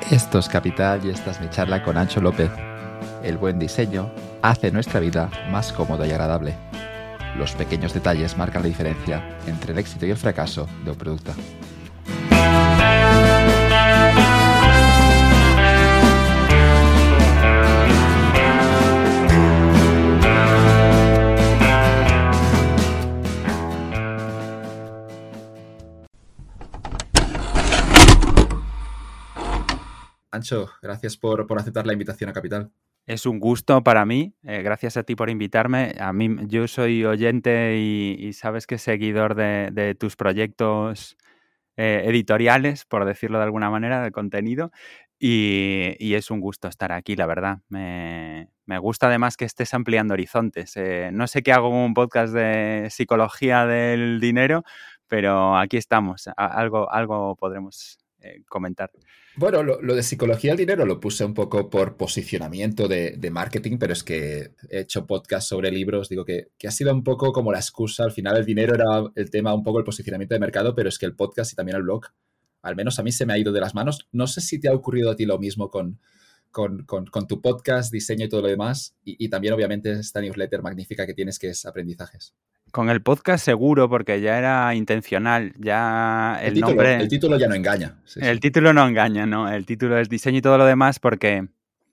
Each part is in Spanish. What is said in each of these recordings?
Esto es Capital y esta es mi charla con Ancho López. El buen diseño hace nuestra vida más cómoda y agradable. Los pequeños detalles marcan la diferencia entre el éxito y el fracaso de un producto. Ancho, gracias por aceptar la invitación a Capital. Es un gusto para mí, gracias a ti por invitarme. Yo soy oyente y sabes que seguidor de tus proyectos editoriales, por decirlo de alguna manera, de contenido. Y es un gusto estar aquí, la verdad. Me gusta además que estés ampliando horizontes. No sé qué hago en un podcast de psicología del dinero, pero aquí estamos. Algo podremos comentar. Bueno, lo de psicología del dinero lo puse un poco por posicionamiento de marketing, pero es que he hecho podcast sobre libros, digo que ha sido un poco como la excusa. Al final el dinero era el tema, un poco el posicionamiento de mercado, pero es que el podcast y también el blog, al menos a mí se me ha ido de las manos. No sé si te ha ocurrido a ti lo mismo con tu podcast, diseño y todo lo demás, y también obviamente esta newsletter magnífica que tienes que es Aprendizajes. Con el podcast seguro, porque ya era intencional, ya el nombre... El título ya no engaña. Sí, el sí. título no engaña, ¿no? El título es diseño y todo lo demás porque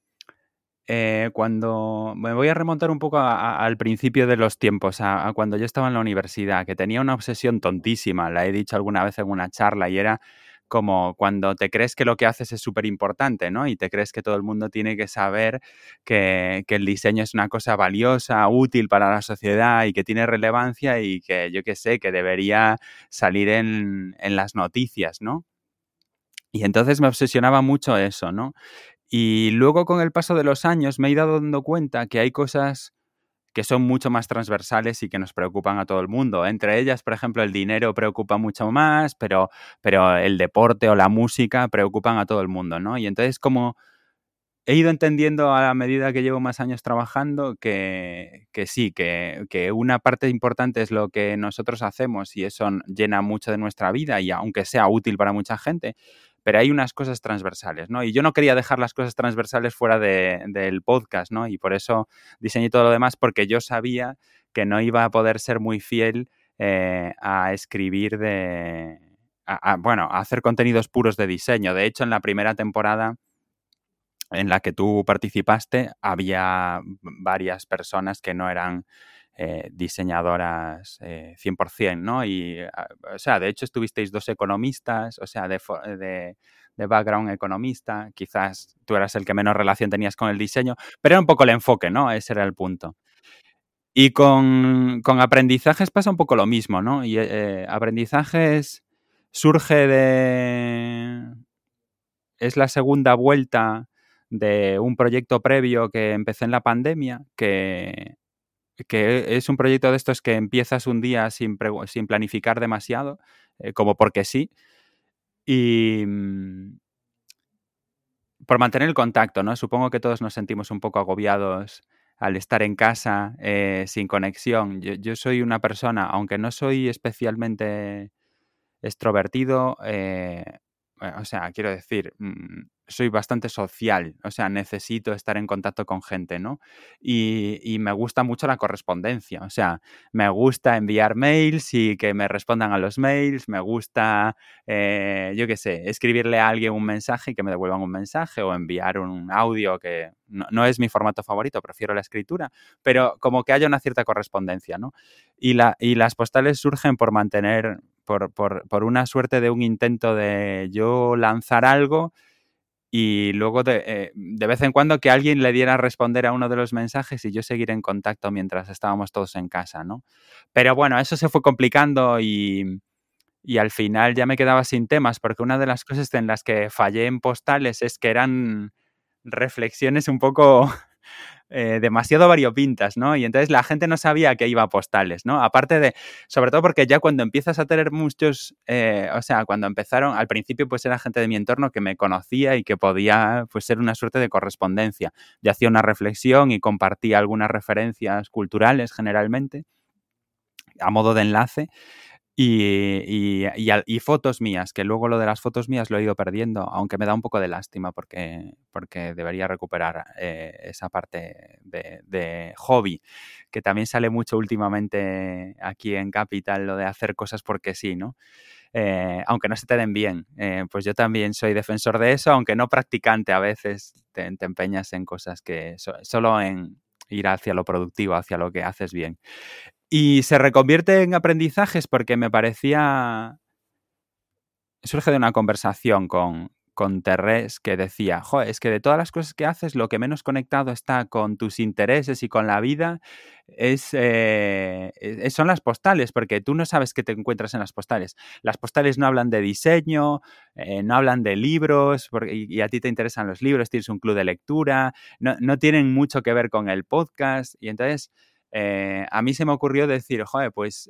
cuando... Me voy a remontar un poco al principio de los tiempos, a cuando yo estaba en la universidad, que tenía una obsesión tontísima, la he dicho alguna vez en una charla, y era como cuando te crees que lo que haces es súper importante, ¿no? Y te crees que todo el mundo tiene que saber que el diseño es una cosa valiosa, útil para la sociedad y que tiene relevancia y que, yo qué sé, que debería salir en las noticias, ¿no? Y entonces me obsesionaba mucho eso, ¿no? Y luego con el paso de los años me he ido dando cuenta que hay cosas que son mucho más transversales y que nos preocupan a todo el mundo. Entre ellas, por ejemplo, el dinero preocupa mucho más, pero el deporte o la música preocupan a todo el mundo, ¿no? Y entonces como he ido entendiendo a la medida que llevo más años trabajando que sí, que una parte importante es lo que nosotros hacemos y eso llena mucho de nuestra vida y aunque sea útil para mucha gente, pero hay unas cosas transversales, ¿no? Y yo no quería dejar las cosas transversales fuera del podcast, ¿no? Y por eso diseñé todo lo demás, porque yo sabía que no iba a poder ser muy fiel a escribir bueno, a hacer contenidos puros de diseño. De hecho, en la primera temporada en la que tú participaste, había varias personas que no eran diseñadoras 100%, ¿no? Y, o sea, de hecho estuvisteis dos economistas, o sea, de background economista, quizás tú eras el que menos relación tenías con el diseño, pero era un poco el enfoque, ¿no? Ese era el punto. Y con aprendizajes pasa un poco lo mismo, ¿no? Y aprendizajes surge es la segunda vuelta de un proyecto previo que empecé en la pandemia, que es un proyecto de estos que empiezas un día sin planificar demasiado, como porque sí, y por mantener el contacto, ¿no? Supongo que todos nos sentimos un poco agobiados al estar en casa sin conexión. Yo soy una persona, aunque no soy especialmente extrovertido, o sea, quiero decir, soy bastante social, o sea, necesito estar en contacto con gente, ¿no? Y me gusta mucho la correspondencia, o sea, me gusta enviar mails y que me respondan a los mails, me gusta, yo qué sé, escribirle a alguien un mensaje y que me devuelvan un mensaje o enviar un audio que no es mi formato favorito, prefiero la escritura, pero como que haya una cierta correspondencia, ¿no? Y las postales surgen por mantener, por una suerte de un intento de yo lanzar algo y luego de vez en cuando que alguien le diera a responder a uno de los mensajes y yo seguir en contacto mientras estábamos todos en casa, ¿no? Pero bueno, eso se fue complicando y al final ya me quedaba sin temas porque una de las cosas en las que fallé en postales es que eran reflexiones un poco demasiado variopintas, ¿no? Y entonces la gente no sabía que iba a postales, ¿no? Aparte de, sobre todo porque ya cuando empiezas a tener muchos, o sea, cuando empezaron, al principio pues era gente de mi entorno que me conocía y que podía pues ser una suerte de correspondencia. Yo hacía una reflexión y compartía algunas referencias culturales generalmente a modo de enlace. y fotos mías, que luego lo de las fotos mías lo he ido perdiendo, aunque me da un poco de lástima porque debería recuperar esa parte de hobby, que también sale mucho últimamente aquí en Capital, lo de hacer cosas porque sí, ¿no? Aunque no se te den bien. Pues yo también soy defensor de eso, aunque no practicante. A veces te empeñas en cosas que solo en ir hacia lo productivo, hacia lo que haces bien. Y se reconvierte en aprendizajes porque me parecía... Surge de una conversación con Terrés que decía, jo, es que de todas las cosas que haces, lo que menos conectado está con tus intereses y con la vida son las postales, porque tú no sabes qué te encuentras en las postales. Las postales no hablan de diseño, no hablan de libros, y a ti te interesan los libros, tienes un club de lectura, no tienen mucho que ver con el podcast, y entonces a mí se me ocurrió decir, joder, pues...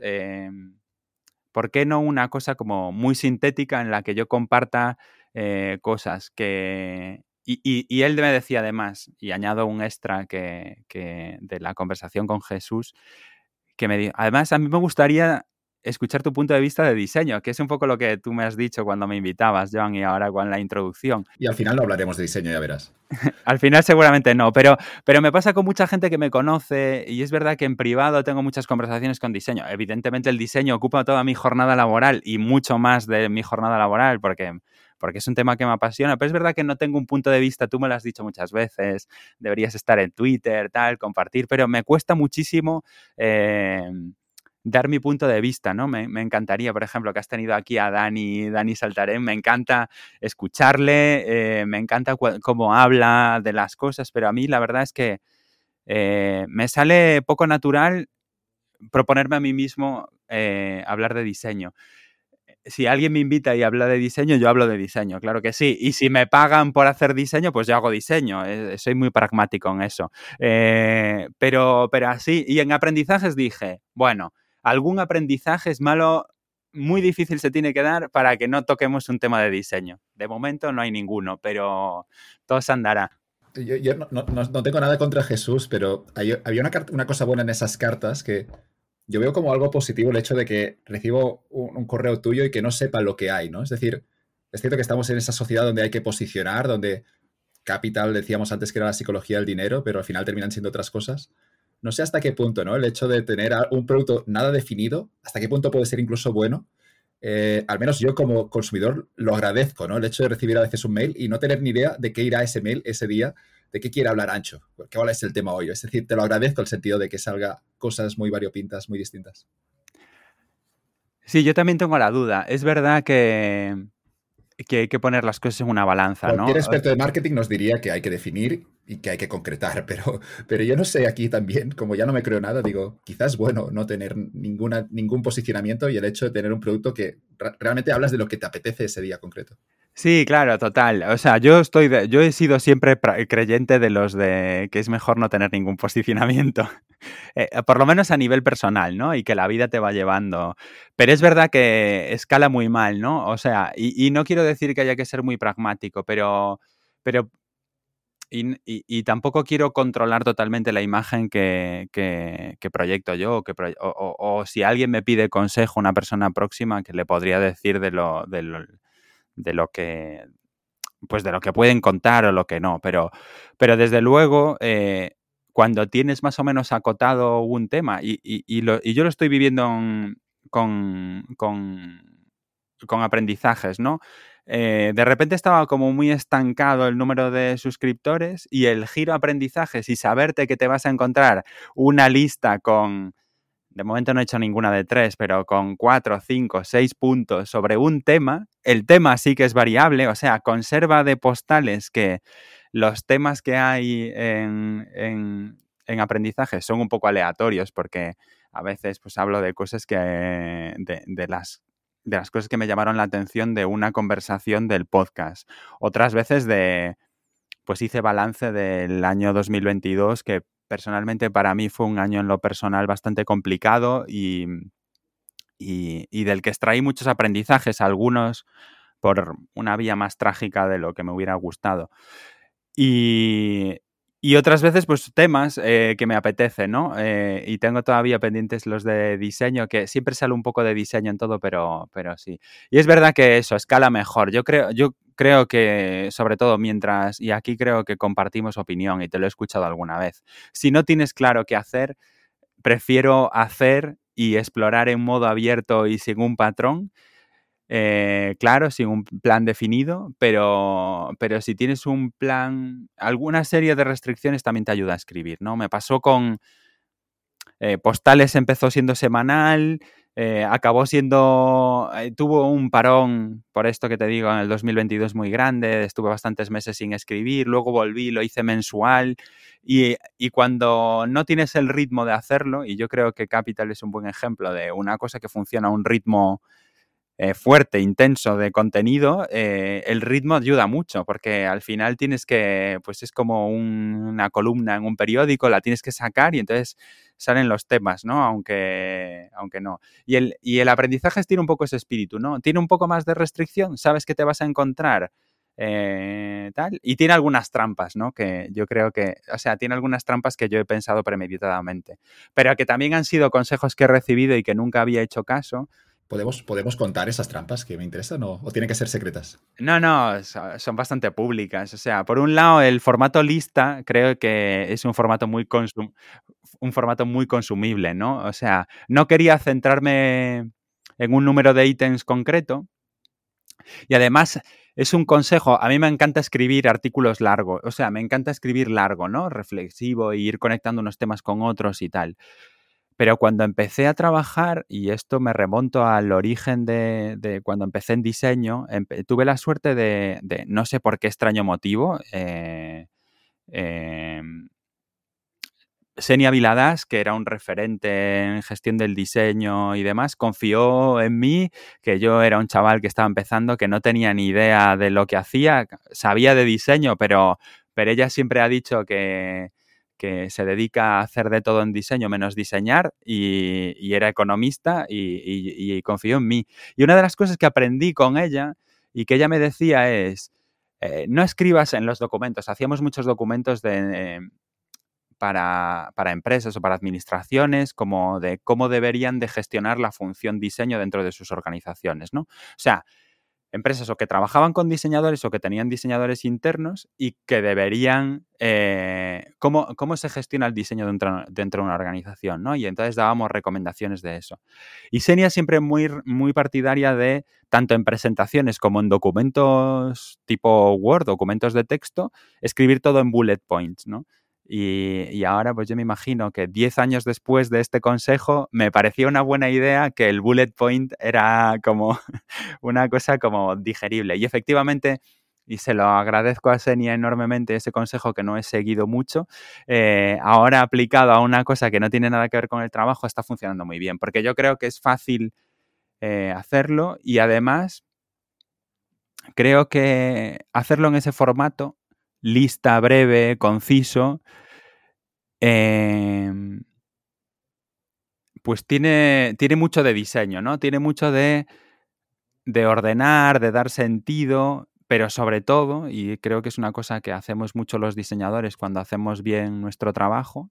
¿por qué no una cosa como muy sintética en la que yo comparta cosas que... Y él me decía además, y añado un extra que de la conversación con Jesús, que me dijo, además a mí me gustaría escuchar tu punto de vista de diseño, que es un poco lo que tú me has dicho cuando me invitabas, Joan, y ahora con la introducción. Y al final no hablaremos de diseño, ya verás. Al final seguramente no, pero me pasa con mucha gente que me conoce y es verdad que en privado tengo muchas conversaciones con diseño. Evidentemente el diseño ocupa toda mi jornada laboral y mucho más de mi jornada laboral porque es un tema que me apasiona, pero es verdad que no tengo un punto de vista, tú me lo has dicho muchas veces, deberías estar en Twitter, tal, compartir, pero me cuesta muchísimo dar mi punto de vista, ¿no? Me encantaría, por ejemplo, que has tenido aquí a Dani Saltarén, me encanta escucharle, me encanta cómo habla de las cosas, pero a mí la verdad es que me sale poco natural proponerme a mí mismo hablar de diseño. Si alguien me invita y habla de diseño, yo hablo de diseño, claro que sí. Y si me pagan por hacer diseño, pues yo hago diseño. Soy muy pragmático en eso. Pero así, y en aprendizajes dije, bueno, algún aprendizaje es malo, muy difícil se tiene que dar para que no toquemos un tema de diseño. De momento no hay ninguno, pero todo se andará. Yo no tengo nada contra Jesús, pero había una cosa buena en esas cartas que yo veo como algo positivo el hecho de que recibo un correo tuyo y que no sepa lo que hay, ¿no? Es decir, es cierto que estamos en esa sociedad donde hay que posicionar, donde Capital decíamos antes que era la psicología del dinero, pero al final terminan siendo otras cosas. No sé hasta qué punto, ¿no? El hecho de tener un producto nada definido, hasta qué punto puede ser incluso bueno. Al menos yo como consumidor lo agradezco, ¿no? El hecho de recibir a veces un mail y no tener ni idea de qué irá ese mail ese día, de qué quiere hablar Ancho, cuál es el tema hoy. Es decir, te lo agradezco el sentido de que salga cosas muy variopintas, muy distintas. Sí, yo también tengo la duda. Es verdad que hay que poner las cosas en una balanza, Cualquier ¿no? experto de marketing nos diría que hay que definir y que hay que concretar, pero yo no sé aquí también, como ya no me creo nada, digo, quizás es bueno no tener ningún posicionamiento y el hecho de tener un producto que realmente hablas de lo que te apetece ese día concreto. Sí, claro, total. O sea, yo he sido siempre creyente de los de que es mejor no tener ningún posicionamiento, por lo menos a nivel personal, ¿no? Y que la vida te va llevando. Pero es verdad que escala muy mal, ¿no? O sea, y no quiero decir que haya que ser muy pragmático, pero y tampoco quiero controlar totalmente la imagen que proyecto yo o si alguien me pide consejo, una persona próxima que le podría decir de lo que pues de lo que pueden contar o lo que no, pero desde luego cuando tienes más o menos acotado un tema y yo lo estoy viviendo con aprendizajes, ¿no? De repente estaba como muy estancado el número de suscriptores y el giro a aprendizajes y saberte que te vas a encontrar una lista con, de momento no he hecho ninguna de 3, pero con 4, 5, 6 puntos sobre un tema, el tema sí que es variable, o sea, conserva de postales que los temas que hay en aprendizaje son un poco aleatorios porque a veces pues hablo de cosas que, de las cosas que me llamaron la atención de una conversación del podcast. Otras veces pues hice balance del año 2022 que personalmente para mí fue un año en lo personal bastante complicado y del que extraí muchos aprendizajes, algunos por una vía más trágica de lo que me hubiera gustado. Y, Y otras veces, pues temas que me apetece, ¿no? Y tengo todavía pendientes los de diseño, que siempre sale un poco de diseño en todo, pero sí. Y es verdad que eso, escala mejor. Yo creo que, sobre todo mientras, y aquí creo que compartimos opinión y te lo he escuchado alguna vez, si no tienes claro qué hacer, prefiero hacer y explorar en modo abierto y sin un patrón. Claro, sin un plan definido, pero si tienes un plan, alguna serie de restricciones también te ayuda a escribir, ¿no? Me pasó con Postales, empezó siendo semanal, acabó siendo, tuvo un parón, por esto que te digo, en el 2022 muy grande, estuve bastantes meses sin escribir, luego volví, lo hice mensual y cuando no tienes el ritmo de hacerlo, y yo creo que Capital es un buen ejemplo de una cosa que funciona a un ritmo fuerte, intenso de contenido, el ritmo ayuda mucho porque al final tienes que, pues es como una columna en un periódico, la tienes que sacar y entonces salen los temas, ¿no? Aunque no. Y el aprendizaje tiene un poco ese espíritu, ¿no? Tiene un poco más de restricción, sabes que te vas a encontrar tal, y tiene algunas trampas, ¿no? Que yo creo que, o sea, tiene algunas trampas que yo he pensado premeditadamente, pero que también han sido consejos que he recibido y que nunca había hecho caso. ¿Podemos contar esas trampas que me interesan o tienen que ser secretas? No, son bastante públicas. O sea, por un lado, el formato lista creo que es un formato un formato muy consumible, ¿no? O sea, no quería centrarme en un número de ítems concreto y además es un consejo. A mí me encanta escribir artículos largos, o sea, me encanta escribir largo, ¿no? Reflexivo e ir conectando unos temas con otros y tal. Pero cuando empecé a trabajar, y esto me remonto al origen de cuando empecé en diseño, tuve la suerte de no sé por qué extraño motivo, eh, Xenia Viladas, que era un referente en gestión del diseño y demás, confió en mí, que yo era un chaval que estaba empezando, que no tenía ni idea de lo que hacía, sabía de diseño, pero ella siempre ha dicho que se dedica a hacer de todo en diseño menos diseñar y era economista y confió en mí. Y una de las cosas que aprendí con ella y que ella me decía es, no escribas en los documentos, hacíamos muchos documentos para empresas o para administraciones, como de cómo deberían de gestionar la función diseño dentro de sus organizaciones, ¿no? O sea, empresas o que trabajaban con diseñadores o que tenían diseñadores internos y que deberían, cómo se gestiona el diseño dentro de una organización, ¿no? Y entonces dábamos recomendaciones de eso. Y Xenia siempre muy partidaria de, tanto en presentaciones como en documentos tipo Word, documentos de texto, escribir todo en bullet points, ¿no? Y ahora, pues yo me imagino que 10 años después de este consejo, me parecía una buena idea que el bullet point era como una cosa como digerible. Y efectivamente, y se lo agradezco a Xenia enormemente ese consejo que no he seguido mucho, ahora aplicado a una cosa que no tiene nada que ver con el trabajo está funcionando muy bien, porque yo creo que es fácil hacerlo y además creo que hacerlo en ese formato, lista, breve, conciso, pues tiene mucho de diseño, ¿no? Tiene mucho de ordenar, de dar sentido, pero sobre todo, y creo que es una cosa que hacemos mucho los diseñadores cuando hacemos bien nuestro trabajo,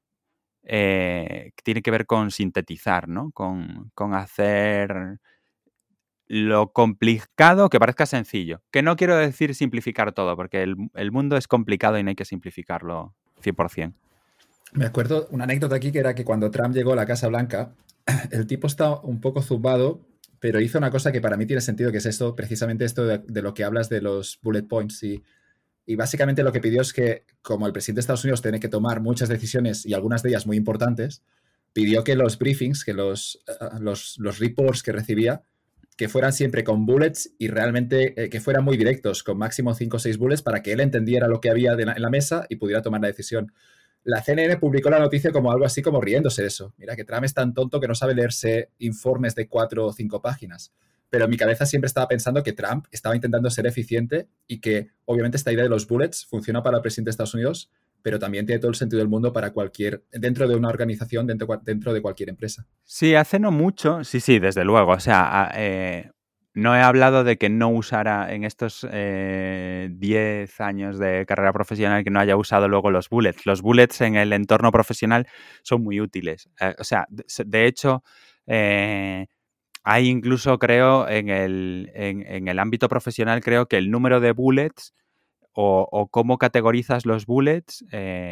tiene que ver con sintetizar, ¿no? Con hacer lo complicado que parezca sencillo. Que no quiero decir simplificar todo, porque el mundo es complicado y no hay que simplificarlo 100%. Me acuerdo una anécdota aquí que era que cuando Trump llegó a la Casa Blanca, el tipo estaba un poco zumbado, pero hizo una cosa que para mí tiene sentido, que es esto, precisamente esto de lo que hablas de los bullet points. Y básicamente lo que pidió es que, como el presidente de Estados Unidos tiene que tomar muchas decisiones y algunas de ellas muy importantes, pidió que los briefings, que los reports que recibía, que fueran siempre con bullets y realmente que fueran muy directos, con máximo 5 o 6 bullets, para que él entendiera lo que había en la mesa y pudiera tomar la decisión. La CNN publicó la noticia como algo así como riéndose de eso. Mira, que Trump es tan tonto que no sabe leerse informes de 4 o 5 páginas. Pero en mi cabeza siempre estaba pensando que Trump estaba intentando ser eficiente y que obviamente esta idea de los bullets funciona para el presidente de Estados Unidos, pero también tiene todo el sentido del mundo para dentro de una organización, dentro de cualquier empresa. Sí, hace no mucho, sí, desde luego. O sea, No he hablado de que no usara en estos 10 años de carrera profesional, que no haya usado luego los bullets. Los bullets en el entorno profesional son muy útiles. O sea, de hecho, hay incluso, creo, en el ámbito profesional, creo que el número de bullets o cómo categorizas los bullets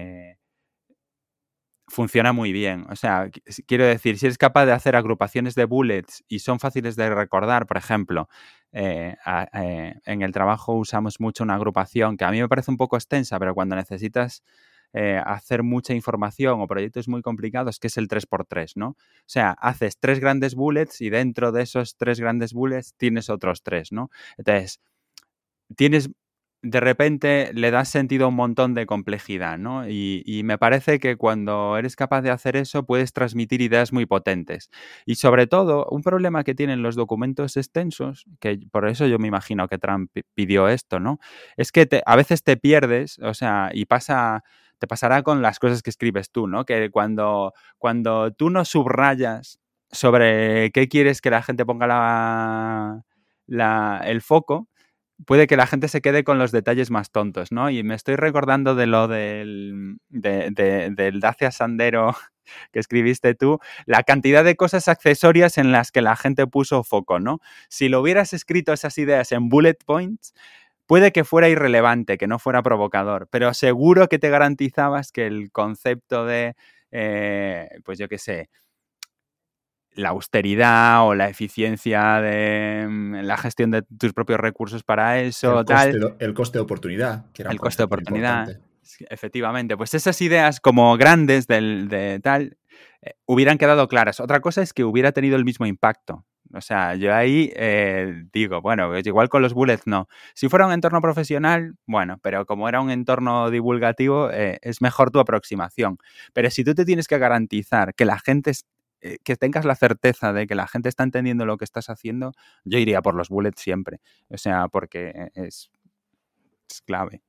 funciona muy bien. O sea, quiero decir, si eres capaz de hacer agrupaciones de bullets y son fáciles de recordar, por ejemplo, en el trabajo usamos mucho una agrupación que a mí me parece un poco extensa, pero cuando necesitas hacer mucha información o proyectos muy complicados, que es el 3x3, ¿no? O sea, haces 3 grandes bullets y dentro de esos 3 grandes bullets tienes otros 3, ¿no? Entonces, de repente le das sentido a un montón de complejidad, ¿no? Y me parece que cuando eres capaz de hacer eso puedes transmitir ideas muy potentes. Y sobre todo, un problema que tienen los documentos extensos, que por eso yo me imagino que Trump pidió esto, ¿no? Es que a veces te pierdes, o sea, te pasará con las cosas que escribes tú, ¿no? Que cuando tú no subrayas sobre qué quieres que la gente ponga el foco, puede que la gente se quede con los detalles más tontos, ¿no? Y me estoy recordando de lo del Dacia Sandero que escribiste tú, la cantidad de cosas accesorias en las que la gente puso foco, ¿no? Si lo hubieras escrito esas ideas en bullet points, puede que fuera irrelevante, que no fuera provocador, pero seguro que te garantizabas que el concepto de, pues yo qué sé, la austeridad o la eficiencia de la gestión de tus propios recursos para eso, El coste de oportunidad, que era un el coste de concepto oportunidad, importante. efectivamente, pues esas ideas como grandes de tal hubieran quedado claras. Otra cosa es que hubiera tenido el mismo impacto. O sea, yo ahí digo, bueno, pues igual con los bullets no. Si fuera un entorno profesional, bueno, pero como era un entorno divulgativo, es mejor tu aproximación. Pero si tú te tienes que garantizar que la gente que tengas la certeza de que la gente está entendiendo lo que estás haciendo, yo iría por los bullets siempre. O sea, porque es clave.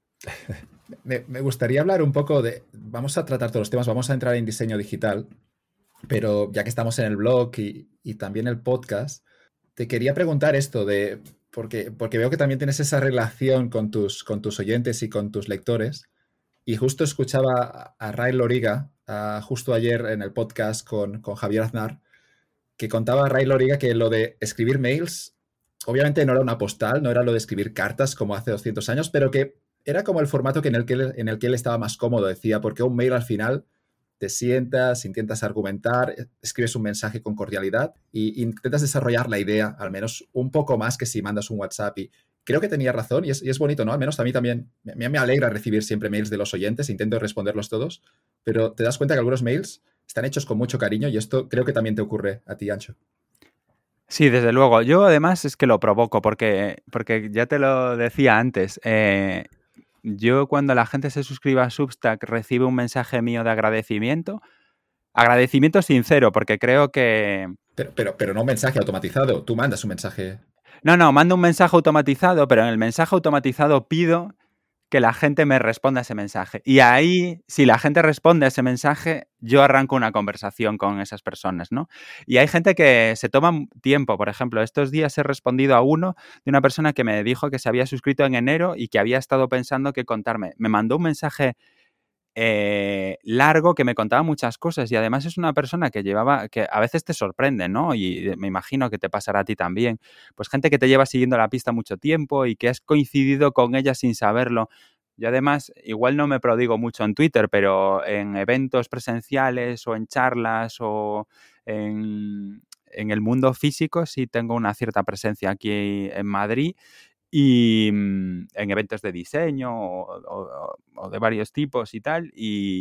Me gustaría hablar un poco de... Vamos a tratar todos los temas, vamos a entrar en diseño digital, pero ya que estamos en el blog y también el podcast, te quería preguntar esto de... Porque veo que también tienes esa relación con tus oyentes y con tus lectores. Y justo escuchaba a Ray Loriga, justo ayer en el podcast con Javier Aznar, que contaba a Ray Loriga que lo de escribir mails, obviamente no era una postal, no era lo de escribir cartas como hace 200 años, pero que era como el formato en el que él estaba más cómodo, decía, porque un mail al final te sientas, intentas argumentar, escribes un mensaje con cordialidad e intentas desarrollar la idea, al menos un poco más que si mandas un WhatsApp. Y creo que tenía razón y es bonito, ¿no? Al menos a mí también me alegra recibir siempre mails de los oyentes, intento responderlos todos, pero te das cuenta que algunos mails están hechos con mucho cariño y esto creo que también te ocurre a ti, Ancho. Sí, desde luego. Yo además es que lo provoco porque ya te lo decía antes. Yo cuando la gente se suscribe a Substack recibe un mensaje mío de agradecimiento. Agradecimiento sincero, porque creo que... Pero no un mensaje automatizado. Tú mandas un mensaje. No, mando un mensaje automatizado, pero en el mensaje automatizado pido que la gente me responda a ese mensaje. Y ahí, si la gente responde a ese mensaje, yo arranco una conversación con esas personas, ¿no? Y hay gente que se toma tiempo. Por ejemplo, estos días he respondido a uno de una persona que me dijo que se había suscrito en enero y que había estado pensando qué contarme. Me mandó un mensaje largo que me contaba muchas cosas y además es una persona que a veces te sorprende, ¿no? Y me imagino que te pasará a ti también. Pues gente que te lleva siguiendo la pista mucho tiempo y que has coincidido con ella sin saberlo. Y además, igual no me prodigo mucho en Twitter, pero en eventos presenciales o en charlas o en el mundo físico sí tengo una cierta presencia aquí en Madrid y en eventos de diseño o de varios tipos y tal,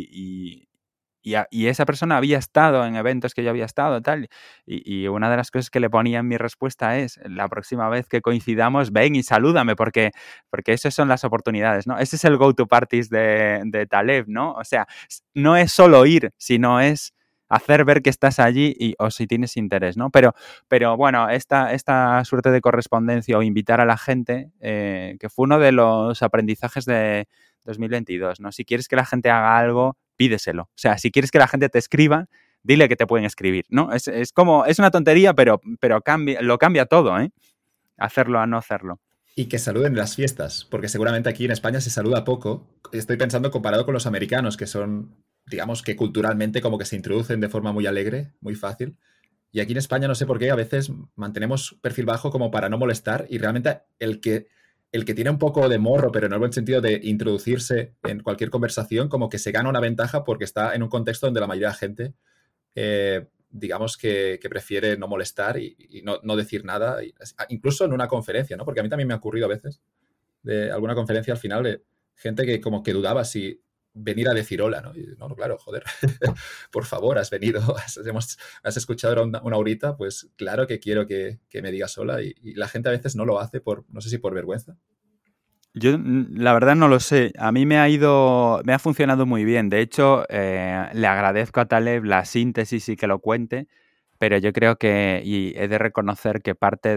y esa persona había estado en eventos que yo había estado tal, y una de las cosas que le ponía en mi respuesta es, la próxima vez que coincidamos, ven y salúdame, porque esas son las oportunidades, ¿no? Ese es el go-to parties de Taleb, ¿no? O sea, no es solo ir, sino es hacer ver que estás allí o si tienes interés, ¿no? Pero bueno, esta suerte de correspondencia o invitar a la gente, que fue uno de los aprendizajes de 2022, ¿no? Si quieres que la gente haga algo, pídeselo. O sea, si quieres que la gente te escriba, dile que te pueden escribir, ¿no? Es como, es una tontería, pero lo cambia todo, ¿eh? hacerlo a no hacerlo. Y que saluden en las fiestas, porque seguramente aquí en España se saluda poco. Estoy pensando comparado con los americanos, que son, digamos que culturalmente como que se introducen de forma muy alegre, muy fácil. Y aquí en España no sé por qué a veces mantenemos perfil bajo como para no molestar y realmente el que tiene un poco de morro, pero en el buen sentido de introducirse en cualquier conversación, como que se gana una ventaja porque está en un contexto donde la mayoría de la gente, digamos que prefiere no molestar y no decir nada, incluso en una conferencia, ¿no? Porque a mí también me ha ocurrido a veces de alguna conferencia al final de gente que como que dudaba si venir a decir hola, ¿no? Y, no, claro, joder, por favor, has venido, has escuchado una horita, pues claro que quiero que me digas hola y la gente a veces no lo hace por, no sé si por vergüenza. Yo, la verdad, no lo sé. A mí me ha funcionado muy bien. De hecho, le agradezco a Taleb la síntesis y que lo cuente, pero yo creo que, y he de reconocer que parte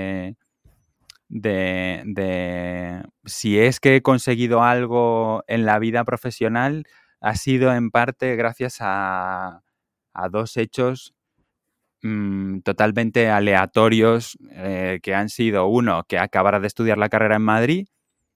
de si es que he conseguido algo en la vida profesional, ha sido en parte gracias a dos hechos totalmente aleatorios, que han sido uno, que acabara de estudiar la carrera en Madrid,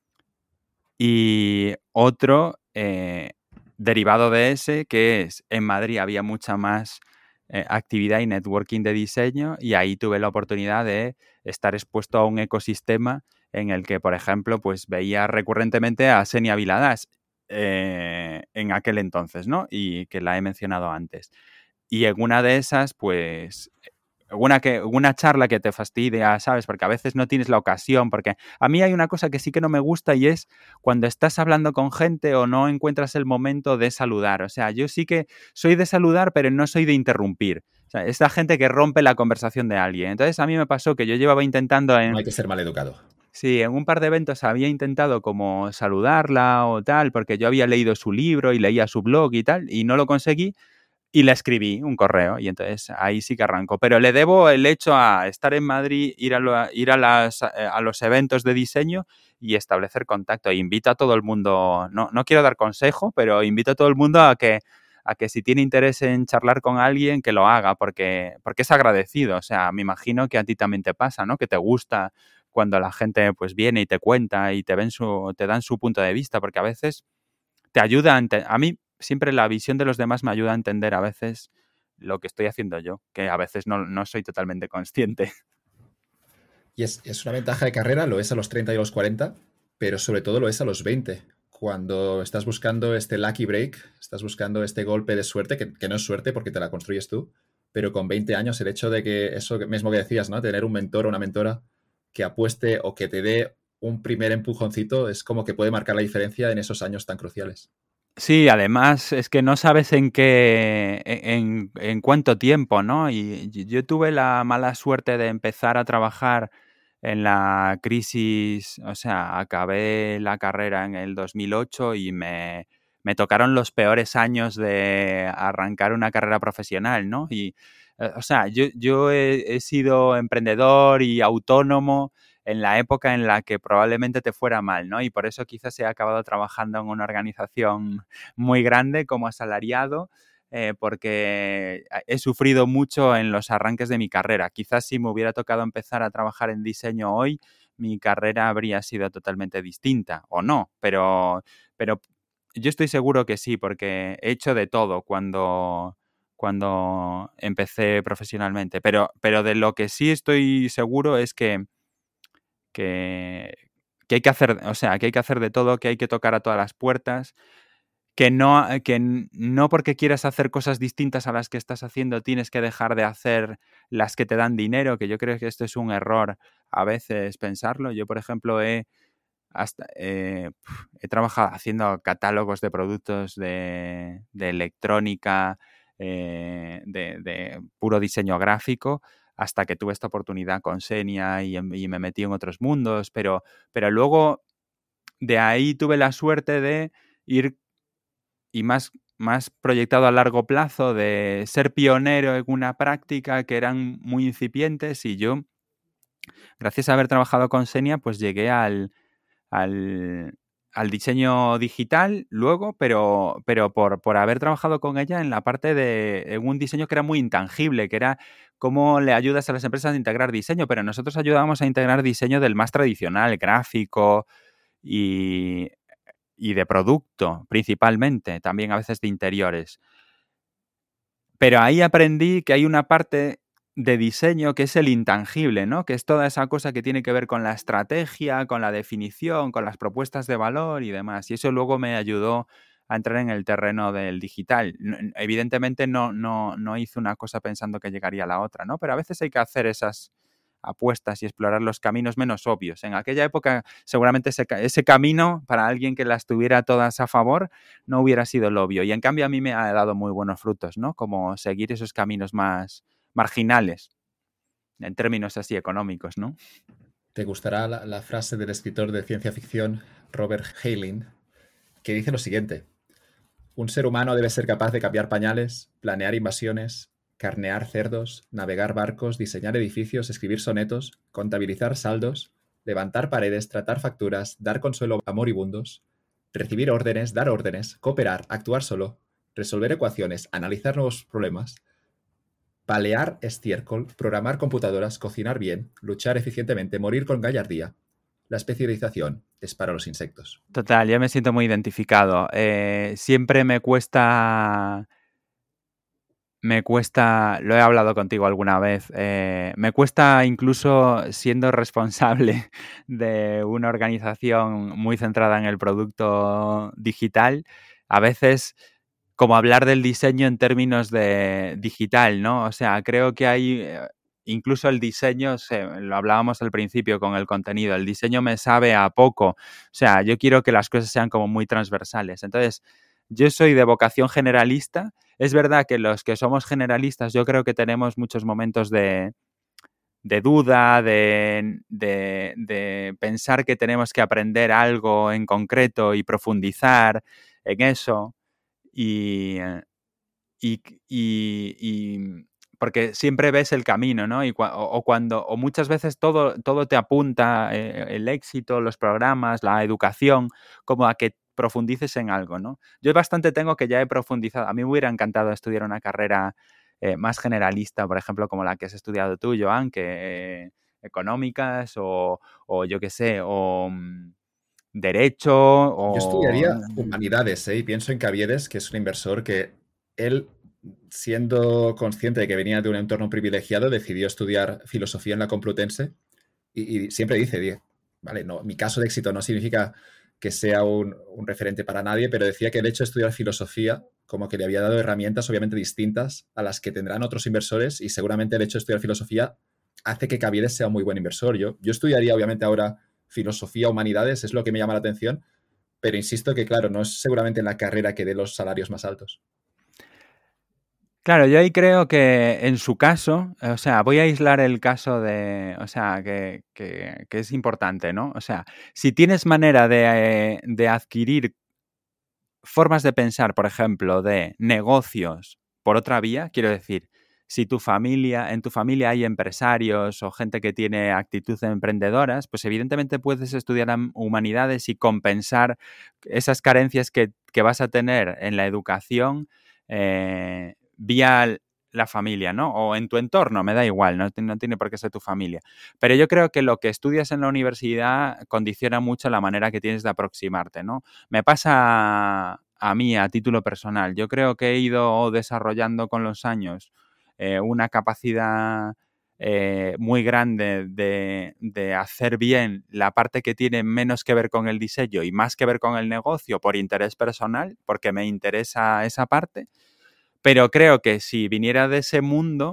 y otro derivado de ese, que es en Madrid había mucha más actividad y networking de diseño, y ahí tuve la oportunidad de estar expuesto a un ecosistema en el que, por ejemplo, pues veía recurrentemente a Xenia Viladas en aquel entonces, ¿no? Y que la he mencionado antes. Y en una de esas, pues, una charla que te fastidia, ¿sabes? Porque a veces no tienes la ocasión, porque a mí hay una cosa que sí que no me gusta y es cuando estás hablando con gente o no encuentras el momento de saludar. O sea, yo sí que soy de saludar, pero no soy de interrumpir. O sea, es la gente que rompe la conversación de alguien. Entonces a mí me pasó que yo llevaba intentando No hay que ser mal educado. Sí, en un par de eventos había intentado como saludarla o tal, porque yo había leído su libro y leía su blog y tal, y no lo conseguí. Y le escribí un correo y entonces ahí sí que arrancó. Pero le debo el hecho a estar en Madrid, ir a los eventos de diseño y establecer contacto. E invito a todo el mundo, no quiero dar consejo, pero invito a todo el mundo a que si tiene interés en charlar con alguien, que lo haga, porque es agradecido. O sea, me imagino que a ti también te pasa, ¿no? Que te gusta cuando la gente pues viene y te cuenta y te dan su punto de vista, porque a veces te ayuda a mí siempre la visión de los demás me ayuda a entender a veces lo que estoy haciendo yo, que a veces no soy totalmente consciente. Y es una ventaja de carrera, lo es a los 30 y a los 40, pero sobre todo lo es a los 20. Cuando estás buscando este lucky break, estás buscando este golpe de suerte, que no es suerte porque te la construyes tú, pero con 20 años el hecho de que eso mismo que decías, ¿no? Tener un mentor o una mentora que apueste o que te dé un primer empujoncito es como que puede marcar la diferencia en esos años tan cruciales. Sí, además es que no sabes en cuánto tiempo, ¿no? Y yo tuve la mala suerte de empezar a trabajar en la crisis, o sea, acabé la carrera en el 2008 y me tocaron los peores años de arrancar una carrera profesional, ¿no? Y, o sea, yo he sido emprendedor y autónomo en la época en la que probablemente te fuera mal, ¿no? Y por eso quizás he acabado trabajando en una organización muy grande como asalariado, porque he sufrido mucho en los arranques de mi carrera. Quizás si me hubiera tocado empezar a trabajar en diseño hoy, mi carrera habría sido totalmente distinta, o no, pero yo estoy seguro que sí, porque he hecho de todo cuando empecé profesionalmente. Pero de lo que sí estoy seguro es que, que hay que hacer, o sea, que hay que hacer de todo, que hay que tocar a todas las puertas, que no porque quieras hacer cosas distintas a las que estás haciendo tienes que dejar de hacer las que te dan dinero, que yo creo que esto es un error a veces pensarlo. Yo, por ejemplo, he trabajado haciendo catálogos de productos de electrónica, de puro diseño gráfico, hasta que tuve esta oportunidad con Xenia y me metí en otros mundos, pero luego de ahí tuve la suerte de ir y más proyectado a largo plazo, de ser pionero en una práctica que eran muy incipientes, y yo, gracias a haber trabajado con Xenia, pues llegué al, al diseño digital luego, pero por haber trabajado con ella en la parte en un diseño que era muy intangible, que era cómo le ayudas a las empresas a integrar diseño, pero nosotros ayudábamos a integrar diseño del más tradicional, gráfico y de producto, principalmente, también a veces de interiores. Pero ahí aprendí que hay una parte de diseño que es el intangible, ¿no? Que es toda esa cosa que tiene que ver con la estrategia, con la definición, con las propuestas de valor y demás. Y eso luego me ayudó a entrar en el terreno del digital. Evidentemente no hice una cosa pensando que llegaría a la otra, ¿no? Pero a veces hay que hacer esas apuestas y explorar los caminos menos obvios. En aquella época, seguramente ese camino, para alguien que las tuviera todas a favor, no hubiera sido el obvio. Y en cambio a mí me ha dado muy buenos frutos, ¿no? Como seguir esos caminos más marginales, en términos así económicos, ¿no? Te gustará la frase del escritor de ciencia ficción Robert Heinlein, que dice lo siguiente: un ser humano debe ser capaz de cambiar pañales, planear invasiones, carnear cerdos, navegar barcos, diseñar edificios, escribir sonetos, contabilizar saldos, levantar paredes, tratar facturas, dar consuelo a moribundos, recibir órdenes, dar órdenes, cooperar, actuar solo, resolver ecuaciones, analizar nuevos problemas, palear estiércol, programar computadoras, cocinar bien, luchar eficientemente, morir con gallardía. La especialización es para los insectos. Total, yo me siento muy identificado. Siempre me cuesta, lo he hablado contigo alguna vez, me cuesta incluso siendo responsable de una organización muy centrada en el producto digital, a veces como hablar del diseño en términos de digital, ¿no? O sea, creo que hay, incluso el diseño, lo hablábamos al principio con el contenido, el diseño me sabe a poco, o sea, yo quiero que las cosas sean como muy transversales. Entonces, yo soy de vocación generalista. Es verdad que los que somos generalistas yo creo que tenemos muchos momentos de duda, de pensar que tenemos que aprender algo en concreto y profundizar en eso. Y, y, porque siempre ves el camino, ¿no? O muchas veces todo te apunta, el éxito, los programas, la educación, como a que profundices en algo, ¿no? Yo bastante tengo que ya he profundizado. A mí me hubiera encantado estudiar una carrera más generalista, por ejemplo, como la que has estudiado tú, Joan, que económicas o yo qué sé, o derecho Yo o... estudiaría humanidades, ¿eh? Y pienso en Caviedes, que es un inversor que él, siendo consciente de que venía de un entorno privilegiado, decidió estudiar filosofía en la Complutense y siempre dice, vale, no, mi caso de éxito no significa que sea un referente para nadie, pero decía que el hecho de estudiar filosofía como que le había dado herramientas obviamente distintas a las que tendrán otros inversores y seguramente el hecho de estudiar filosofía hace que Caviedes sea un muy buen inversor. Yo estudiaría obviamente ahora filosofía, humanidades, es lo que me llama la atención, pero insisto que, claro, no es seguramente en la carrera que dé los salarios más altos. Claro, yo ahí creo que en su caso, o sea, voy a aislar el caso de, o sea, que es importante, ¿no? O sea, si tienes manera de adquirir formas de pensar, por ejemplo, de negocios por otra vía, quiero decir, si en tu familia hay empresarios o gente que tiene actitud emprendedoras, pues evidentemente puedes estudiar humanidades y compensar esas carencias que vas a tener en la educación vía la familia, ¿no? O en tu entorno, me da igual, no tiene por qué ser tu familia. Pero yo creo que lo que estudias en la universidad condiciona mucho la manera que tienes de aproximarte, ¿no? Me pasa a mí a título personal. Yo creo que he ido desarrollando con los años una capacidad muy grande de hacer bien la parte que tiene menos que ver con el diseño y más que ver con el negocio por interés personal, porque me interesa esa parte. Pero creo que si viniera de ese mundo,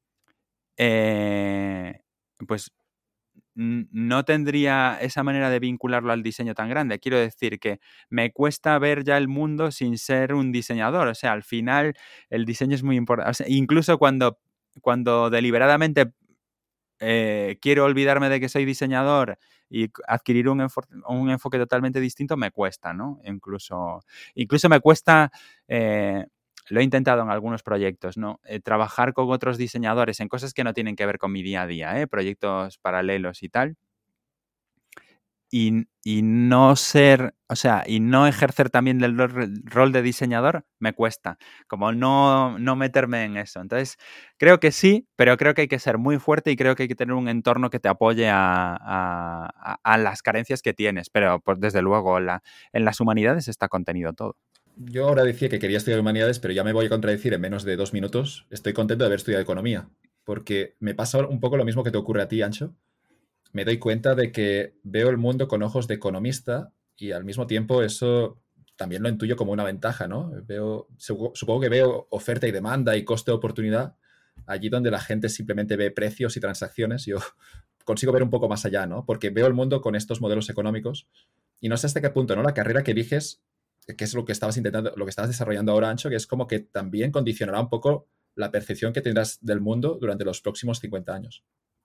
pues no tendría esa manera de vincularlo al diseño tan grande. Quiero decir que me cuesta ver ya el mundo sin ser un diseñador. O sea, al final el diseño es muy importante. O sea, incluso cuando deliberadamente quiero olvidarme de que soy diseñador y adquirir un enfoque totalmente distinto, me cuesta, ¿no? Incluso me cuesta... lo he intentado en algunos proyectos, ¿no? Trabajar con otros diseñadores en cosas que no tienen que ver con mi día a día, proyectos paralelos y tal. y no ser, o sea, y no ejercer también el rol de diseñador me cuesta, como no meterme en eso. Entonces, creo que sí, pero creo que hay que ser muy fuerte y creo que hay que tener un entorno que te apoye a las carencias que tienes, pero pues, desde luego en las humanidades está contenido todo. Yo ahora decía que quería estudiar humanidades, pero ya me voy a contradecir en menos de 2 minutos. Estoy contento de haber estudiado economía, porque me pasa un poco lo mismo que te ocurre a ti, Ancho. Me doy cuenta de que veo el mundo con ojos de economista y al mismo tiempo eso también lo intuyo como una ventaja, ¿no? Supongo que veo oferta y demanda y coste de oportunidad allí donde la gente simplemente ve precios y transacciones. Yo consigo ver un poco más allá, ¿no? Porque veo el mundo con estos modelos económicos y no sé hasta qué punto, ¿no? La carrera que eliges, que es lo que estabas intentando, lo que estabas desarrollando ahora, Ancho, que es como que también condicionará un poco la percepción que tendrás del mundo durante los próximos 50 años.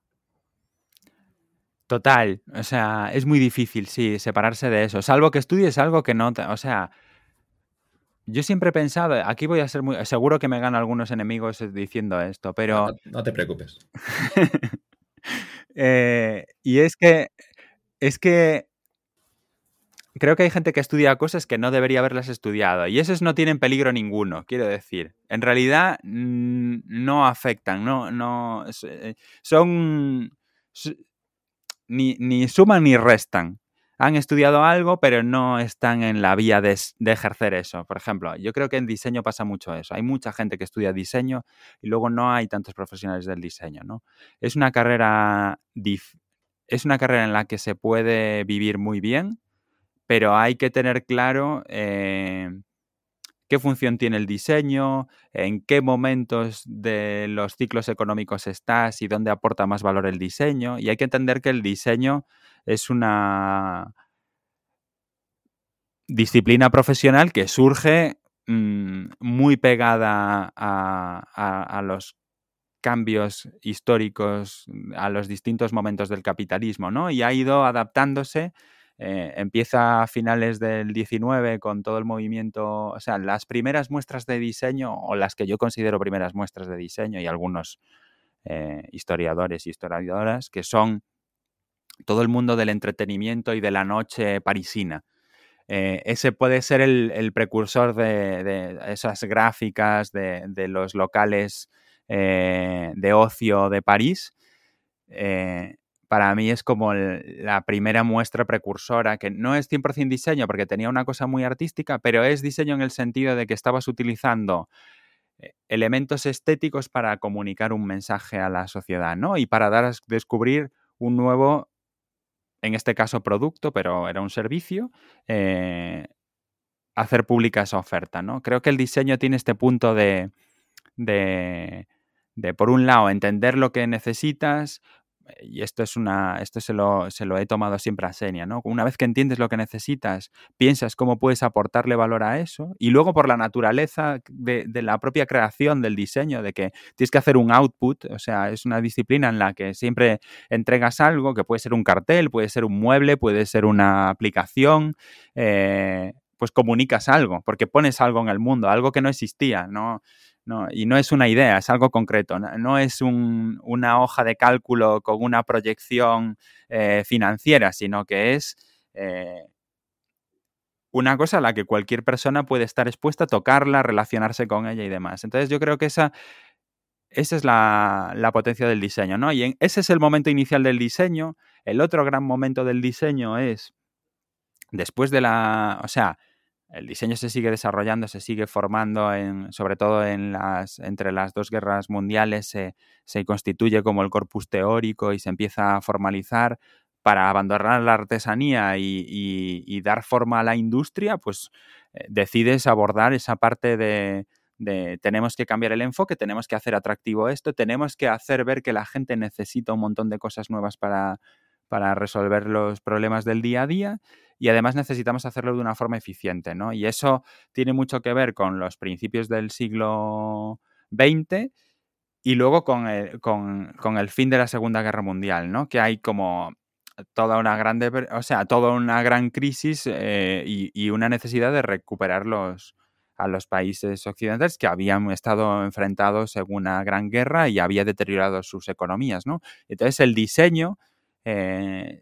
Total, o sea, es muy difícil, sí, separarse de eso, salvo que estudies algo que no, o sea, yo siempre he pensado, aquí voy a ser muy, seguro que me ganan algunos enemigos diciendo esto, No, pero no te preocupes. y es que creo que hay gente que estudia cosas que no debería haberlas estudiado y esos no tienen peligro ninguno, quiero decir. En realidad no afectan, no son ni suman ni restan. Han estudiado algo, pero no están en la vía de ejercer eso. Por ejemplo, yo creo que en diseño pasa mucho eso. Hay mucha gente que estudia diseño y luego no hay tantos profesionales del diseño, ¿no? Es una carrera, es una carrera en la que se puede vivir muy bien, pero hay que tener claro qué función tiene el diseño, en qué momentos de los ciclos económicos estás y dónde aporta más valor el diseño. Y hay que entender que el diseño es una disciplina profesional que surge muy pegada a los cambios históricos, a los distintos momentos del capitalismo, ¿no? Y ha ido adaptándose. Empieza a finales del 19 con todo el movimiento, o sea, las primeras muestras de diseño, o las que yo considero primeras muestras de diseño, y algunos historiadores y historiadoras, que son todo el mundo del entretenimiento y de la noche parisina. Ese puede ser el precursor de esas gráficas de los locales de ocio de París. Para mí es como la primera muestra precursora, que no es 100% diseño porque tenía una cosa muy artística, pero es diseño en el sentido de que estabas utilizando elementos estéticos para comunicar un mensaje a la sociedad, ¿no? Y para descubrir un nuevo, en este caso producto, pero era un servicio, hacer pública esa oferta, ¿no? Creo que el diseño tiene este punto de, por un lado, entender lo que necesitas, y esto se lo he tomado siempre a Senia, ¿no? Una vez que entiendes lo que necesitas, piensas cómo puedes aportarle valor a eso, y luego por la naturaleza de la propia creación del diseño, de que tienes que hacer un output, o sea, es una disciplina en la que siempre entregas algo, que puede ser un cartel, puede ser un mueble, puede ser una aplicación, pues comunicas algo, porque pones algo en el mundo, algo que no existía, ¿no? No, y no es una idea, es algo concreto. No es una hoja de cálculo con una proyección financiera, sino que es una cosa a la que cualquier persona puede estar expuesta a tocarla, relacionarse con ella y demás. Entonces yo creo que esa es la potencia del diseño, ¿no? Y ese es el momento inicial del diseño. El otro gran momento del diseño es después de o sea, el diseño se sigue desarrollando, se sigue formando, sobre todo entre las dos guerras mundiales, se constituye como el corpus teórico y se empieza a formalizar. Para abandonar la artesanía y dar forma a la industria, pues decides abordar esa parte de tenemos que cambiar el enfoque, tenemos que hacer atractivo esto, tenemos que hacer ver que la gente necesita un montón de cosas nuevas para resolver los problemas del día a día. Y además necesitamos hacerlo de una forma eficiente, ¿no? Y eso tiene mucho que ver con los principios del siglo XX y luego con el fin de la Segunda Guerra Mundial, ¿no? Que hay como toda una gran crisis y una necesidad de recuperar a los países occidentales que habían estado enfrentados en una gran guerra y había deteriorado sus economías, ¿no? Entonces el diseño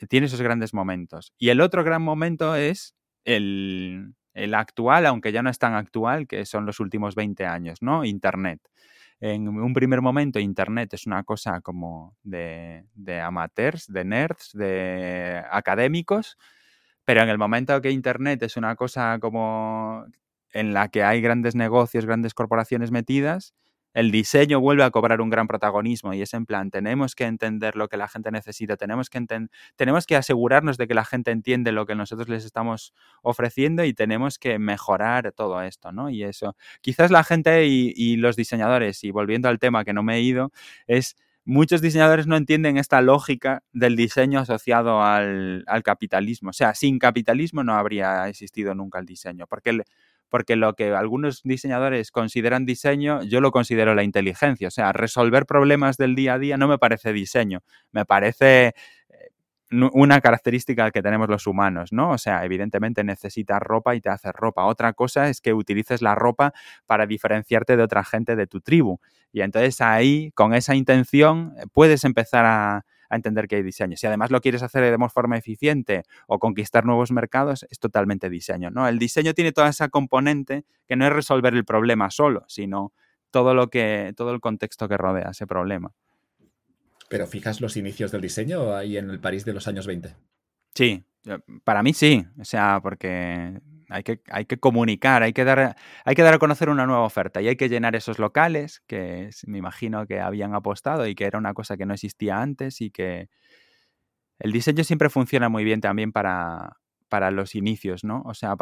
tiene esos grandes momentos. Y el otro gran momento es el actual, aunque ya no es tan actual, que son los últimos 20 años, ¿no? Internet. En un primer momento, Internet es una cosa como de amateurs, de nerds, de académicos, pero en el momento que Internet es una cosa como en la que hay grandes negocios, grandes corporaciones metidas, el diseño vuelve a cobrar un gran protagonismo y es en plan, tenemos que entender lo que la gente necesita, tenemos que asegurarnos de que la gente entiende lo que nosotros les estamos ofreciendo y tenemos que mejorar todo esto, ¿no? Y eso, quizás la gente y los diseñadores, y volviendo al tema que no me he ido, es muchos diseñadores no entienden esta lógica del diseño asociado al capitalismo. O sea, sin capitalismo no habría existido nunca el diseño, porque lo que algunos diseñadores consideran diseño, yo lo considero la inteligencia. O sea, resolver problemas del día a día no me parece diseño, me parece una característica que tenemos los humanos, ¿no? O sea, evidentemente necesitas ropa y te haces ropa. Otra cosa es que utilices la ropa para diferenciarte de otra gente de tu tribu. Y entonces ahí, con esa intención, puedes empezar a entender que hay diseño. Si además lo quieres hacer de forma eficiente o conquistar nuevos mercados, es totalmente diseño, ¿no? El diseño tiene toda esa componente que no es resolver el problema solo, sino todo el contexto que rodea ese problema. Pero fijas los inicios del diseño ahí en el París de los años 20. Sí, para mí sí, o sea, porque hay que comunicar, hay que dar a conocer una nueva oferta y hay que llenar esos locales que me imagino que habían apostado y que era una cosa que no existía antes y que el diseño siempre funciona muy bien también para los inicios, ¿no? O sea,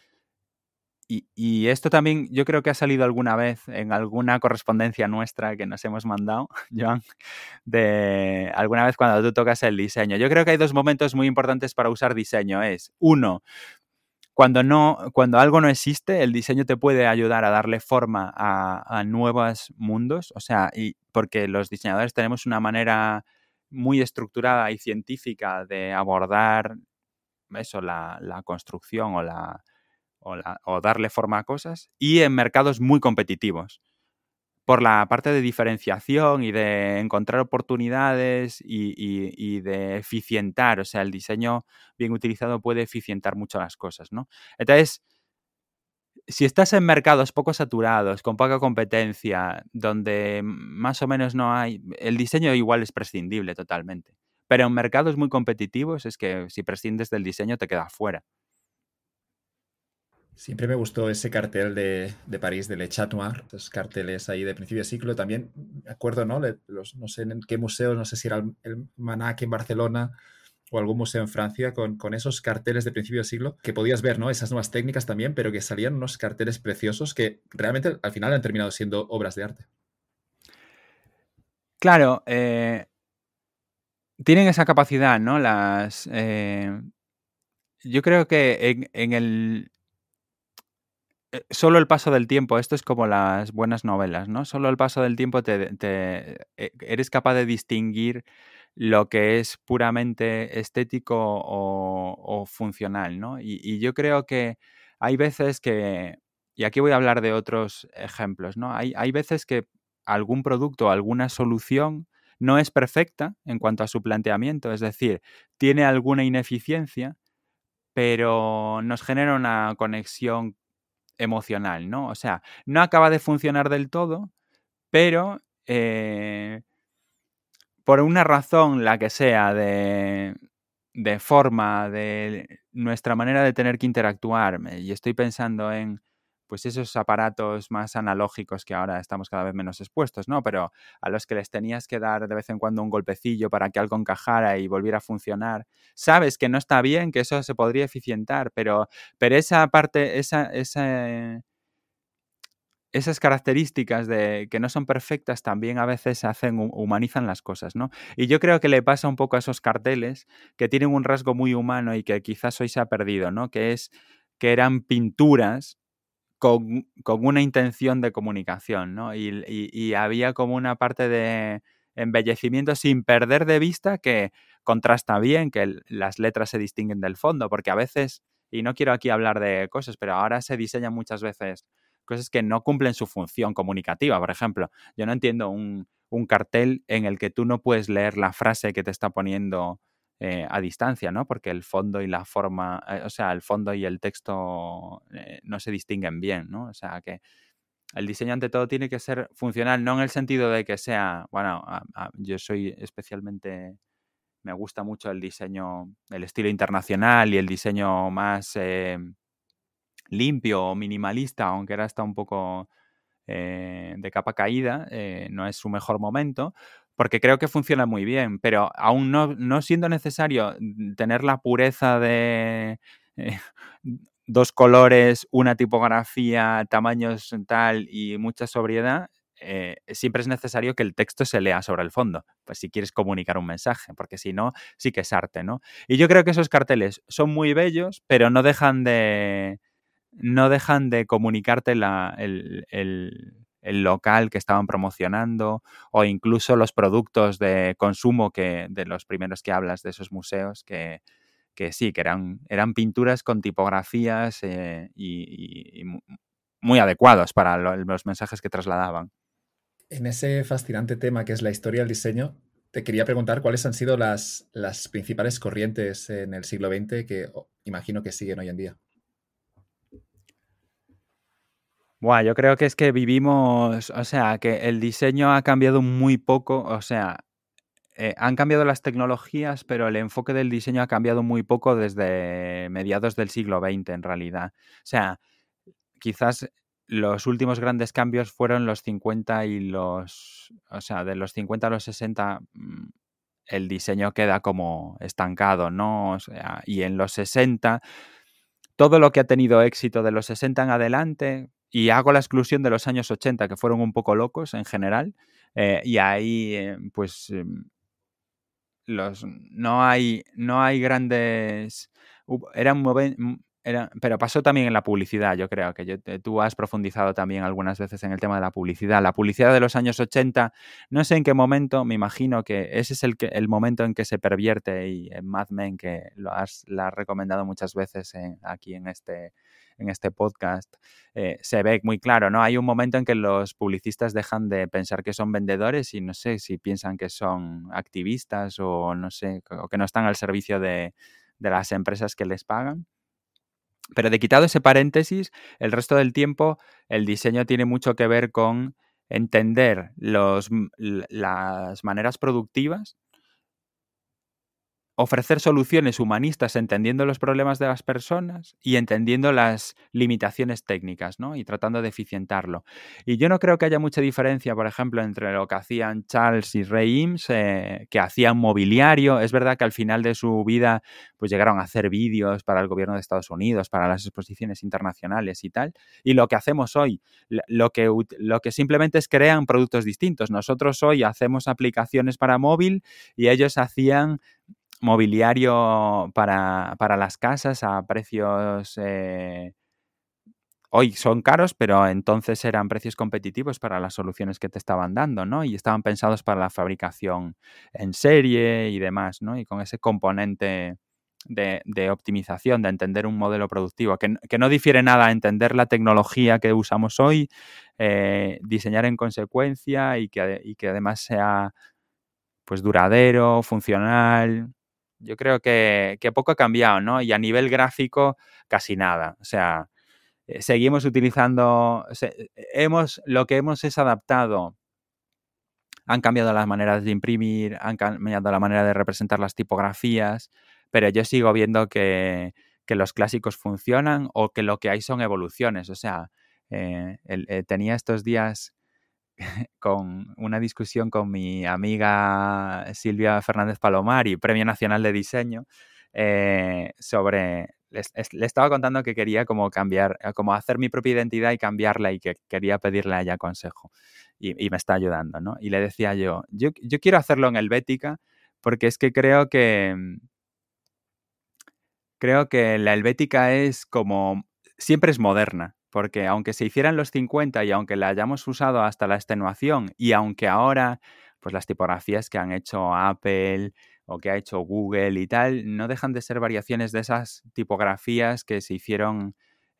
y esto también yo creo que ha salido alguna vez en alguna correspondencia nuestra que nos hemos mandado, Joan, de alguna vez cuando tú tocas el diseño. Yo creo que hay dos momentos muy importantes para usar diseño. Es, uno, cuando algo no existe, el diseño te puede ayudar a darle forma a nuevos mundos. O sea, porque los diseñadores tenemos una manera muy estructurada y científica de abordar eso, la construcción o darle forma a cosas, y en mercados muy competitivos por la parte de diferenciación y de encontrar oportunidades y de eficientar. O sea, el diseño bien utilizado puede eficientar mucho las cosas, ¿no? Entonces, si estás en mercados poco saturados, con poca competencia, donde más o menos no hay, el diseño igual es prescindible totalmente. Pero en mercados muy competitivos es que si prescindes del diseño te quedas fuera. Siempre me gustó ese cartel de París, de Le Chat Noir, esos carteles ahí de principio de siglo. También me acuerdo, ¿no? No sé en qué museo, no sé si era el Manac en Barcelona o algún museo en Francia, con esos carteles de principio de siglo, que podías ver, ¿no? Esas nuevas técnicas también, pero que salían unos carteles preciosos que realmente al final han terminado siendo obras de arte. Claro, tienen esa capacidad, ¿no? Yo creo que en el solo el paso del tiempo, esto es como las buenas novelas, ¿no? Solo el paso del tiempo eres capaz de distinguir lo que es puramente estético o funcional, ¿no? Y yo creo que hay veces que, y aquí voy a hablar de otros ejemplos, ¿no? Hay veces que algún producto, alguna solución no es perfecta en cuanto a su planteamiento, es decir, tiene alguna ineficiencia, pero nos genera una conexión emocional, ¿no? O sea, no acaba de funcionar del todo, pero por una razón, la que sea, de forma, de nuestra manera de tener que interactuar, y estoy pensando en pues esos aparatos más analógicos que ahora estamos cada vez menos expuestos, ¿no? Pero a los que les tenías que dar de vez en cuando un golpecillo para que algo encajara y volviera a funcionar. Sabes que no está bien, que eso se podría eficientar, pero esa parte, esas características de que no son perfectas también a veces humanizan las cosas, ¿no? Y yo creo que le pasa un poco a esos carteles que tienen un rasgo muy humano y que quizás hoy se ha perdido, ¿no? Que eran pinturas con una intención de comunicación, ¿no? Y había como una parte de embellecimiento sin perder de vista que contrasta bien, que las letras se distinguen del fondo, porque a veces, y no quiero aquí hablar de cosas, pero ahora se diseñan muchas veces cosas que no cumplen su función comunicativa. Por ejemplo, yo no entiendo un cartel en el que tú no puedes leer la frase que te está poniendo a distancia, ¿no? Porque el fondo y la forma, o sea, el fondo y el texto no se distinguen bien, ¿no? O sea, que el diseño ante todo tiene que ser funcional, no en el sentido de que sea, bueno, yo soy especialmente, me gusta mucho el diseño, el estilo internacional y el diseño más limpio o minimalista, aunque ahora está un poco de capa caída, no es su mejor momento, porque creo que funciona muy bien, pero aún no siendo necesario tener la pureza de eh, dos colores, una tipografía, tamaños tal y mucha sobriedad, siempre es necesario que el texto se lea sobre el fondo, pues si quieres comunicar un mensaje, porque si no, sí que es arte, ¿no? Y yo creo que esos carteles son muy bellos, pero no dejan de comunicarte el local que estaban promocionando o incluso los productos de consumo de los primeros que hablas de esos museos que sí, que eran pinturas con tipografías y muy adecuados para los mensajes que trasladaban. En ese fascinante tema que es la historia del diseño, te quería preguntar cuáles han sido las principales corrientes en el siglo XX que imagino que siguen hoy en día. Buah, yo creo que es que vivimos, o sea, que el diseño ha cambiado muy poco, o sea, han cambiado las tecnologías, pero el enfoque del diseño ha cambiado muy poco desde mediados del siglo XX, en realidad. O sea, quizás los últimos grandes cambios fueron los 50 o sea, de los 50 a los 60, el diseño queda como estancado, ¿no? O sea, y en los 60, todo lo que ha tenido éxito de los 60 en adelante, y hago la exclusión de los años 80, que fueron un poco locos en general, y ahí, pues no hay grandes eran pero pasó también en la publicidad, yo creo que tú has profundizado también algunas veces en el tema de la publicidad. La publicidad de los años 80, no sé en qué momento, me imagino que ese es el momento en que se pervierte, y en Mad Men, que la has recomendado muchas veces aquí en este podcast, se ve muy claro, ¿no? Hay un momento en que los publicistas dejan de pensar que son vendedores y no sé si piensan que son activistas o no sé, o que no están al servicio de las empresas que les pagan. Pero de quitado ese paréntesis, el resto del tiempo el diseño tiene mucho que ver con entender las maneras productivas, ofrecer soluciones humanistas entendiendo los problemas de las personas y entendiendo las limitaciones técnicas, ¿no? Y tratando de eficientarlo. Y yo no creo que haya mucha diferencia, por ejemplo, entre lo que hacían Charles y Ray Eames, que hacían mobiliario. Es verdad que al final de su vida pues llegaron a hacer vídeos para el gobierno de Estados Unidos, para las exposiciones internacionales y tal. Y lo que hacemos hoy, lo que simplemente es crean productos distintos. Nosotros hoy hacemos aplicaciones para móvil y ellos hacían mobiliario para las casas a precios, hoy son caros, pero entonces eran precios competitivos para las soluciones que te estaban dando, ¿no? Y estaban pensados para la fabricación en serie y demás, ¿no? Y con ese componente de optimización, de entender un modelo productivo, que no difiere nada a entender la tecnología que usamos hoy, diseñar en consecuencia y que además sea pues duradero, funcional. Yo creo que poco ha cambiado, ¿no? Y a nivel gráfico, casi nada. O sea, seguimos utilizando, lo que hemos es adaptado. Han cambiado las maneras de imprimir, han cambiado la manera de representar las tipografías, pero yo sigo viendo que los clásicos funcionan o que lo que hay son evoluciones. O sea, tenía estos días con una discusión con mi amiga Silvia Fernández Palomari, Premio Nacional de Diseño, sobre... Le estaba contando que quería como cambiar, como hacer mi propia identidad y cambiarla, y que quería pedirle a ella consejo. Y me está ayudando, ¿no? Y le decía yo quiero hacerlo en Helvética porque es que creo que la Helvética es como, siempre es moderna, porque aunque se hiciera en los 50 y aunque la hayamos usado hasta la extenuación, y aunque ahora pues las tipografías que han hecho Apple o que ha hecho Google y tal, no dejan de ser variaciones de esas tipografías que se hicieron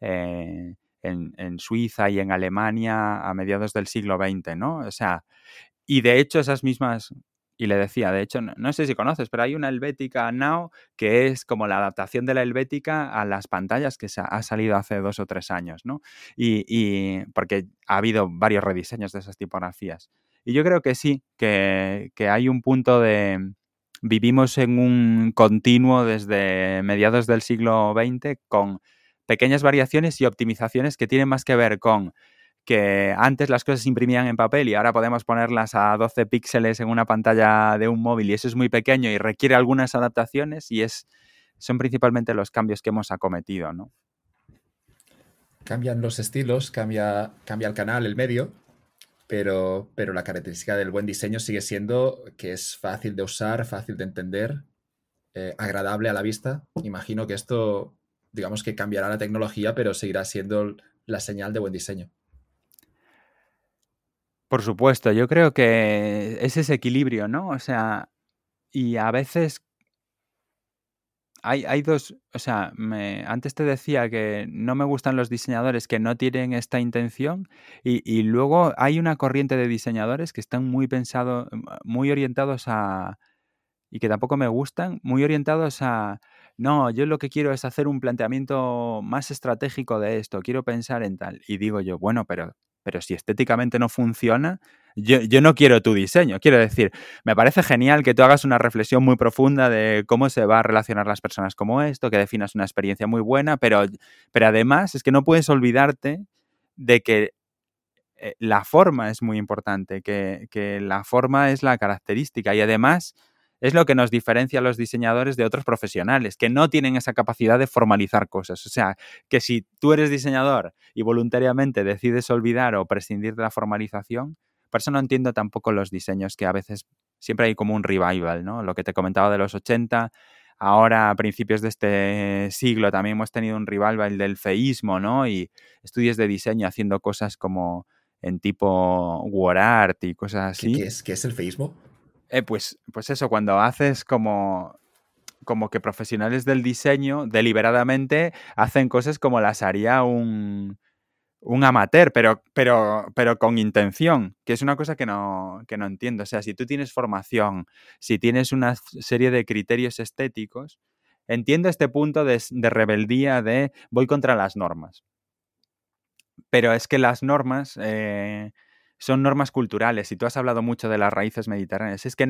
en Suiza y en Alemania a mediados del siglo XX, ¿no? O sea, y de hecho esas mismas Y le decía, de hecho, no sé si conoces, pero hay una Helvética Now que es como la adaptación de la Helvética a las pantallas que ha salido hace 2 o 3 años, ¿no? Porque ha habido varios rediseños de esas tipografías. Y yo creo que sí, que hay un punto de... Vivimos en un continuo desde mediados del siglo XX con pequeñas variaciones y optimizaciones que tienen más que ver con que antes las cosas se imprimían en papel y ahora podemos ponerlas a 12 píxeles en una pantalla de un móvil y eso es muy pequeño y requiere algunas adaptaciones y son principalmente los cambios que hemos acometido, ¿no? Cambian los estilos, cambia el canal, el medio, pero la característica del buen diseño sigue siendo que es fácil de usar, fácil de entender, agradable a la vista. Imagino que esto, digamos que cambiará la tecnología, pero seguirá siendo la señal de buen diseño. Por supuesto, yo creo que es ese equilibrio, ¿no? O sea, y a veces hay dos, o sea, antes te decía que no me gustan los diseñadores que no tienen esta intención y luego hay una corriente de diseñadores que están muy orientados a, y que tampoco me gustan, muy orientados a, no, yo lo que quiero es hacer un planteamiento más estratégico de esto, quiero pensar en tal. Y digo yo, bueno, pero si estéticamente no funciona, yo no quiero tu diseño. Quiero decir, me parece genial que tú hagas una reflexión muy profunda de cómo se va a relacionar las personas como esto, que definas una experiencia muy buena, pero además es que no puedes olvidarte de que la forma es muy importante, que la forma es la característica y además es lo que nos diferencia a los diseñadores de otros profesionales, que no tienen esa capacidad de formalizar cosas. O sea, que si tú eres diseñador y voluntariamente decides olvidar o prescindir de la formalización, por eso no entiendo tampoco los diseños que a veces siempre hay como un revival, ¿no? Lo que te comentaba de los 80, ahora a principios de este siglo también hemos tenido un revival del feísmo, ¿no? Y estudios de diseño haciendo cosas como en tipo WordArt y cosas así. Qué es el feísmo? Pues eso, cuando haces como que profesionales del diseño deliberadamente hacen cosas como las haría un amateur, pero con intención, que es una cosa que no entiendo. O sea, si tú tienes formación, si tienes una serie de criterios estéticos, entiendo este punto de rebeldía de voy contra las normas. Pero es que las normas son normas culturales y tú has hablado mucho de las raíces mediterráneas. Es que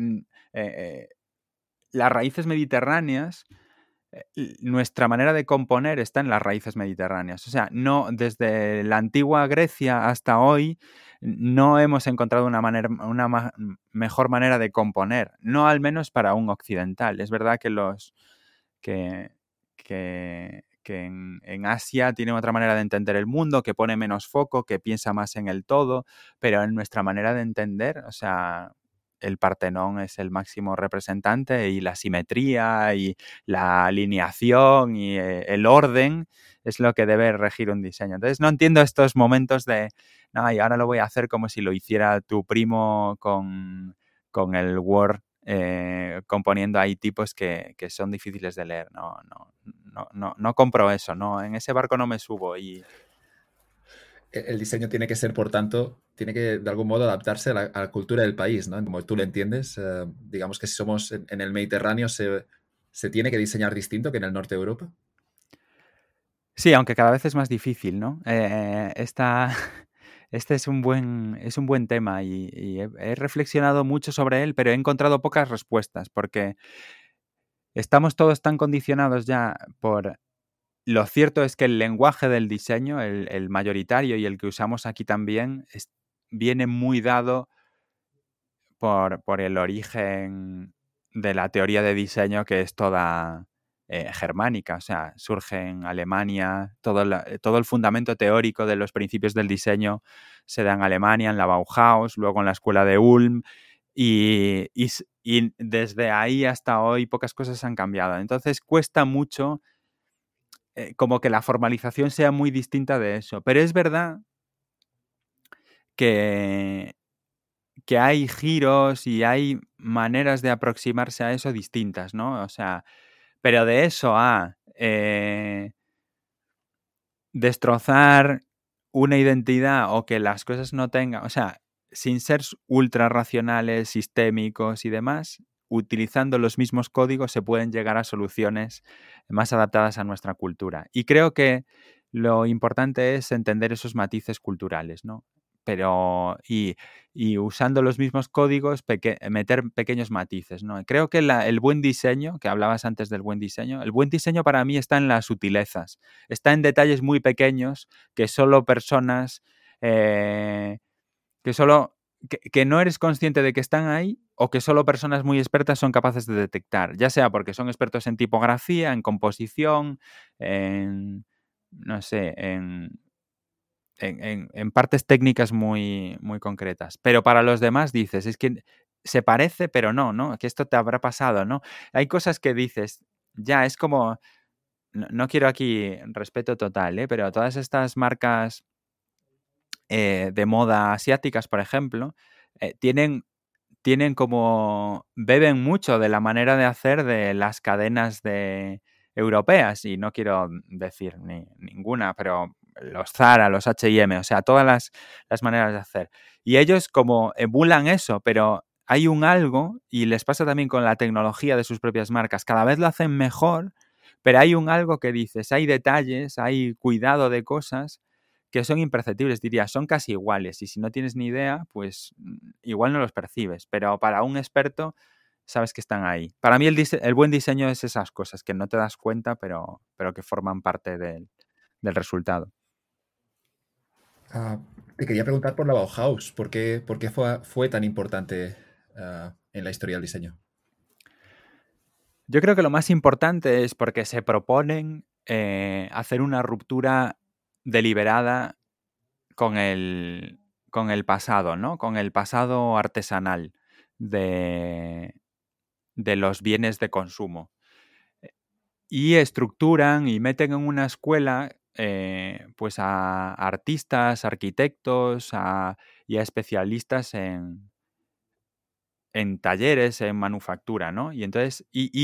las raíces mediterráneas, nuestra manera de componer está en las raíces mediterráneas. O sea, no desde la antigua Grecia hasta hoy no hemos encontrado una mejor manera de componer, no al menos para un occidental. Es verdad que que, que en Asia tiene otra manera de entender el mundo, que pone menos foco, que piensa más en el todo, pero en nuestra manera de entender, o sea, el Partenón es el máximo representante y la simetría y la alineación y el orden es lo que debe regir un diseño. Entonces no entiendo estos momentos de, no, y ahora lo voy a hacer como si lo hiciera tu primo con el Word componiendo ahí tipos que son difíciles de leer. No compro eso, no, en ese barco no me subo y El diseño tiene que ser, por tanto, tiene que de algún modo adaptarse a la cultura del país, ¿no? Como tú lo entiendes, digamos que si somos en el Mediterráneo se tiene que diseñar distinto que en el norte de Europa. sí, aunque cada vez es más difícil, ¿no? Este es un buen tema y he reflexionado mucho sobre él, pero he encontrado pocas respuestas porque estamos todos tan condicionados ya por... Lo cierto es que el lenguaje del diseño, el mayoritario y el que usamos aquí también, viene muy dado por el origen de la teoría de diseño que es toda germánica, o sea, surge en Alemania, todo el fundamento teórico de los principios del diseño se da en Alemania, en la Bauhaus, luego en la escuela de Ulm, y desde ahí hasta hoy pocas cosas han cambiado. Entonces cuesta mucho como que la formalización sea muy distinta de eso, pero es verdad que hay giros y hay maneras de aproximarse a eso distintas, ¿no? O sea, pero de eso a destrozar una identidad o que las cosas no tengan, o sea, sin ser ultra racionales, sistémicos y demás, utilizando los mismos códigos se pueden llegar a soluciones más adaptadas a nuestra cultura. Y creo que lo importante es entender esos matices culturales, ¿no? Pero, y usando los mismos códigos, meter pequeños matices, ¿no? Creo que el buen diseño, que hablabas antes del buen diseño, el buen diseño para mí está en las sutilezas, está en detalles muy pequeños que solo personas, que solo, que no eres consciente de que están ahí o que solo personas muy expertas son capaces de detectar, ya sea porque son expertos en tipografía, en composición, en, no sé, en partes técnicas muy, muy concretas. Pero para los demás dices, es que se parece, pero no, ¿no? Que esto te habrá pasado, ¿no? Hay cosas que dices, ya, es como, no quiero aquí respeto total, ¿eh? Pero todas estas marcas de moda asiáticas, por ejemplo, tienen como, beben mucho de la manera de hacer de las cadenas europeas, y no quiero decir ninguna, pero los Zara, los H&M, o sea, todas las maneras de hacer. Y ellos como emulan eso, pero hay un algo, y les pasa también con la tecnología de sus propias marcas, cada vez lo hacen mejor, pero hay un algo que dices, hay detalles, hay cuidado de cosas que son imperceptibles, diría, son casi iguales, y si no tienes ni idea, pues igual no los percibes, pero para un experto sabes que están ahí. Para mí el buen diseño es esas cosas que no te das cuenta, pero que forman parte del resultado. Te quería preguntar por la Bauhaus. ¿Por qué fue tan importante en la historia del diseño? Yo creo que lo más importante es porque se proponen hacer una ruptura deliberada con el pasado, ¿no? Con el pasado artesanal de los bienes de consumo. Y estructuran y meten en una escuela pues a artistas, arquitectos y a especialistas en talleres, en manufactura, ¿no? Y entonces y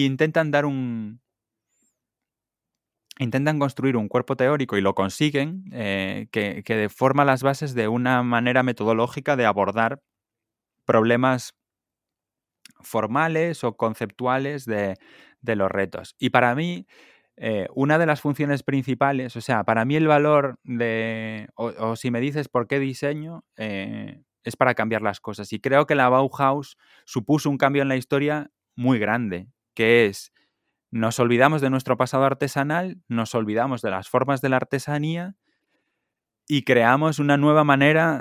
intentan construir un cuerpo teórico, y lo consiguen, que forma las bases de una manera metodológica de abordar problemas formales o conceptuales de los retos. Y para mí, una de las funciones principales, o sea, para mí el valor o si me dices por qué diseño, es para cambiar las cosas. Y creo que la Bauhaus supuso un cambio en la historia muy grande, que es, nos olvidamos de nuestro pasado artesanal, nos olvidamos de las formas de la artesanía y creamos una nueva manera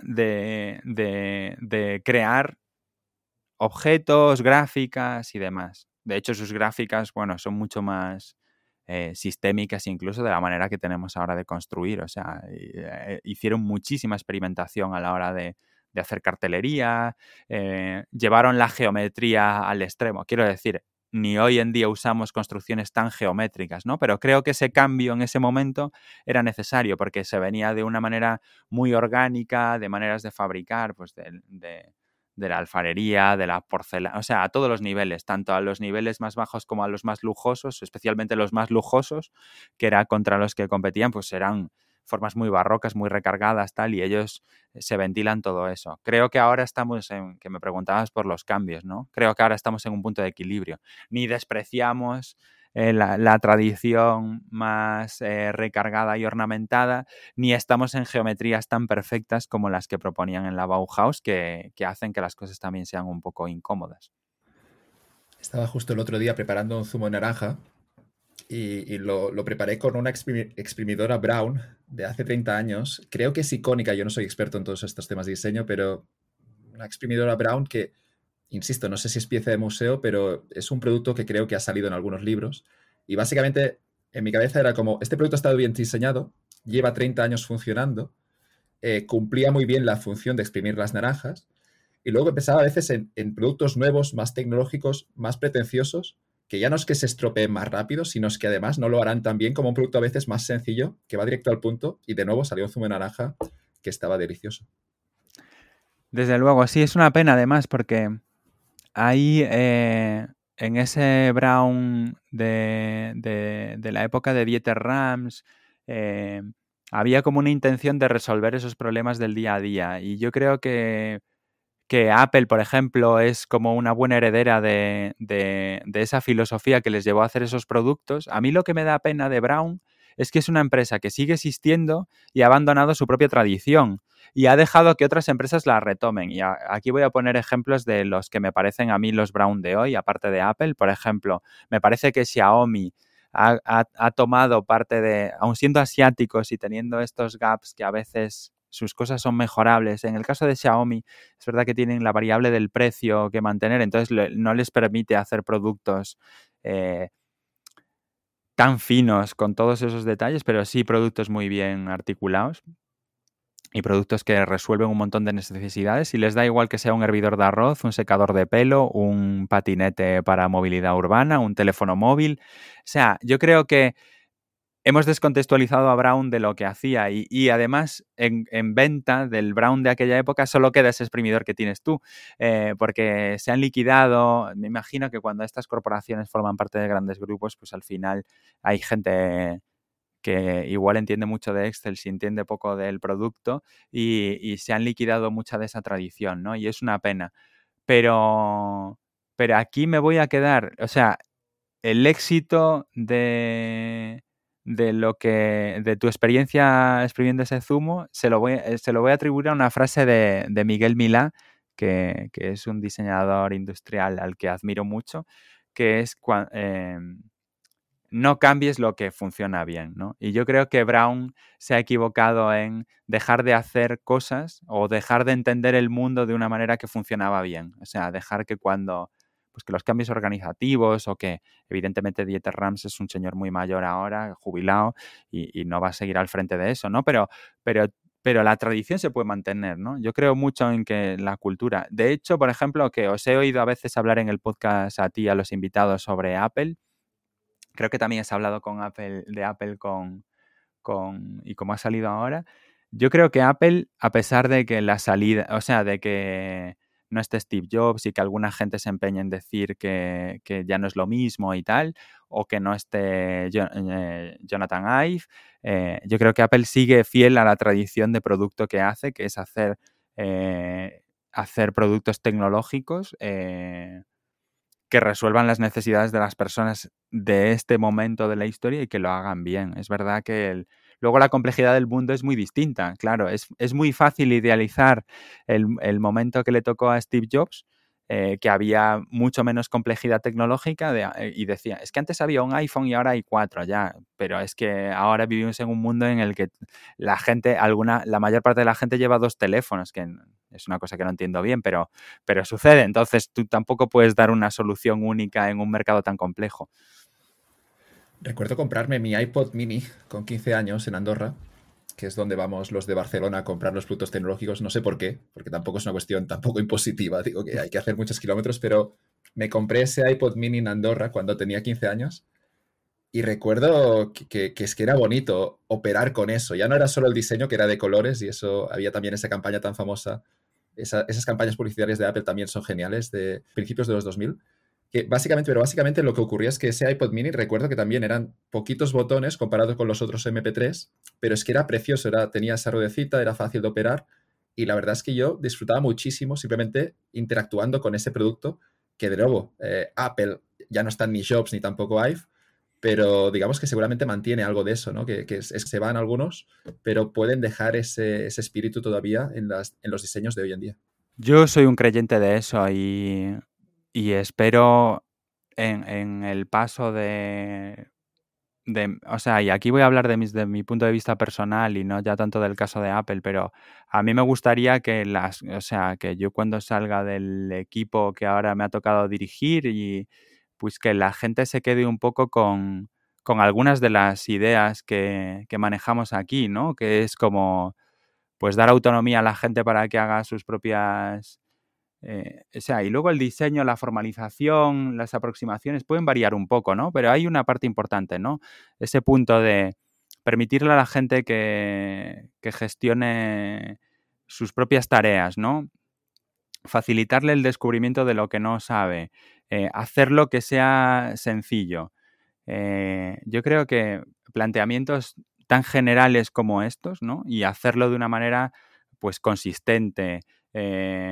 de crear objetos, gráficas y demás. De hecho, sus gráficas, bueno, son mucho más sistémicas incluso de la manera que tenemos ahora de construir. O sea, hicieron muchísima experimentación a la hora de hacer cartelería, llevaron la geometría al extremo. Quiero decir, ni hoy en día usamos construcciones tan geométricas, ¿no? Pero creo que ese cambio en ese momento era necesario porque se venía de una manera muy orgánica, de maneras de fabricar, pues de la alfarería, de la porcelana, o sea, a todos los niveles, tanto a los niveles más bajos como a los más lujosos, especialmente los más lujosos, que era contra los que competían, pues eran formas muy barrocas, muy recargadas, tal, y ellos se ventilan todo eso. Creo que ahora estamos que me preguntabas por los cambios, ¿no? Creo que ahora estamos en un punto de equilibrio. Ni despreciamos la tradición más recargada y ornamentada, ni estamos en geometrías tan perfectas como las que proponían en la Bauhaus, que hacen que las cosas también sean un poco incómodas. Estaba justo el otro día preparando un zumo de naranja y lo preparé con una exprimidora Brown de hace 30 años. Creo que es icónica, yo no soy experto en todos estos temas de diseño, pero una exprimidora Brown que, insisto, no sé si es pieza de museo, pero es un producto que creo que ha salido en algunos libros. Y básicamente en mi cabeza era como, este producto ha estado bien diseñado, lleva 30 años funcionando, cumplía muy bien la función de exprimir las naranjas, y luego pensaba a veces en productos nuevos, más tecnológicos, más pretenciosos, que ya no es que se estropeen más rápido, sino es que además no lo harán tan bien como un producto a veces más sencillo, que va directo al punto, y de nuevo salió un zumo de naranja que estaba delicioso. Desde luego, sí, es una pena además porque ahí en ese Brown de la época de Dieter Rams había como una intención de resolver esos problemas del día a día, y yo creo que que Apple, por ejemplo, es como una buena heredera de esa filosofía que les llevó a hacer esos productos. A mí lo que me da pena de Braun es que es una empresa que sigue existiendo y ha abandonado su propia tradición y ha dejado que otras empresas la retomen. Y aquí voy a poner ejemplos de los que me parecen a mí los Braun de hoy, aparte de Apple. Por ejemplo, me parece que Xiaomi ha tomado parte de, aun siendo asiáticos y teniendo estos gaps que a veces sus cosas son mejorables. En el caso de Xiaomi, es verdad que tienen la variable del precio que mantener, entonces no les permite hacer productos tan finos con todos esos detalles, pero sí productos muy bien articulados y productos que resuelven un montón de necesidades y les da igual que sea un hervidor de arroz, un secador de pelo, un patinete para movilidad urbana, un teléfono móvil. O sea, yo creo que hemos descontextualizado a Braun de lo que hacía y además en venta del Braun de aquella época solo queda ese exprimidor que tienes tú, porque se han liquidado. Me imagino que cuando estas corporaciones forman parte de grandes grupos, pues al final hay gente que igual entiende mucho de Excel, si entiende poco del producto y se han liquidado mucha de esa tradición, ¿no? Y es una pena. Pero, pero aquí me voy a quedar, o sea, el éxito de lo que de tu experiencia exprimiendo ese zumo se lo voy a atribuir a una frase de Miguel Milá, que es un diseñador industrial al que admiro mucho, que es no cambies lo que funciona bien, ¿no? Y yo creo que Brown se ha equivocado en dejar de hacer cosas o dejar de entender el mundo de una manera que funcionaba bien. O sea, dejar que cuando, pues que los cambios organizativos o que evidentemente Dieter Rams es un señor muy mayor ahora, jubilado, y no va a seguir al frente de eso, ¿no? Pero, pero la tradición se puede mantener, ¿no? Yo creo mucho en que la cultura. De hecho, por ejemplo, que os he oído a veces hablar en el podcast a ti, a los invitados sobre Apple. Creo que también has hablado con Apple, de Apple y como ha salido ahora. Yo creo que Apple, a pesar de que la salida, o sea, de que no esté Steve Jobs y que alguna gente se empeñe en decir que ya no es lo mismo y tal, o que no esté Jonathan Ive, yo creo que Apple sigue fiel a la tradición de producto que hace, que es hacer productos tecnológicos que resuelvan las necesidades de las personas de este momento de la historia y que lo hagan bien. Es verdad que luego la complejidad del mundo es muy distinta. Claro, es muy fácil idealizar el momento que le tocó a Steve Jobs, que había mucho menos complejidad tecnológica y decía, es que antes había un iPhone y ahora hay 4 ya, pero es que ahora vivimos en un mundo en el que la mayor parte de la gente lleva 2 teléfonos, que es una cosa que no entiendo bien, pero sucede. Entonces, tú tampoco puedes dar una solución única en un mercado tan complejo. Recuerdo comprarme mi iPod mini con 15 años en Andorra, que es donde vamos los de Barcelona a comprar los productos tecnológicos. No sé por qué, porque tampoco es una cuestión tampoco impositiva. Digo que hay que hacer muchos kilómetros, pero me compré ese iPod mini en Andorra cuando tenía 15 años y recuerdo que es que era bonito operar con eso. Ya no era solo el diseño, que era de colores, y eso había también esa campaña tan famosa. Esas campañas publicitarias de Apple también son geniales, de principios de los 2000. Pero básicamente lo que ocurría es que ese iPod mini, recuerdo que también eran poquitos botones comparado con los otros MP3, pero es que era precioso, tenía esa ruedecita, era fácil de operar, y la verdad es que yo disfrutaba muchísimo simplemente interactuando con ese producto, que de nuevo, Apple ya no están ni Jobs ni tampoco Ive, pero digamos que seguramente mantiene algo de eso, ¿no? Que se van algunos, pero pueden dejar ese espíritu todavía en los diseños de hoy en día. Yo soy un creyente de eso y espero en el paso o sea, y aquí voy a hablar de mi punto de vista personal y no ya tanto del caso de Apple, pero a mí me gustaría que o sea, que yo cuando salga del equipo que ahora me ha tocado dirigir y pues que la gente se quede un poco con algunas de las ideas que manejamos aquí, ¿no? Que es como pues dar autonomía a la gente para que haga sus propias o sea, y luego el diseño, la formalización, las aproximaciones pueden variar un poco, ¿no? Pero hay una parte importante, ¿no? Ese punto de permitirle a la gente que gestione sus propias tareas, ¿no? Facilitarle el descubrimiento de lo que no sabe, hacerlo que sea sencillo. Yo creo que planteamientos tan generales como estos, ¿no? Y hacerlo de una manera, pues, consistente,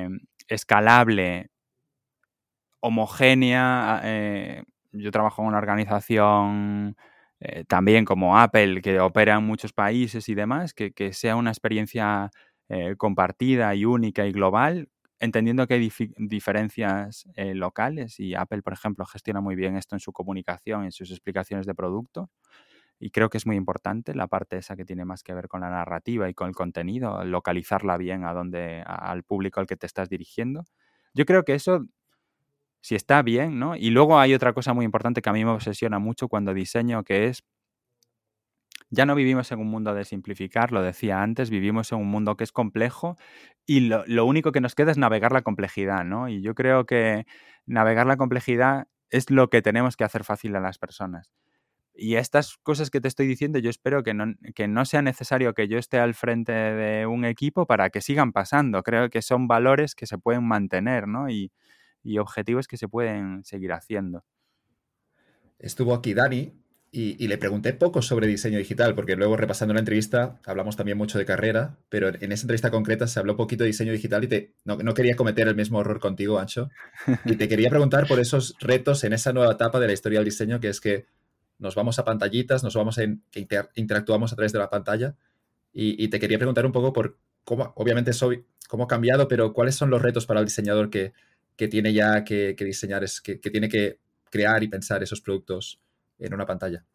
escalable, homogénea. Yo trabajo en una organización también como Apple, que opera en muchos países y demás, que sea una experiencia compartida y única y global, entendiendo que hay diferencias locales, y Apple, por ejemplo, gestiona muy bien esto en su comunicación, en sus explicaciones de producto, y creo que es muy importante la parte esa que tiene más que ver con la narrativa y con el contenido, localizarla bien al público al que te estás dirigiendo. Yo creo que eso, si está bien, ¿no? Y luego hay otra cosa muy importante que a mí me obsesiona mucho cuando diseño, que es, ya no vivimos en un mundo de simplificar, lo decía antes, vivimos en un mundo que es complejo y lo único que nos queda es navegar la complejidad, ¿no? Y yo creo que navegar la complejidad es lo que tenemos que hacer fácil a las personas. Y estas cosas que te estoy diciendo, yo espero que no sea necesario que yo esté al frente de un equipo para que sigan pasando. Creo que son valores que se pueden mantener, ¿no? Y objetivos que se pueden seguir haciendo. Estuvo aquí Dani y le pregunté poco sobre diseño digital, porque luego repasando la entrevista hablamos también mucho de carrera, pero en esa entrevista concreta se habló poquito de diseño digital y no quería cometer el mismo error contigo, Ancho. Y te quería preguntar por esos retos en esa nueva etapa de la historia del diseño, que es que nos vamos a pantallitas, que interactuamos a través de la pantalla. Y te quería preguntar un poco por cómo, obviamente, cómo ha cambiado, pero cuáles son los retos para el diseñador que tiene ya que diseñar, que tiene que crear y pensar esos productos en una pantalla.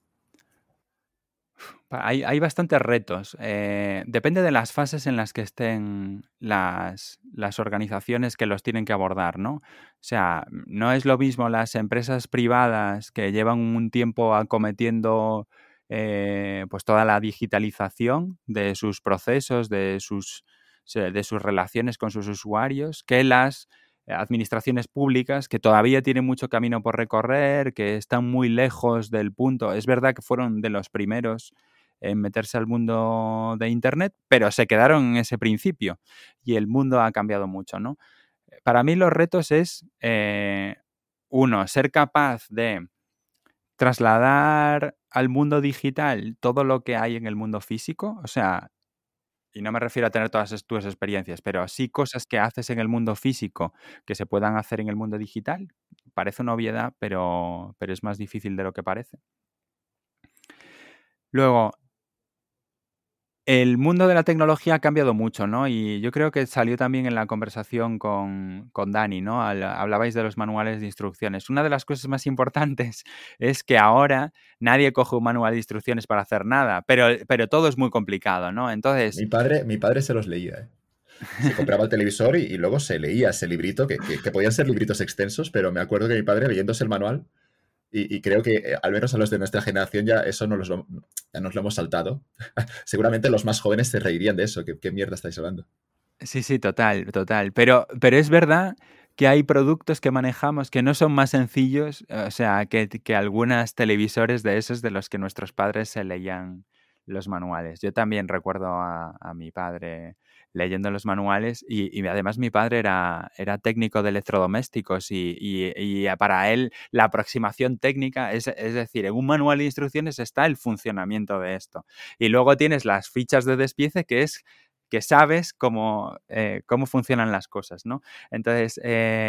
Hay bastantes retos. Depende de las fases en las que estén las organizaciones que los tienen que abordar, ¿no? O sea, no es lo mismo las empresas privadas que llevan un tiempo acometiendo pues toda la digitalización de sus procesos, de sus relaciones con sus usuarios, que las administraciones públicas que todavía tienen mucho camino por recorrer, que están muy lejos del punto. Es verdad que fueron de los primeros en meterse al mundo de Internet, pero se quedaron en ese principio y el mundo ha cambiado mucho, ¿no? Para mí los retos es, uno, ser capaz de trasladar al mundo digital todo lo que hay en el mundo físico, o sea, y no me refiero a tener todas tus experiencias, pero sí cosas que haces en el mundo físico que se puedan hacer en el mundo digital. Parece una obviedad, pero es más difícil de lo que parece. Luego, el mundo de la tecnología ha cambiado mucho, ¿no? Y yo creo que salió también en la conversación con Dani, ¿no? Hablabais de los manuales de instrucciones. Una de las cosas más importantes es que ahora nadie coge un manual de instrucciones para hacer nada, pero todo es muy complicado, ¿no? Entonces, Mi padre se los leía, ¿eh? Se compraba el televisor y luego se leía ese librito, que podían ser libritos extensos, pero me acuerdo que mi padre leyéndose el manual, y creo que al menos a los de nuestra generación ya eso ya nos lo hemos saltado. Seguramente los más jóvenes se reirían de eso. ¿Qué mierda estáis hablando? sí, sí, total, total. Pero es verdad que hay productos que manejamos que no son más sencillos, o sea, que algunos televisores de esos de los que nuestros padres se leían los manuales. Yo también recuerdo a mi padre leyendo los manuales y además mi padre era técnico de electrodomésticos y para él la aproximación técnica es decir, en un manual de instrucciones está el funcionamiento de esto. Y luego tienes las fichas de despiece que sabes cómo funcionan las cosas, ¿no? Entonces,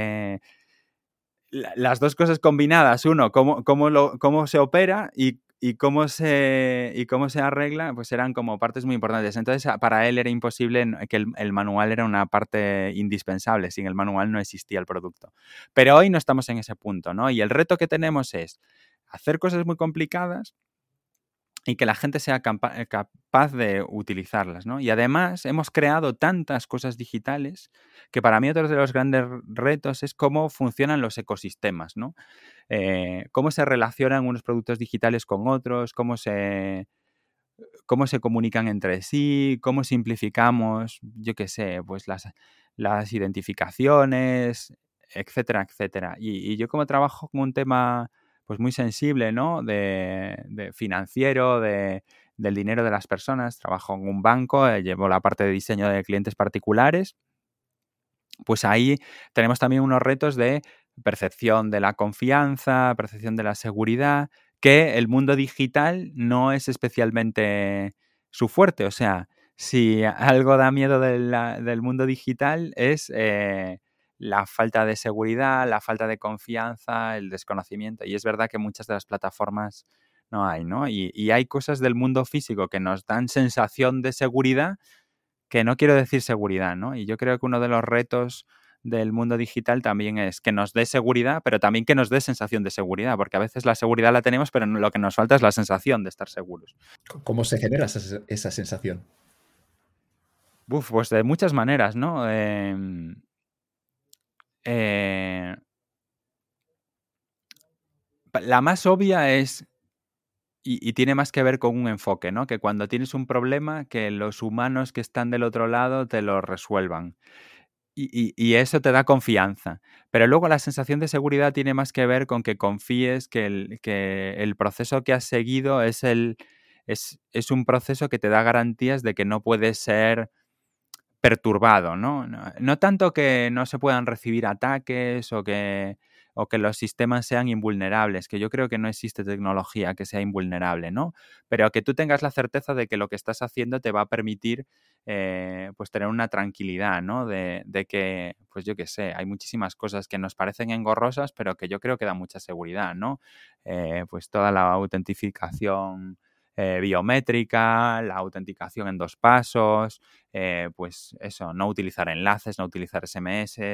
las dos cosas combinadas, uno, cómo se opera y cómo se arregla, pues eran como partes muy importantes. Entonces, para él era imposible que el manual era una parte indispensable. Sin el manual no existía el producto. Pero hoy no estamos en ese punto, ¿no? Y el reto que tenemos es hacer cosas muy complicadas y que la gente sea capaz de utilizarlas, ¿no? Y además hemos creado tantas cosas digitales que para mí otro de los grandes retos es cómo funcionan los ecosistemas, ¿no? Cómo se relacionan unos productos digitales con otros, cómo se comunican entre sí, cómo simplificamos, yo qué sé, pues las identificaciones, etcétera, etcétera. Y yo como trabajo con un tema pues muy sensible, ¿no? De financiero, del dinero de las personas, trabajo en un banco, llevo la parte de diseño de clientes particulares, pues ahí tenemos también unos retos de percepción de la confianza, percepción de la seguridad, que el mundo digital no es especialmente su fuerte. O sea, si algo da miedo del mundo digital es la falta de seguridad, la falta de confianza, el desconocimiento. Y es verdad que muchas de las plataformas no hay, ¿no? Y hay cosas del mundo físico que nos dan sensación de seguridad, que no quiero decir seguridad, ¿no? Y yo creo que uno de los retos del mundo digital también es que nos dé seguridad, pero también que nos dé sensación de seguridad, porque a veces la seguridad la tenemos, pero lo que nos falta es la sensación de estar seguros. ¿Cómo se genera esa sensación? Pues de muchas maneras, ¿no? La más obvia es, y tiene más que ver con un enfoque, ¿no? Que cuando tienes un problema, que los humanos que están del otro lado te lo resuelvan. Y eso te da confianza. Pero luego la sensación de seguridad tiene más que ver con que confíes que el proceso que has seguido es un proceso que te da garantías de que no puede ser perturbado, ¿no? No tanto que no se puedan recibir ataques o que los sistemas sean invulnerables, que yo creo que no existe tecnología que sea invulnerable, ¿no? Pero que tú tengas la certeza de que lo que estás haciendo te va a permitir pues tener una tranquilidad, ¿no? De que, pues yo qué sé, hay muchísimas cosas que nos parecen engorrosas, pero que yo creo que dan mucha seguridad, ¿no? Pues toda la autentificación biométrica, la autenticación en 2 pasos, pues eso, no utilizar enlaces, no utilizar SMS,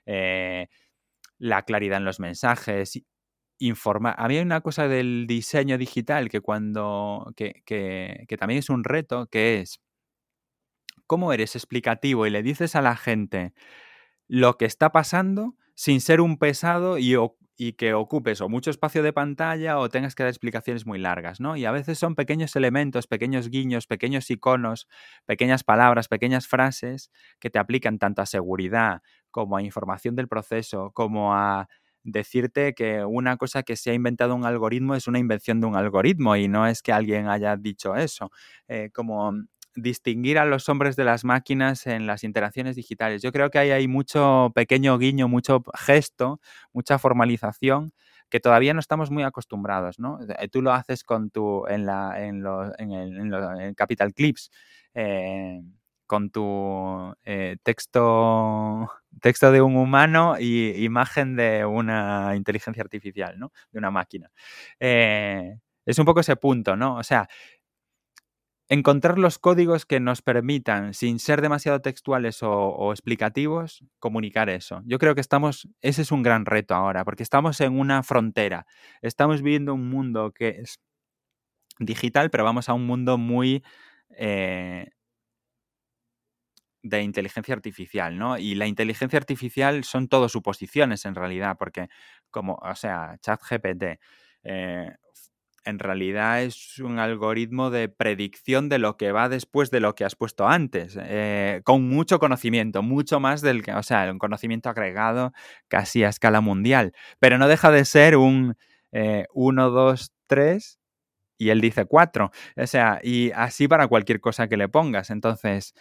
la claridad en los mensajes, informar. A mí hay una cosa del diseño digital que que también es un reto, que es cómo eres explicativo y le dices a la gente lo que está pasando sin ser un pesado y que ocupes o mucho espacio de pantalla o tengas que dar explicaciones muy largas, ¿no? Y a veces son pequeños elementos, pequeños guiños, pequeños iconos, pequeñas palabras, pequeñas frases que te aplican tanto a seguridad como a información del proceso, como a decirte que una cosa que se ha inventado un algoritmo es una invención de un algoritmo y no es que alguien haya dicho eso. Como distinguir a los hombres de las máquinas en las interacciones digitales. Yo creo que hay mucho pequeño guiño, mucho gesto, mucha formalización que todavía no estamos muy acostumbrados, ¿no? Tú lo haces con en Capital Clips, con tu texto de un humano y imagen de una inteligencia artificial, ¿no? De una máquina. Es un poco ese punto, ¿no? O sea, encontrar los códigos que nos permitan, sin ser demasiado textuales o explicativos, comunicar eso. Yo creo que ese es un gran reto ahora, porque estamos en una frontera. Estamos viviendo un mundo que es digital, pero vamos a un mundo muy de inteligencia artificial, ¿no? Y la inteligencia artificial son todo suposiciones en realidad, porque ChatGPT, en realidad es un algoritmo de predicción de lo que va después de lo que has puesto antes, con mucho conocimiento, mucho más un conocimiento agregado casi a escala mundial, pero no deja de ser un 1, 2, 3 y él dice 4, o sea, y así para cualquier cosa que le pongas. Entonces,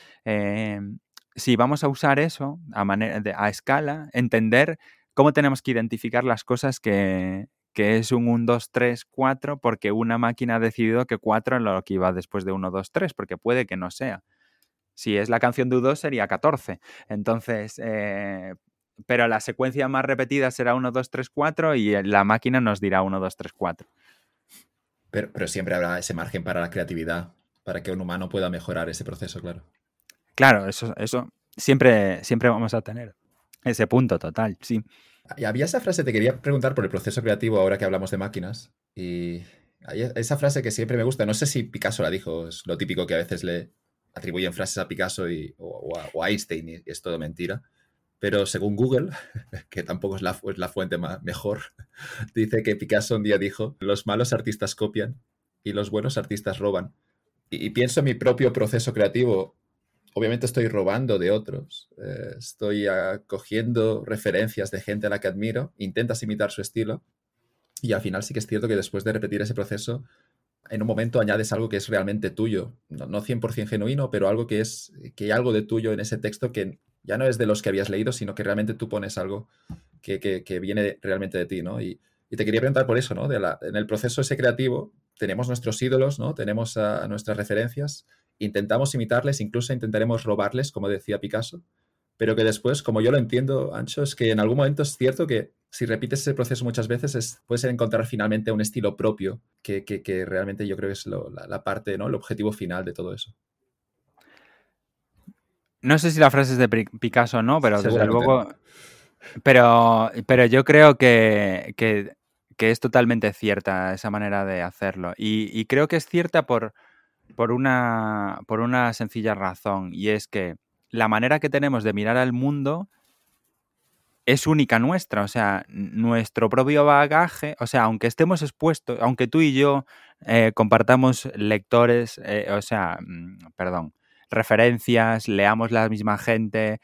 si vamos a usar eso a escala, entender cómo tenemos que identificar las cosas que es un 1, 2, 3, 4, porque una máquina ha decidido que 4 es lo que iba después de 1, 2, 3, porque puede que no sea. Si es la canción de U2 sería 14. Entonces, pero la secuencia más repetida será 1, 2, 3, 4 y la máquina nos dirá 1, 2, 3, 4. Pero siempre habrá ese margen para la creatividad, para que un humano pueda mejorar ese proceso, claro. Claro, eso siempre vamos a tener ese punto total, sí. Y había esa frase, te quería preguntar por el proceso creativo ahora que hablamos de máquinas. Y hay esa frase que siempre me gusta, no sé si Picasso la dijo, es lo típico que a veces le atribuyen frases a Picasso o a Einstein y es todo mentira. Pero según Google, que tampoco es la fuente mejor, dice que Picasso un día dijo, los malos artistas copian y los buenos artistas roban. Y pienso en mi propio proceso creativo. Obviamente estoy robando de otros, estoy cogiendo referencias de gente a la que admiro, intentas imitar su estilo y al final sí que es cierto que después de repetir ese proceso, en un momento añades algo que es realmente tuyo, no 100% genuino, pero algo que hay algo de tuyo en ese texto que ya no es de los que habías leído, sino que realmente tú pones algo que viene realmente de ti, ¿no? Y te quería preguntar por eso, ¿no? En el proceso ese creativo tenemos nuestros ídolos, ¿no? Tenemos a nuestras referencias, intentamos imitarles, incluso intentaremos robarles, como decía Picasso, pero que después, como yo lo entiendo, Ancho, es que en algún momento es cierto que si repites ese proceso muchas veces, puedes encontrar finalmente un estilo propio, que realmente yo creo que es la parte, ¿no? El objetivo final de todo eso. No sé si la frase es de Picasso o no, pero desde Seguramente, ¿no? luego. Pero yo creo que es totalmente cierta esa manera de hacerlo. Y creo que es cierta por una sencilla razón. Y es que la manera que tenemos de mirar al mundo es única nuestra. O sea, nuestro propio bagaje, o sea, aunque estemos expuestos, aunque tú y yo compartamos lectores, perdón, referencias, leamos la misma gente,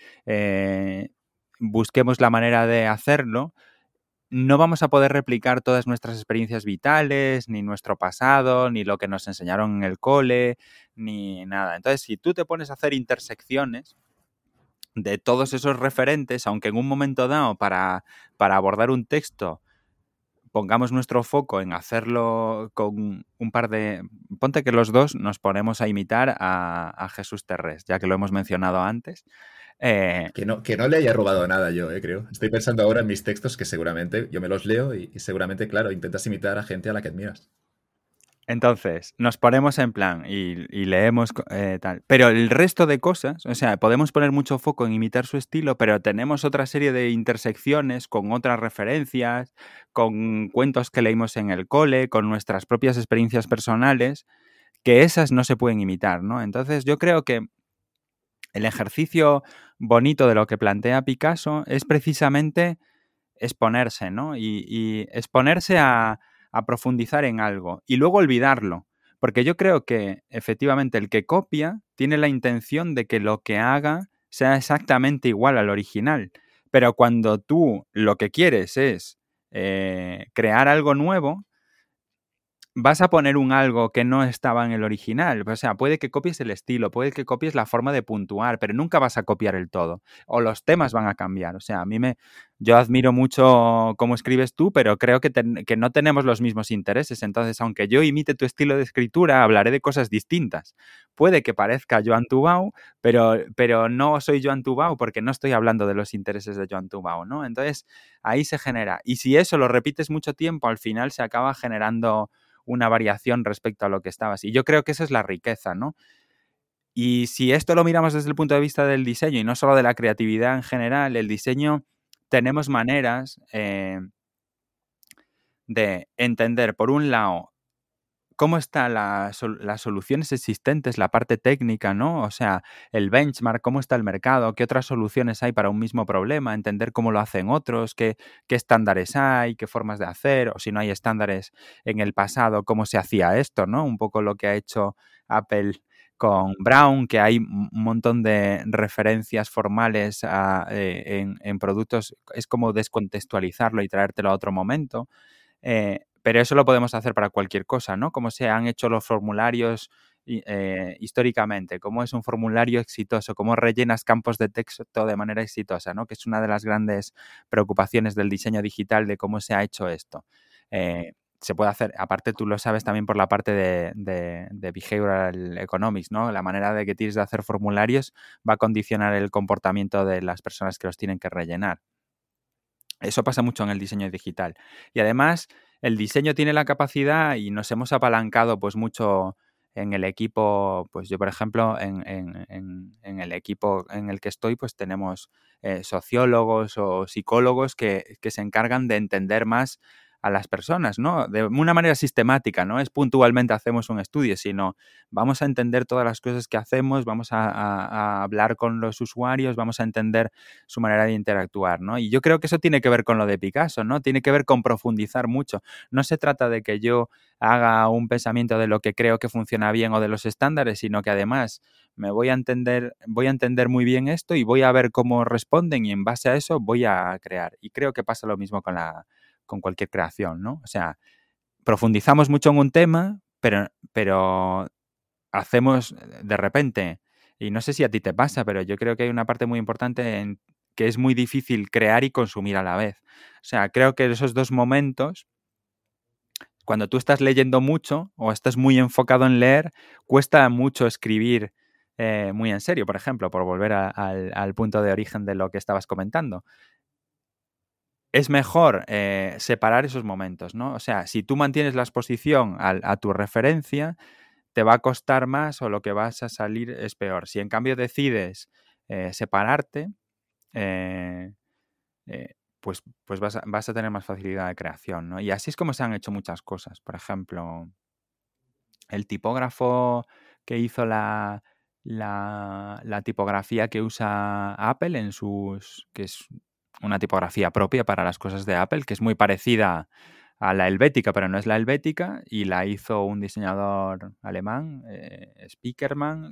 busquemos la manera de hacerlo, no vamos a poder replicar todas nuestras experiencias vitales, ni nuestro pasado, ni lo que nos enseñaron en el cole, ni nada. Entonces, si tú te pones a hacer intersecciones de todos esos referentes, aunque en un momento dado para abordar un texto pongamos nuestro foco en hacerlo con un par de... Ponte que los dos nos ponemos a imitar a Jesús Terrés, ya que lo hemos mencionado antes. Que no le haya robado nada yo, creo. Estoy pensando ahora en mis textos que seguramente yo me los leo y seguramente, claro, intentas imitar a gente a la que admiras. Entonces, nos ponemos en plan y leemos tal. Pero el resto de cosas, o sea, podemos poner mucho foco en imitar su estilo, pero tenemos otra serie de intersecciones con otras referencias, con cuentos que leímos en el cole, con nuestras propias experiencias personales, que esas no se pueden imitar, ¿no? Entonces, yo creo que el ejercicio bonito de lo que plantea Picasso es precisamente exponerse, ¿no? Y exponerse a profundizar en algo y luego olvidarlo. Porque yo creo que efectivamente el que copia tiene la intención de que lo que haga sea exactamente igual al original. Pero cuando tú lo que quieres es crear algo nuevo, vas a poner un algo que no estaba en el original. O sea, puede que copies el estilo, puede que copies la forma de puntuar, pero nunca vas a copiar el todo. O los temas van a cambiar. O sea, yo admiro mucho cómo escribes tú, pero creo que no tenemos los mismos intereses. Entonces, aunque yo imite tu estilo de escritura, hablaré de cosas distintas. Puede que parezca Joan Tubau, pero no soy Joan Tubau porque no estoy hablando de los intereses de Joan Tubau, ¿no? Entonces, ahí se genera. Y si eso lo repites mucho tiempo, al final se acaba generando una variación respecto a lo que estabas. Y yo creo que esa es la riqueza, ¿no? Y si esto lo miramos desde el punto de vista del diseño y no solo de la creatividad en general, el diseño tenemos maneras de entender, por un lado, cómo están las soluciones existentes, la parte técnica, ¿no? O sea, el benchmark, cómo está el mercado, qué otras soluciones hay para un mismo problema, entender cómo lo hacen otros, qué estándares hay, qué formas de hacer, o si no hay estándares en el pasado, cómo se hacía esto, ¿no? Un poco lo que ha hecho Apple con Brown, que hay un montón de referencias formales en productos, es como descontextualizarlo y traértelo a otro momento. Pero eso lo podemos hacer para cualquier cosa, ¿no? Cómo se han hecho los formularios históricamente, cómo es un formulario exitoso, cómo rellenas campos de texto de manera exitosa, ¿no? Que es una de las grandes preocupaciones del diseño digital de cómo se ha hecho esto. Se puede hacer, aparte tú lo sabes también por la parte de Behavioral Economics, ¿no? La manera de que tienes de hacer formularios va a condicionar el comportamiento de las personas que los tienen que rellenar. Eso pasa mucho en el diseño digital. Y además, el diseño tiene la capacidad y nos hemos apalancado pues mucho en el equipo, pues yo por ejemplo, en el equipo en el que estoy, pues tenemos sociólogos o psicólogos que se encargan de entender más a las personas, ¿no? De una manera sistemática, no es puntualmente hacemos un estudio, sino vamos a entender todas las cosas que hacemos, vamos a hablar con los usuarios, vamos a entender su manera de interactuar, ¿no? Y yo creo que eso tiene que ver con lo de Picasso, ¿no? Tiene que ver con profundizar mucho. No se trata de que yo haga un pensamiento de lo que creo que funciona bien o de los estándares, sino que además me voy a entender muy bien esto y voy a ver cómo responden y en base a eso voy a crear. Y creo que pasa lo mismo con cualquier creación, ¿no? O sea, profundizamos mucho en un tema, pero hacemos de repente, y no sé si a ti te pasa, pero yo creo que hay una parte muy importante en que es muy difícil crear y consumir a la vez. O sea, creo que esos dos momentos, cuando tú estás leyendo mucho o estás muy enfocado en leer, cuesta mucho escribir muy en serio, por ejemplo, por volver al punto de origen de lo que estabas comentando. Es mejor separar esos momentos, ¿no? O sea, si tú mantienes la exposición a tu referencia, te va a costar más o lo que vas a salir es peor. Si en cambio decides separarte, eh, pues vas a tener más facilidad de creación, ¿no? Y así es como se han hecho muchas cosas. Por ejemplo, el tipógrafo que hizo la tipografía que usa Apple que es una tipografía propia para las cosas de Apple, que es muy parecida a la helvética, pero no es la helvética, y la hizo un diseñador alemán, Spiekermann,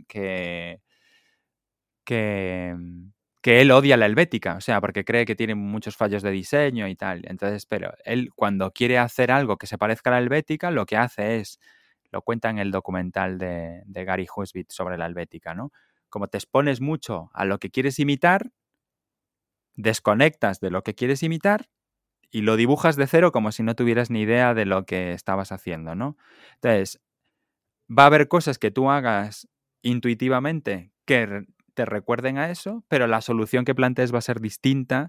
que, que él odia la helvética, o sea, porque cree que tiene muchos fallos de diseño y tal. Entonces, pero él cuando quiere hacer algo que se parezca a la helvética, lo que hace es, lo cuenta en el documental de Gary Husbit sobre la helvética, ¿no? Como te expones mucho a lo que quieres imitar, desconectas de lo que quieres imitar y lo dibujas de cero como si no tuvieras ni idea de lo que estabas haciendo, ¿no? Entonces, va a haber cosas que tú hagas intuitivamente que te recuerden a eso, pero la solución que plantees va a ser distinta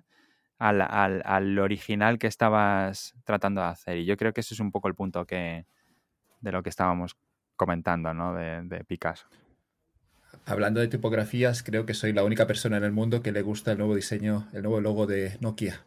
al original que estabas tratando de hacer. Y yo creo que ese es un poco el punto de lo que estábamos comentando, ¿no? De Picasso. Hablando de tipografías, creo que soy la única persona en el mundo que le gusta el nuevo diseño, el nuevo logo de Nokia.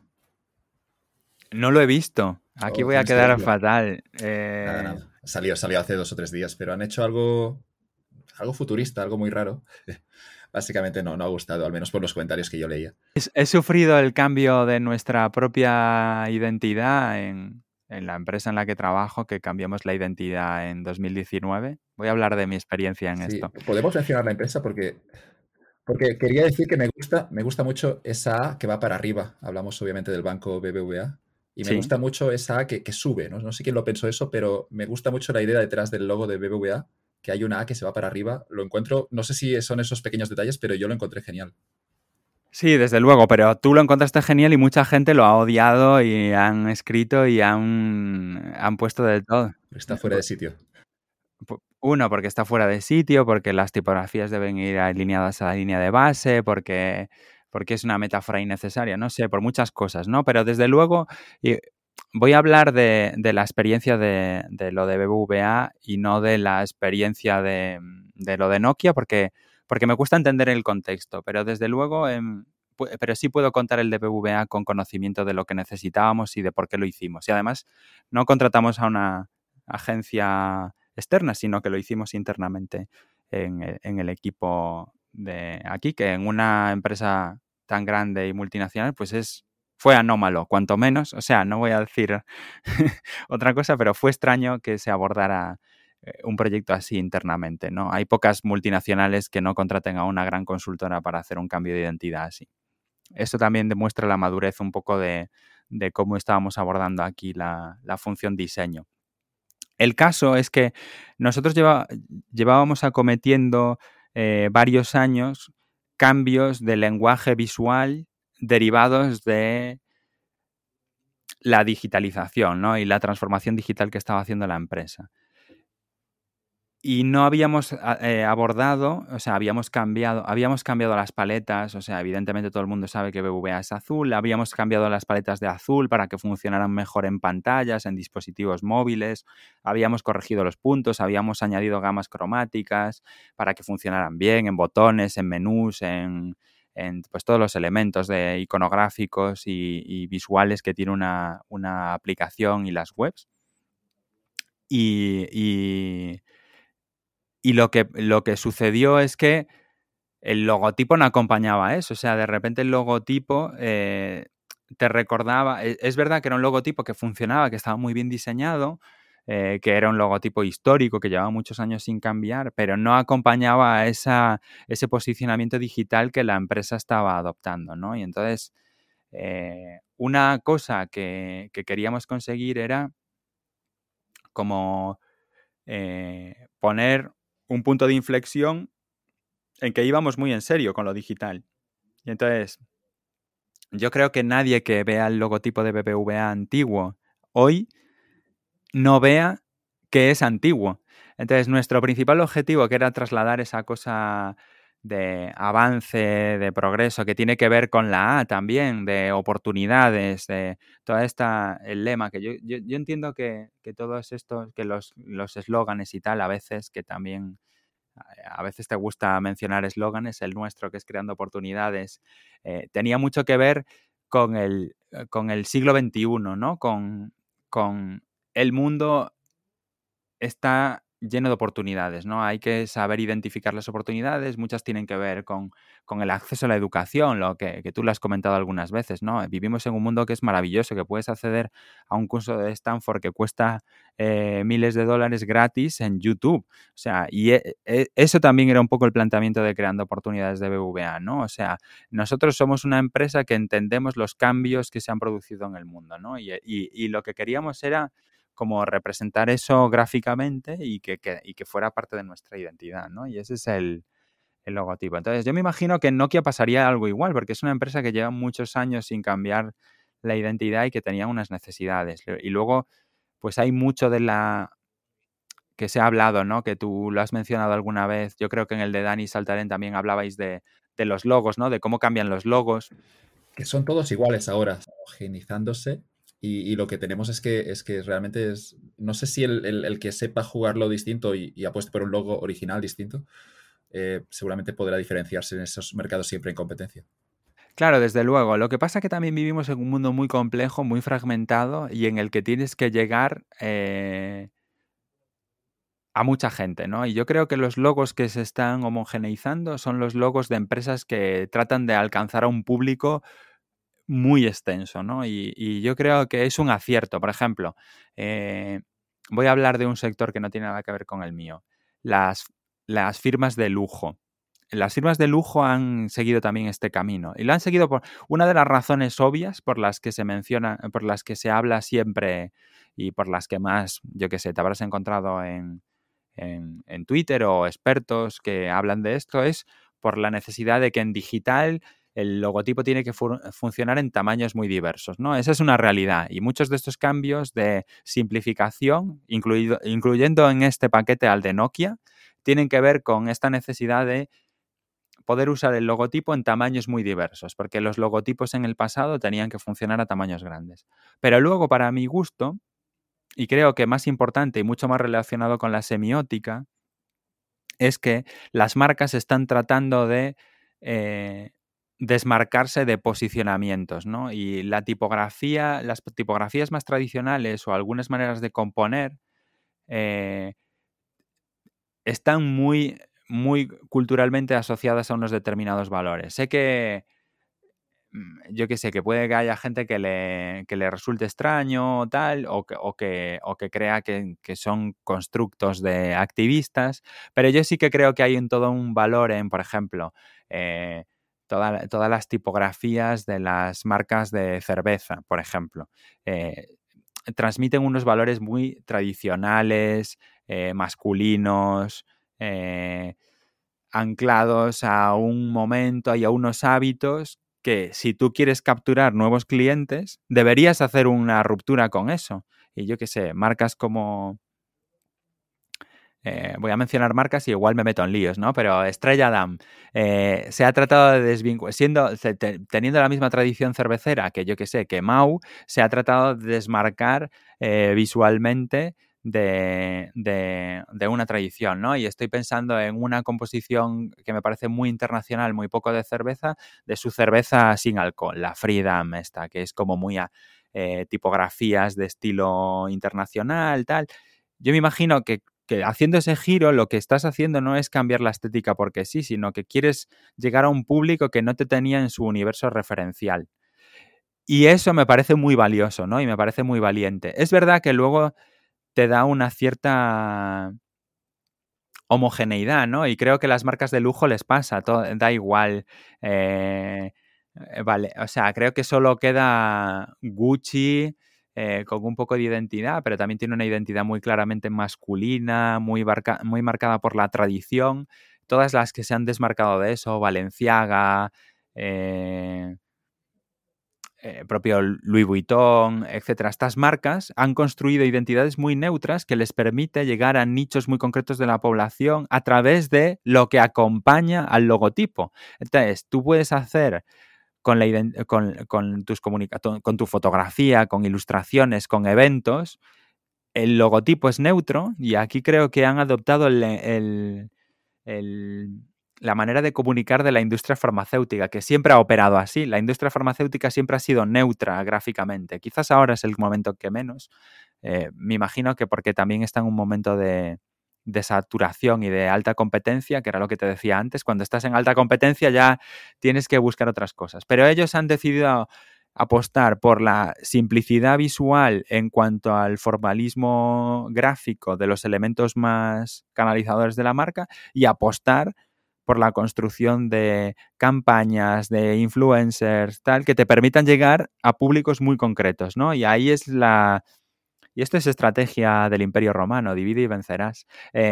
No lo he visto. Aquí Oh, voy a tienes que quedar verlo. fatal. Nada, nada. Salió hace 2 o 3 días, pero han hecho algo futurista, algo muy raro. Básicamente no ha gustado, al menos por los comentarios que yo leía. He sufrido el cambio de nuestra propia identidad en la empresa en la que trabajo, que cambiamos la identidad en 2019. Voy a hablar de mi experiencia en Sí, esto. podemos mencionar la empresa porque quería decir que me gusta mucho esa A que va para arriba. Hablamos obviamente del banco BBVA. Y me Sí. gusta mucho esa A que sube, ¿no? No sé quién lo pensó eso, pero me gusta mucho la idea detrás del logo de BBVA, que hay una A que se va para arriba. Lo encuentro, no sé si son esos pequeños detalles, pero yo lo encontré genial. Sí, desde luego, pero tú lo encontraste genial y mucha gente lo ha odiado y han escrito y han puesto de todo. Está fuera de sitio. Uno, porque está fuera de sitio, porque las tipografías deben ir alineadas a la línea de base, porque es una metáfora innecesaria, no sé, por muchas cosas, ¿no? Pero desde luego voy a hablar de la experiencia de lo de BBVA y no de la experiencia de lo de Nokia, porque me cuesta entender el contexto, pero desde luego, pero sí puedo contar el de BBVA con conocimiento de lo que necesitábamos y de por qué lo hicimos. Y además no contratamos a una agencia externa, sino que lo hicimos internamente en el equipo de aquí, que en una empresa tan grande y multinacional, pues fue anómalo, cuanto menos. O sea, no voy a decir otra cosa, pero fue extraño que se abordara un proyecto así internamente, ¿no? Hay pocas multinacionales que no contraten a una gran consultora para hacer un cambio de identidad así. Esto también demuestra la madurez un poco de cómo estábamos abordando aquí la función diseño. El caso es que nosotros llevábamos acometiendo varios años cambios de lenguaje visual derivados de la digitalización, ¿no? Y la transformación digital que estaba haciendo la empresa. Y no habíamos abordado, o sea, habíamos cambiado las paletas, o sea, evidentemente todo el mundo sabe que BBVA es azul, habíamos cambiado las paletas de azul para que funcionaran mejor en pantallas, en dispositivos móviles, habíamos corregido los puntos, habíamos añadido gamas cromáticas para que funcionaran bien en botones, en menús, en pues todos los elementos de iconográficos y visuales que tiene una aplicación y las webs. Y lo que sucedió es que el logotipo no acompañaba a eso. O sea, de repente el logotipo te recordaba. Es verdad que era un logotipo que funcionaba, que estaba muy bien diseñado, que era un logotipo histórico que llevaba muchos años sin cambiar, pero no acompañaba a ese posicionamiento digital que la empresa estaba adoptando, ¿no? Y entonces, una cosa que queríamos conseguir era como poner un punto de inflexión en que íbamos muy en serio con lo digital. Y entonces, yo creo que nadie que vea el logotipo de BBVA antiguo hoy no vea que es antiguo. Entonces, nuestro principal objetivo, que era trasladar esa cosa de avance, de progreso, que tiene que ver con la A también, de oportunidades, de toda esta, el lema, que yo entiendo que todos estos, que los eslóganes y tal, a veces, que también, a veces te gusta mencionar eslóganes, el nuestro, que es creando oportunidades, tenía mucho que ver con el siglo XXI, ¿no? Con el mundo está lleno de oportunidades, ¿no? Hay que saber identificar las oportunidades. Muchas tienen que ver con el acceso a la educación, lo que tú lo has comentado algunas veces, ¿no? Vivimos en un mundo que es maravilloso, que puedes acceder a un curso de Stanford que cuesta miles de dólares gratis en YouTube. O sea, y eso también era un poco el planteamiento de creando oportunidades de BBVA, ¿no? O sea, nosotros somos una empresa que entendemos los cambios que se han producido en el mundo, ¿no? Y lo que queríamos era como representar eso gráficamente y que fuera parte de nuestra identidad, ¿no? Y ese es el logotipo. Entonces, yo me imagino que en Nokia pasaría algo igual, porque es una empresa que lleva muchos años sin cambiar la identidad y que tenía unas necesidades. Y luego, pues hay mucho de la que se ha hablado, ¿no? Que tú lo has mencionado alguna vez. Yo creo que en el de Dani Saltarén también hablabais de los logos, ¿no? De cómo cambian los logos. Que son todos iguales ahora, homogenizándose. Y lo que tenemos es que realmente es. No sé si el que sepa jugarlo distinto y apueste por un logo original distinto, seguramente podrá diferenciarse en esos mercados siempre en competencia. Claro, desde luego. Lo que pasa es que también vivimos en un mundo muy complejo, muy fragmentado y en el que tienes que llegar a mucha gente, ¿no? Y yo creo que los logos que se están homogeneizando son los logos de empresas que tratan de alcanzar a un público muy extenso, ¿no? Y yo creo que es un acierto. Por ejemplo, eh, voy a hablar de un sector que no tiene nada que ver con el mío. Las, las firmas de lujo. Las firmas de lujo han seguido también este camino. Y lo han seguido por una de las razones obvias por las que se menciona, por las que se habla siempre y por las que más, yo qué sé, te habrás encontrado en Twitter o expertos que hablan de esto, es por la necesidad de que en digital el logotipo tiene que funcionar en tamaños muy diversos, ¿no? Esa es una realidad y muchos de estos cambios de simplificación, incluyendo en este paquete al de Nokia, tienen que ver con esta necesidad de poder usar el logotipo en tamaños muy diversos, porque los logotipos en el pasado tenían que funcionar a tamaños grandes. Pero luego, para mi gusto, y creo que más importante y mucho más relacionado con la semiótica, es que las marcas están tratando de desmarcarse de posicionamientos, ¿no? Y la tipografía, las tipografías más tradicionales o algunas maneras de componer eh, están muy culturalmente asociadas a unos determinados valores. Sé que yo qué sé, que puede que haya gente que le resulte extraño o tal, o que crea que son constructos de activistas, pero yo sí que creo que hay en todo un valor en, por ejemplo, todas las tipografías de las marcas de cerveza, por ejemplo. eh, Transmiten unos valores muy tradicionales, masculinos, eh, anclados a un momento y a unos hábitos que si tú quieres capturar nuevos clientes, deberías hacer una ruptura con eso. Y yo qué sé, marcas como... voy a mencionar marcas y igual me meto en líos, ¿no? Pero Estrella Damm se ha tratado de desvincular, teniendo la misma tradición cervecera que yo que sé, que Mau, se ha tratado de desmarcar visualmente de una tradición, ¿no? Y estoy pensando en una composición que me parece muy internacional, muy poco de cerveza, de su cerveza sin alcohol, la Freedom esta, que es como muy tipografías de estilo internacional, tal. Yo me imagino que haciendo ese giro lo que estás haciendo no es cambiar la estética porque sí, sino que quieres llegar a un público que no te tenía en su universo referencial. Y eso me parece muy valioso, ¿no? Y me parece muy valiente. Es verdad que luego te da una cierta homogeneidad, ¿no? Y creo que las marcas de lujo les pasa, da igual. Vale, o sea, creo que solo queda Gucci con un poco de identidad, pero también tiene una identidad muy claramente masculina, muy marcada por la tradición. Todas las que se han desmarcado de eso, Balenciaga, propio Louis Vuitton, etcétera. Estas marcas han construido identidades muy neutras que les permite llegar a nichos muy concretos de la población a través de lo que acompaña al logotipo. Entonces, tú puedes hacer con tu fotografía, con ilustraciones, con eventos, el logotipo es neutro y aquí creo que han adoptado la manera de comunicar de la industria farmacéutica, que siempre ha operado así. La industria farmacéutica siempre ha sido neutra gráficamente. Quizás ahora es el momento que menos. Me imagino que porque también está en un momento de saturación y de alta competencia, que era lo que te decía antes. Cuando estás en alta competencia ya tienes que buscar otras cosas. Pero ellos han decidido apostar por la simplicidad visual en cuanto al formalismo gráfico de los elementos más canalizadores de la marca y apostar por la construcción de campañas, de influencers, tal, que te permitan llegar a públicos muy concretos, ¿no? Y ahí es y esto es estrategia del Imperio Romano, divide y vencerás.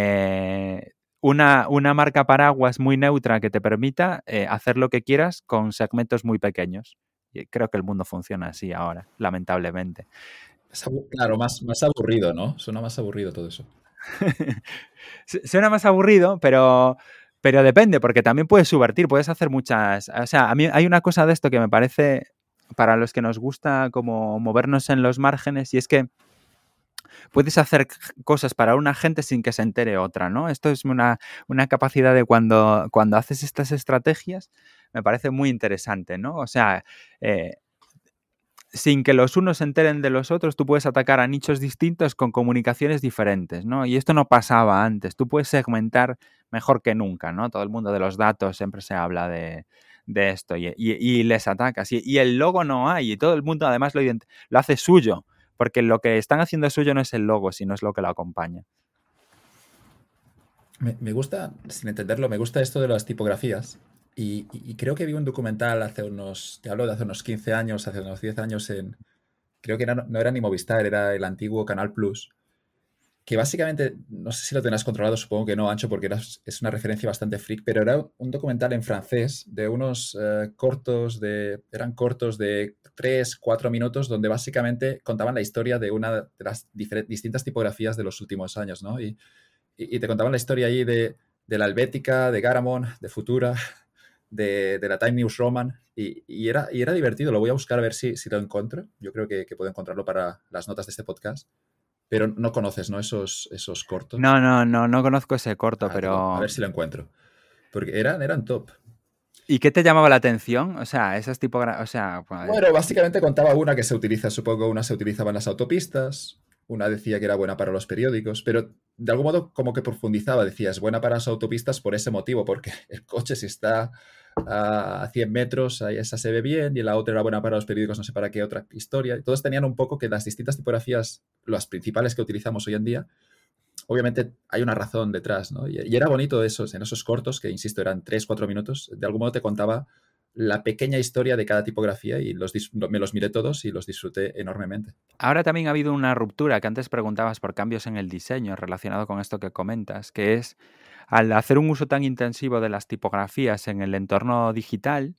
Una marca paraguas muy neutra que te permita hacer lo que quieras con segmentos muy pequeños. Y creo que el mundo funciona así ahora, lamentablemente. Claro, más aburrido, ¿no? Suena más aburrido todo eso. Suena más aburrido, pero depende, porque también puedes subvertir, puedes hacer muchas... O sea, a mí hay una cosa de esto que me parece, para los que nos gusta como movernos en los márgenes, y es que puedes hacer cosas para una gente sin que se entere otra, ¿no? Esto es una capacidad de cuando haces estas estrategias, me parece muy interesante, ¿no? O sea, sin que los unos se enteren de los otros, tú puedes atacar a nichos distintos con comunicaciones diferentes, ¿no? Y esto no pasaba antes. Tú puedes segmentar mejor que nunca, ¿no? Todo el mundo de los datos siempre se habla de esto y les atacas. Y el logo no hay y todo el mundo además lo hace suyo, porque lo que están haciendo suyo no es el logo, sino es lo que lo acompaña. Me gusta, sin entenderlo, me gusta esto de las tipografías. Y creo que vi un documental te hablo de hace unos 15 años, hace unos 10 años creo que no era ni Movistar, era el antiguo Canal Plus, que básicamente, no sé si lo tenías controlado, supongo que no, Ancho, porque es una referencia bastante freak, pero era un documental en francés de unos eran cortos de 3, 4 minutos, donde básicamente contaban la historia de una de las distintas tipografías de los últimos años, ¿no? Y te contaban la historia ahí de la Helvética, de Garamond, de Futura, de la Time News Roman, y era divertido. Lo voy a buscar a ver si lo encuentro. Yo creo que puedo encontrarlo para las notas de este podcast. Pero no conoces, ¿no? Esos cortos. No conozco ese corto, A pero... ver si lo encuentro. Porque eran top. ¿Y qué te llamaba la atención? O sea, esas tipografías... O sea, Bueno, básicamente contaba una que se utiliza, supongo, una se utilizaba en las autopistas, una decía que era buena para los periódicos, pero de algún modo como que profundizaba, decía, es buena para las autopistas por ese motivo, porque el coche si está a 100 metros, ahí esa se ve bien, y la otra era buena para los periódicos, no sé para qué otra historia. Y todos tenían un poco que las distintas tipografías, las principales que utilizamos hoy en día, obviamente hay una razón detrás, ¿no? Y era bonito en esos cortos, que insisto, eran 3, 4 minutos, de algún modo te contaba la pequeña historia de cada tipografía y me los miré todos y los disfruté enormemente. ahora también ha habido una ruptura, que antes preguntabas por cambios en el diseño relacionado con esto que comentas, que es al hacer un uso tan intensivo de las tipografías en el entorno digital,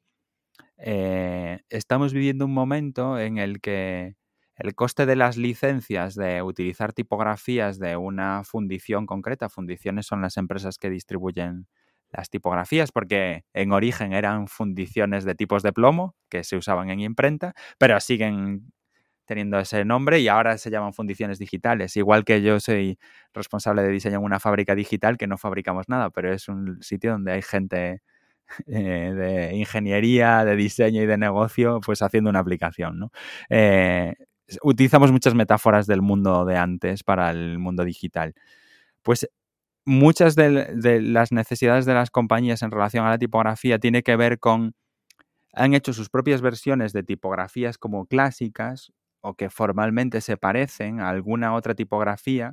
estamos viviendo un momento en el que el coste de las licencias de utilizar tipografías de una fundición concreta, fundiciones son las empresas que distribuyen las tipografías, porque en origen eran fundiciones de tipos de plomo que se usaban en imprenta, pero siguen teniendo ese nombre y ahora se llaman fundiciones digitales. Igual que yo soy responsable de diseño en una fábrica digital, que no fabricamos nada, pero es un sitio donde hay gente de ingeniería, de diseño y de negocio, pues haciendo una aplicación, ¿no? Utilizamos muchas metáforas del mundo de antes para el mundo digital. Pues muchas de las necesidades de las compañías en relación a la tipografía tiene que ver con... Han hecho sus propias versiones de tipografías como clásicas o que formalmente se parecen a alguna otra tipografía,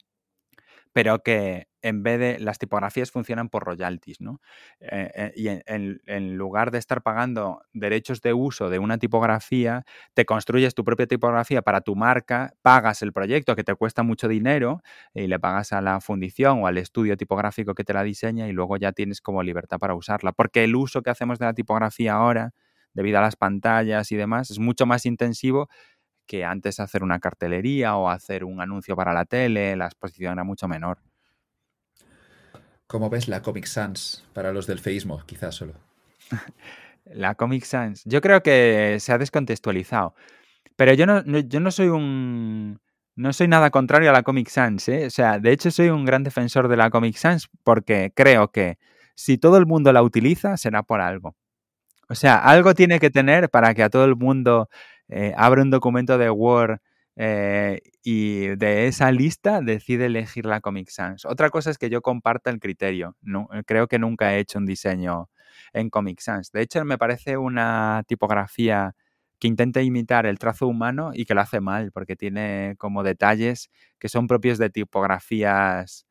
pero que en vez de las tipografías funcionan por royalties, ¿no? Y en lugar de estar pagando derechos de uso de una tipografía, te construyes tu propia tipografía para tu marca, pagas el proyecto que te cuesta mucho dinero y le pagas a la fundición o al estudio tipográfico que te la diseña y luego ya tienes como libertad para usarla. Porque el uso que hacemos de la tipografía ahora, debido a las pantallas y demás, es mucho más intensivo que antes hacer una cartelería o hacer un anuncio para la tele, la exposición era mucho menor. ¿Cómo ves la Comic Sans para los del feísmo, quizás solo? La Comic Sans, yo creo que se ha descontextualizado, pero yo no soy no soy nada contrario a la Comic Sans, ¿eh? O sea, de hecho soy un gran defensor de la Comic Sans porque creo que si todo el mundo la utiliza será por algo. O sea, algo tiene que tener para que a todo el mundo abra un documento de Word y de esa lista decide elegir la Comic Sans. Otra cosa es que yo comparta el criterio. No, creo que nunca he hecho un diseño en Comic Sans. De hecho, me parece una tipografía que intenta imitar el trazo humano y que lo hace mal, porque tiene como detalles que son propios de tipografías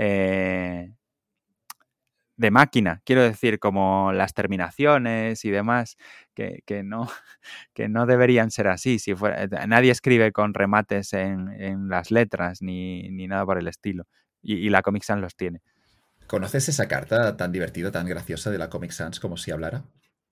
de máquina, quiero decir, como las terminaciones y demás, que no, que no deberían ser así. Si fuera, nadie escribe con remates en las letras ni nada por el estilo. Y la Comic Sans los tiene. ¿Conoces esa carta tan divertida, tan graciosa de la Comic Sans como si hablara?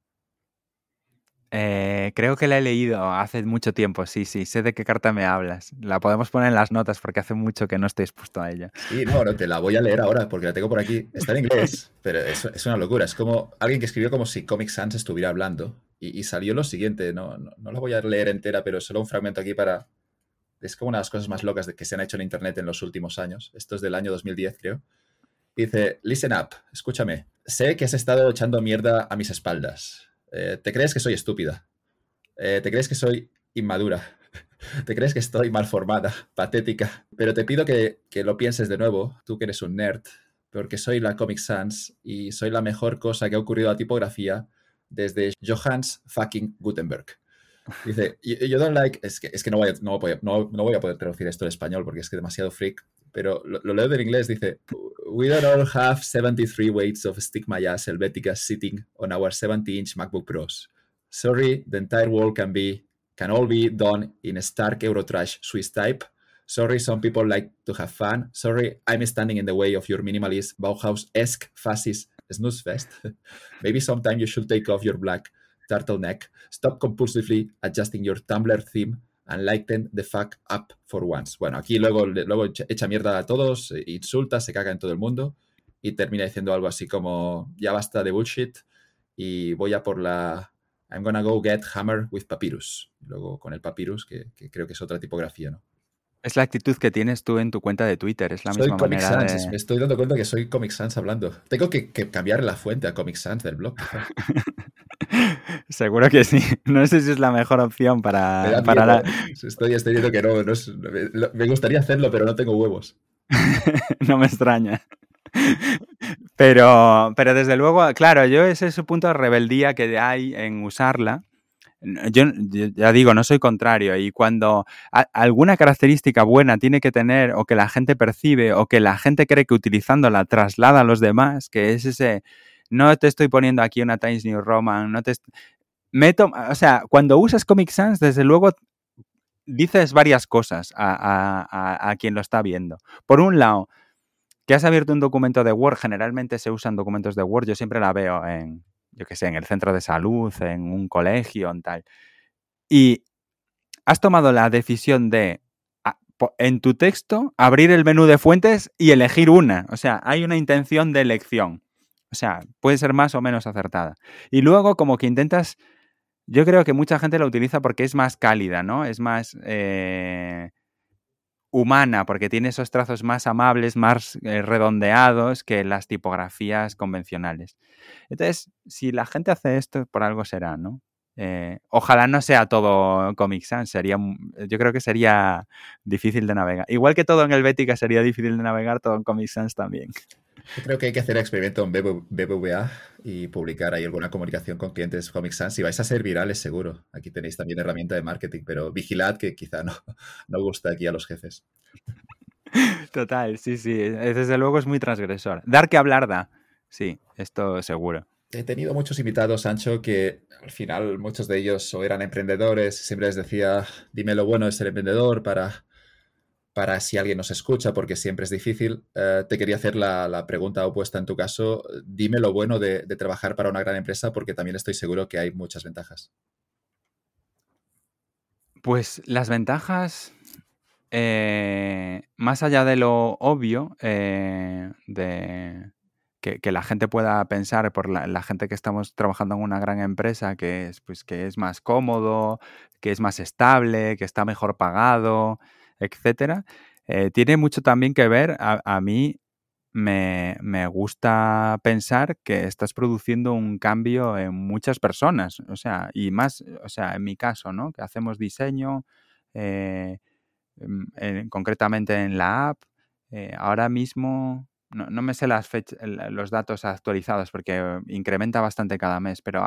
Creo que la he leído hace mucho tiempo, sí, sé de qué carta me hablas. La podemos poner en las notas porque hace mucho que no estoy expuesto a ella. Sí, no, te la voy a leer ahora porque la tengo por aquí. Está en inglés, pero es una locura. Es como alguien que escribió como si Comic Sans estuviera hablando y salió lo siguiente. No la voy a leer entera, pero solo un fragmento aquí para... Es como una de las cosas más locas que se han hecho en Internet en los últimos años. Esto es del año 2010, creo. Dice, listen up, escúchame. Sé que has estado echando mierda a mis espaldas. ¿Te crees que soy estúpida? ¿Te crees que soy inmadura? ¿Te crees que estoy mal formada, patética? Pero te pido que lo pienses de nuevo, tú que eres un nerd, porque soy la Comic Sans y soy la mejor cosa que ha ocurrido a tipografía desde Johannes fucking Gutenberg. Dice, you don't like... Es que no voy a poder traducir esto al español porque es que demasiado freak, pero lo leo en inglés. Dice, we don't all have 73 weights of stick my ass Helvetica sitting on our 70-inch MacBook Pros. Sorry, the entire world can all be done in a stark Eurotrash Swiss type. Sorry, some people like to have fun. Sorry, I'm standing in the way of your minimalist Bauhaus-esque fascist snooze fest. Maybe sometime you should take off your black turtleneck, stop compulsively adjusting your Tumblr theme and lighten the fuck up for once. Bueno, aquí luego echa mierda a todos, insulta, se caga en todo el mundo y termina diciendo algo así como ya basta de bullshit y voy a por la I'm gonna go get hammer with papyrus. Luego con el papyrus, que creo que es otra tipografía, ¿no? Es la actitud que tienes tú en tu cuenta de Twitter, es la Soy misma Comic manera Sans, me de... estoy dando cuenta que soy Comic Sans hablando. Tengo que cambiar la fuente a Comic Sans del blog, quizás. Seguro que sí. No sé si es la mejor opción Me da para miedo. Estoy diciendo que no es, me gustaría hacerlo, pero no tengo huevos. No me extraña. Pero desde luego, claro, yo ese es su punto de rebeldía que hay en usarla. Yo ya digo, no soy contrario y cuando alguna característica buena tiene que tener o que la gente percibe o que la gente cree que utilizándola traslada a los demás, que es ese, no te estoy poniendo aquí una Times New Roman, no te o sea, cuando usas Comic Sans, desde luego dices varias cosas a quien lo está viendo. Por un lado, que has abierto un documento de Word, generalmente se usan documentos de Word, yo siempre la veo en, yo qué sé, en el centro de salud, en un colegio, en tal. Y has tomado la decisión de, en tu texto, abrir el menú de fuentes y elegir una. O sea, hay una intención de elección. O sea, puede ser más o menos acertada. Y luego, como que intentas, yo creo que mucha gente la utiliza porque es más cálida, ¿no? Es más humana, porque tiene esos trazos más amables, más redondeados que las tipografías convencionales. Entonces, si la gente hace esto, por algo será, ¿no? Ojalá no sea todo Comic Sans, yo creo que sería difícil de navegar. Igual que todo en Helvetica sería difícil de navegar, todo en Comic Sans también. Yo creo que hay que hacer experimento en BBVA y publicar ahí alguna comunicación con clientes Comic Sans y vais a ser virales seguro. Aquí tenéis también herramienta de marketing, pero vigilad que quizá no gusta aquí a los jefes. Total, sí, desde luego es muy transgresor. Dar que hablar da, sí, esto seguro. He tenido muchos invitados, Sancho, que al final muchos de ellos o eran emprendedores, siempre les decía, dime lo bueno de ser emprendedor para para si alguien nos escucha, porque siempre es difícil, te quería hacer la pregunta opuesta en tu caso. Dime lo bueno de trabajar para una gran empresa, porque también estoy seguro que hay muchas ventajas. Pues las ventajas, más allá de lo obvio, de que la gente pueda pensar por la gente que estamos trabajando en una gran empresa, que es, pues, que es más cómodo, que es más estable, que está mejor pagado, etcétera, tiene mucho también que ver, a mí me gusta pensar que estás produciendo un cambio en muchas personas, o sea, y más, o sea, en mi caso, ¿no? Que hacemos diseño, eh, concretamente en la app. Ahora mismo no me sé los datos actualizados porque incrementa bastante cada mes, pero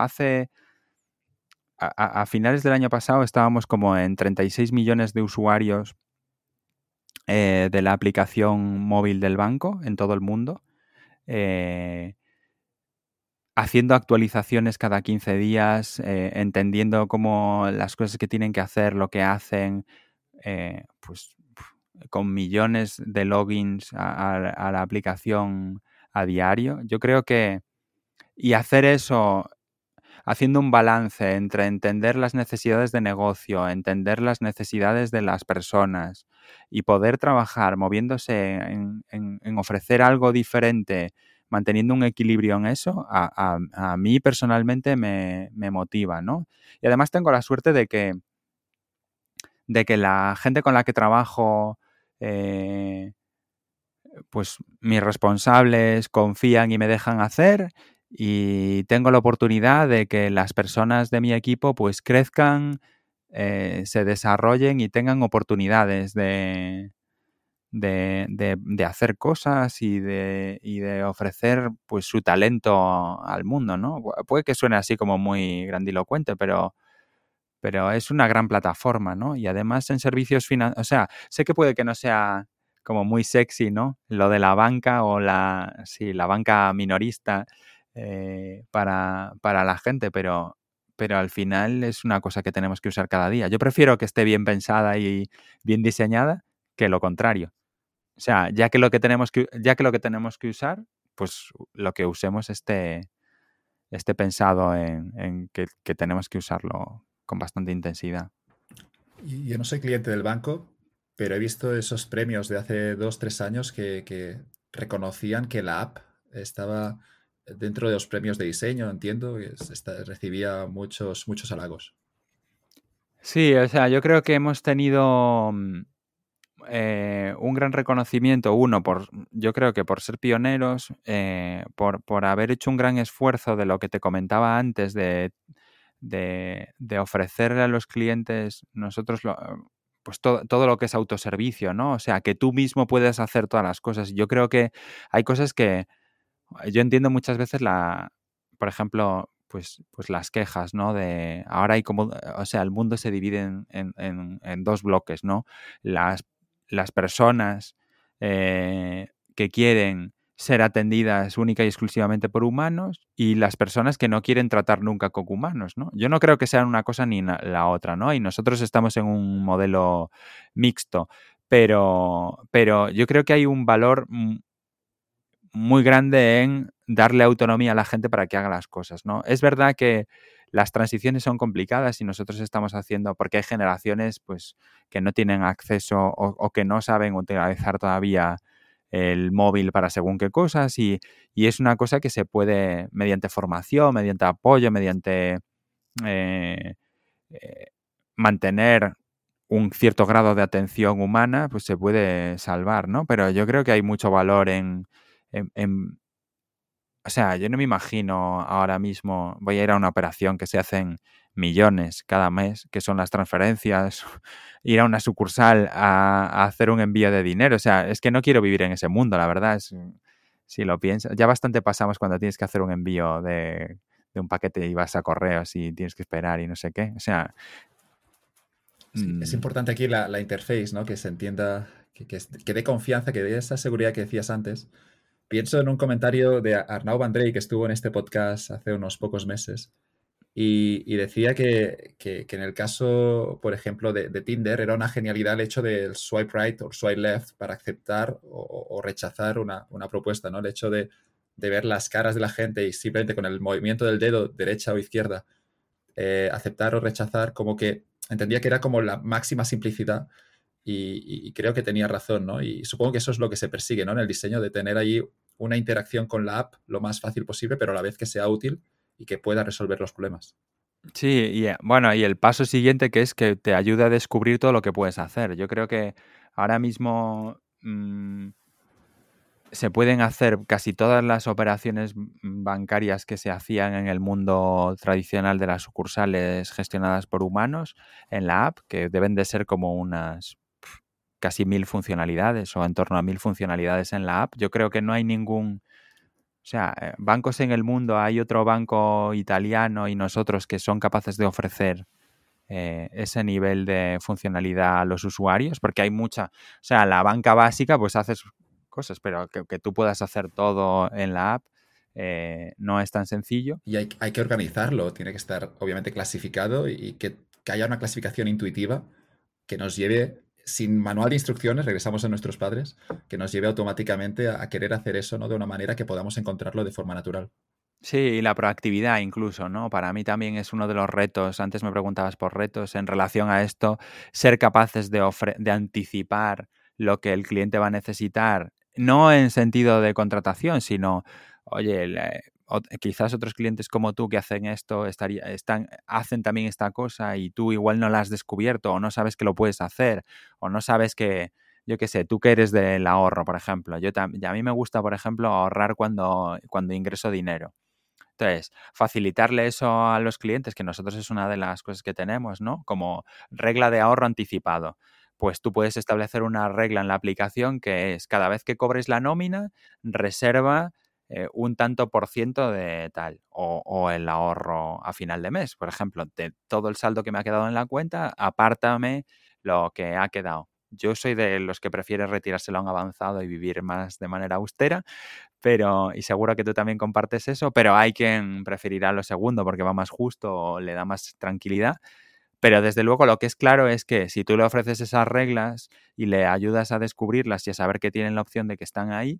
a finales del año pasado estábamos como en 36 millones de usuarios de la aplicación móvil del banco en todo el mundo. eh, Haciendo actualizaciones cada 15 días, entendiendo cómo las cosas que tienen que hacer, lo que hacen, pues con millones de logins a la aplicación a diario. Yo creo que, y hacer eso haciendo un balance entre entender las necesidades de negocio, entender las necesidades de las personas y poder trabajar moviéndose en ofrecer algo diferente, manteniendo un equilibrio en eso, a mí personalmente me motiva, ¿no? Y además tengo la suerte de que la gente con la que trabajo, pues mis responsables confían y me dejan hacer, y tengo la oportunidad de que las personas de mi equipo pues crezcan, se desarrollen y tengan oportunidades de hacer cosas y de ofrecer pues su talento al mundo, ¿no? Puede que suene así como muy grandilocuente, pero es una gran plataforma, ¿no? Y además en servicios financieros, o sea, sé que puede que no sea como muy sexy, ¿no? Lo de la banca o la banca minorista, para la gente, pero al final es una cosa que tenemos que usar cada día. Yo prefiero que esté bien pensada y bien diseñada que lo contrario. O sea, ya que lo que tenemos que usar, pues lo que usemos esté pensado en que tenemos que usarlo con bastante intensidad. Y yo no soy cliente del banco, pero he visto esos premios de hace 2, 3 años que reconocían que la app estaba dentro de los premios de diseño, entiendo, que recibía muchos, muchos halagos. Sí, o sea, yo creo que hemos tenido un gran reconocimiento, yo creo que por ser pioneros, por haber hecho un gran esfuerzo de lo que te comentaba antes, de ofrecerle a los clientes nosotros pues todo lo que es autoservicio, ¿no? O sea, que tú mismo puedes hacer todas las cosas. Yo creo que hay cosas que yo entiendo muchas veces por ejemplo, pues las quejas, ¿no? De ahora hay como, o sea, el mundo se divide en dos bloques, ¿no? Las, las personas que quieren ser atendidas única y exclusivamente por humanos y las personas que no quieren tratar nunca con humanos, ¿no? Yo no creo que sean una cosa ni la otra, ¿no? Y nosotros estamos en un modelo mixto, pero yo creo que hay un valor muy grande en darle autonomía a la gente para que haga las cosas, ¿no? Es verdad que las transiciones son complicadas y nosotros estamos haciendo, porque hay generaciones pues, que no tienen acceso o que no saben utilizar todavía el móvil para según qué cosas y es una cosa que se puede, mediante formación, mediante apoyo, mediante eh, eh, mantener un cierto grado de atención humana, pues se puede salvar, ¿no? Pero yo creo que hay mucho valor en o sea, yo no me imagino ahora mismo, voy a ir a una operación que se hacen millones cada mes, que son las transferencias, ir a una sucursal a hacer un envío de dinero. O sea, es que no quiero vivir en ese mundo, la verdad. Si lo piensas, ya bastante pasamos cuando tienes que hacer un envío de, un paquete y vas a correos y tienes que esperar y no sé qué. O sea, Sí, es mm, importante aquí la interface, ¿no? Que se entienda, que dé confianza, que dé esa seguridad que decías antes. Pienso en un comentario de Arnau Vendrell que estuvo en este podcast hace unos pocos meses, y decía que en el caso, por ejemplo, de Tinder, era una genialidad el hecho del swipe right o swipe left para aceptar o rechazar una propuesta, ¿no? El hecho de ver las caras de la gente y simplemente con el movimiento del dedo, derecha o izquierda, aceptar o rechazar, como que entendía que era como la máxima simplicidad y creo que tenía razón, ¿no? Y supongo que eso es lo que se persigue, ¿no? En el diseño, de tener ahí una interacción con la app lo más fácil posible, pero a la vez que sea útil y que pueda resolver los problemas. Sí, y bueno, y el paso siguiente que es que te ayude a descubrir todo lo que puedes hacer. Yo creo que ahora mismo se pueden hacer casi todas las operaciones bancarias que se hacían en el mundo tradicional de las sucursales gestionadas por humanos en la app, que deben de ser como unas casi 1000 funcionalidades o en torno a 1000 funcionalidades en la app. Yo creo que no hay ningún... O sea, bancos en el mundo, hay otro banco italiano y nosotros que son capaces de ofrecer ese nivel de funcionalidad a los usuarios, porque hay mucha... O sea, la banca básica, pues haces cosas, pero que tú puedas hacer todo en la app no es tan sencillo. Y hay que organizarlo, tiene que estar obviamente clasificado y que haya una clasificación intuitiva que nos lleve, sin manual de instrucciones, regresamos a nuestros padres, que nos lleve automáticamente a querer hacer eso, ¿no? De una manera que podamos encontrarlo de forma natural. Sí, y la proactividad incluso, ¿no? Para mí también es uno de los retos. Antes me preguntabas por retos en relación a esto, ser capaces de anticipar lo que el cliente va a necesitar, no en sentido de contratación, sino, oye, quizás otros clientes como tú que hacen esto hacen también esta cosa y tú igual no la has descubierto o no sabes que lo puedes hacer o no sabes que, yo qué sé, tú que eres del ahorro, por ejemplo. Y a mí me gusta, por ejemplo, ahorrar cuando ingreso dinero. Entonces, facilitarle eso a los clientes, que nosotros es una de las cosas que tenemos, ¿no? Como regla de ahorro anticipado. Pues tú puedes establecer una regla en la aplicación que es cada vez que cobres la nómina, reserva un tanto por ciento de tal. O el ahorro a final de mes, por ejemplo, de todo el saldo que me ha quedado en la cuenta, apártame lo que ha quedado. Yo soy de los que prefiere retirárselo a un avanzado y vivir más de manera austera, y seguro que tú también compartes eso, pero hay quien preferirá lo segundo porque va más justo o le da más tranquilidad. Pero desde luego lo que es claro es que si tú le ofreces esas reglas y le ayudas a descubrirlas y a saber que tienen la opción de que están ahí,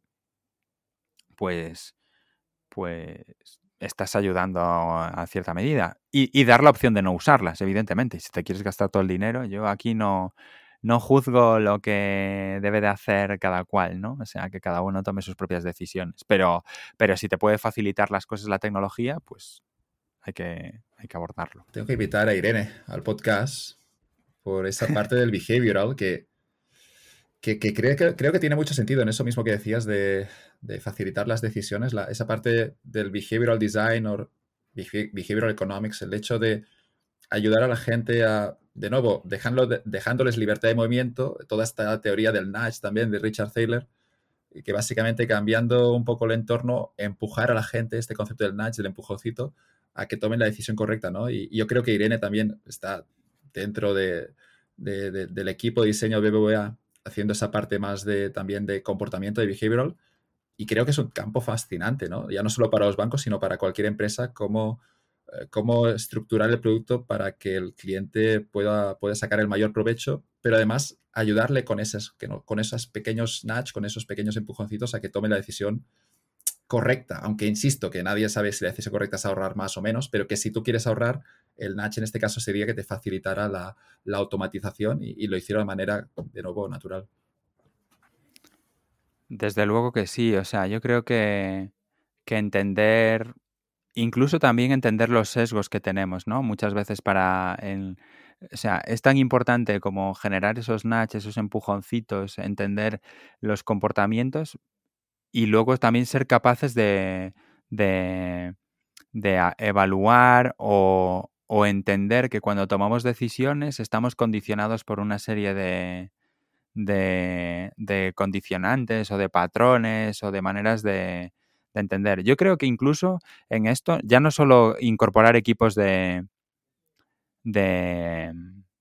pues, pues estás ayudando a cierta medida. Y dar la opción de no usarlas, evidentemente. Si te quieres gastar todo el dinero, yo aquí no juzgo lo que debe de hacer cada cual, ¿no? O sea, que cada uno tome sus propias decisiones. Pero si te puede facilitar las cosas la tecnología, pues hay que abordarlo. Tengo que invitar a Irene al podcast por esa parte del behavioral creo que tiene mucho sentido en eso mismo que decías de facilitar las decisiones, esa parte del behavioral design o behavioral economics, el hecho de ayudar a la gente a, de nuevo, dejándoles libertad de movimiento, toda esta teoría del nudge también de Richard Thaler, y que básicamente cambiando un poco el entorno, empujar a la gente, este concepto del nudge, del empujoncito, a que tomen la decisión correcta, ¿no? Y yo creo que Irene también está dentro del equipo de diseño de BBVA haciendo esa parte más también de comportamiento, de behavioral, y creo que es un campo fascinante, ¿no? Ya no solo para los bancos, sino para cualquier empresa, cómo estructurar el producto para que el cliente pueda sacar el mayor provecho, pero además ayudarle con esos pequeños nudge, con esos pequeños empujoncitos a que tome la decisión correcta, aunque insisto que nadie sabe si la decisión correcta es ahorrar más o menos, pero que si tú quieres ahorrar, el nudge en este caso sería que te facilitara la automatización y lo hiciera de manera, de nuevo, natural. Desde luego que sí. O sea, yo creo que entender, incluso también entender los sesgos que tenemos, ¿no? Muchas veces o sea, es tan importante como generar esos nudges, esos empujoncitos, entender los comportamientos y luego también ser capaces de, de evaluar o entender que cuando tomamos decisiones estamos condicionados por una serie de condicionantes o de patrones o de maneras de entender. Yo creo que incluso en esto, ya no solo incorporar equipos de,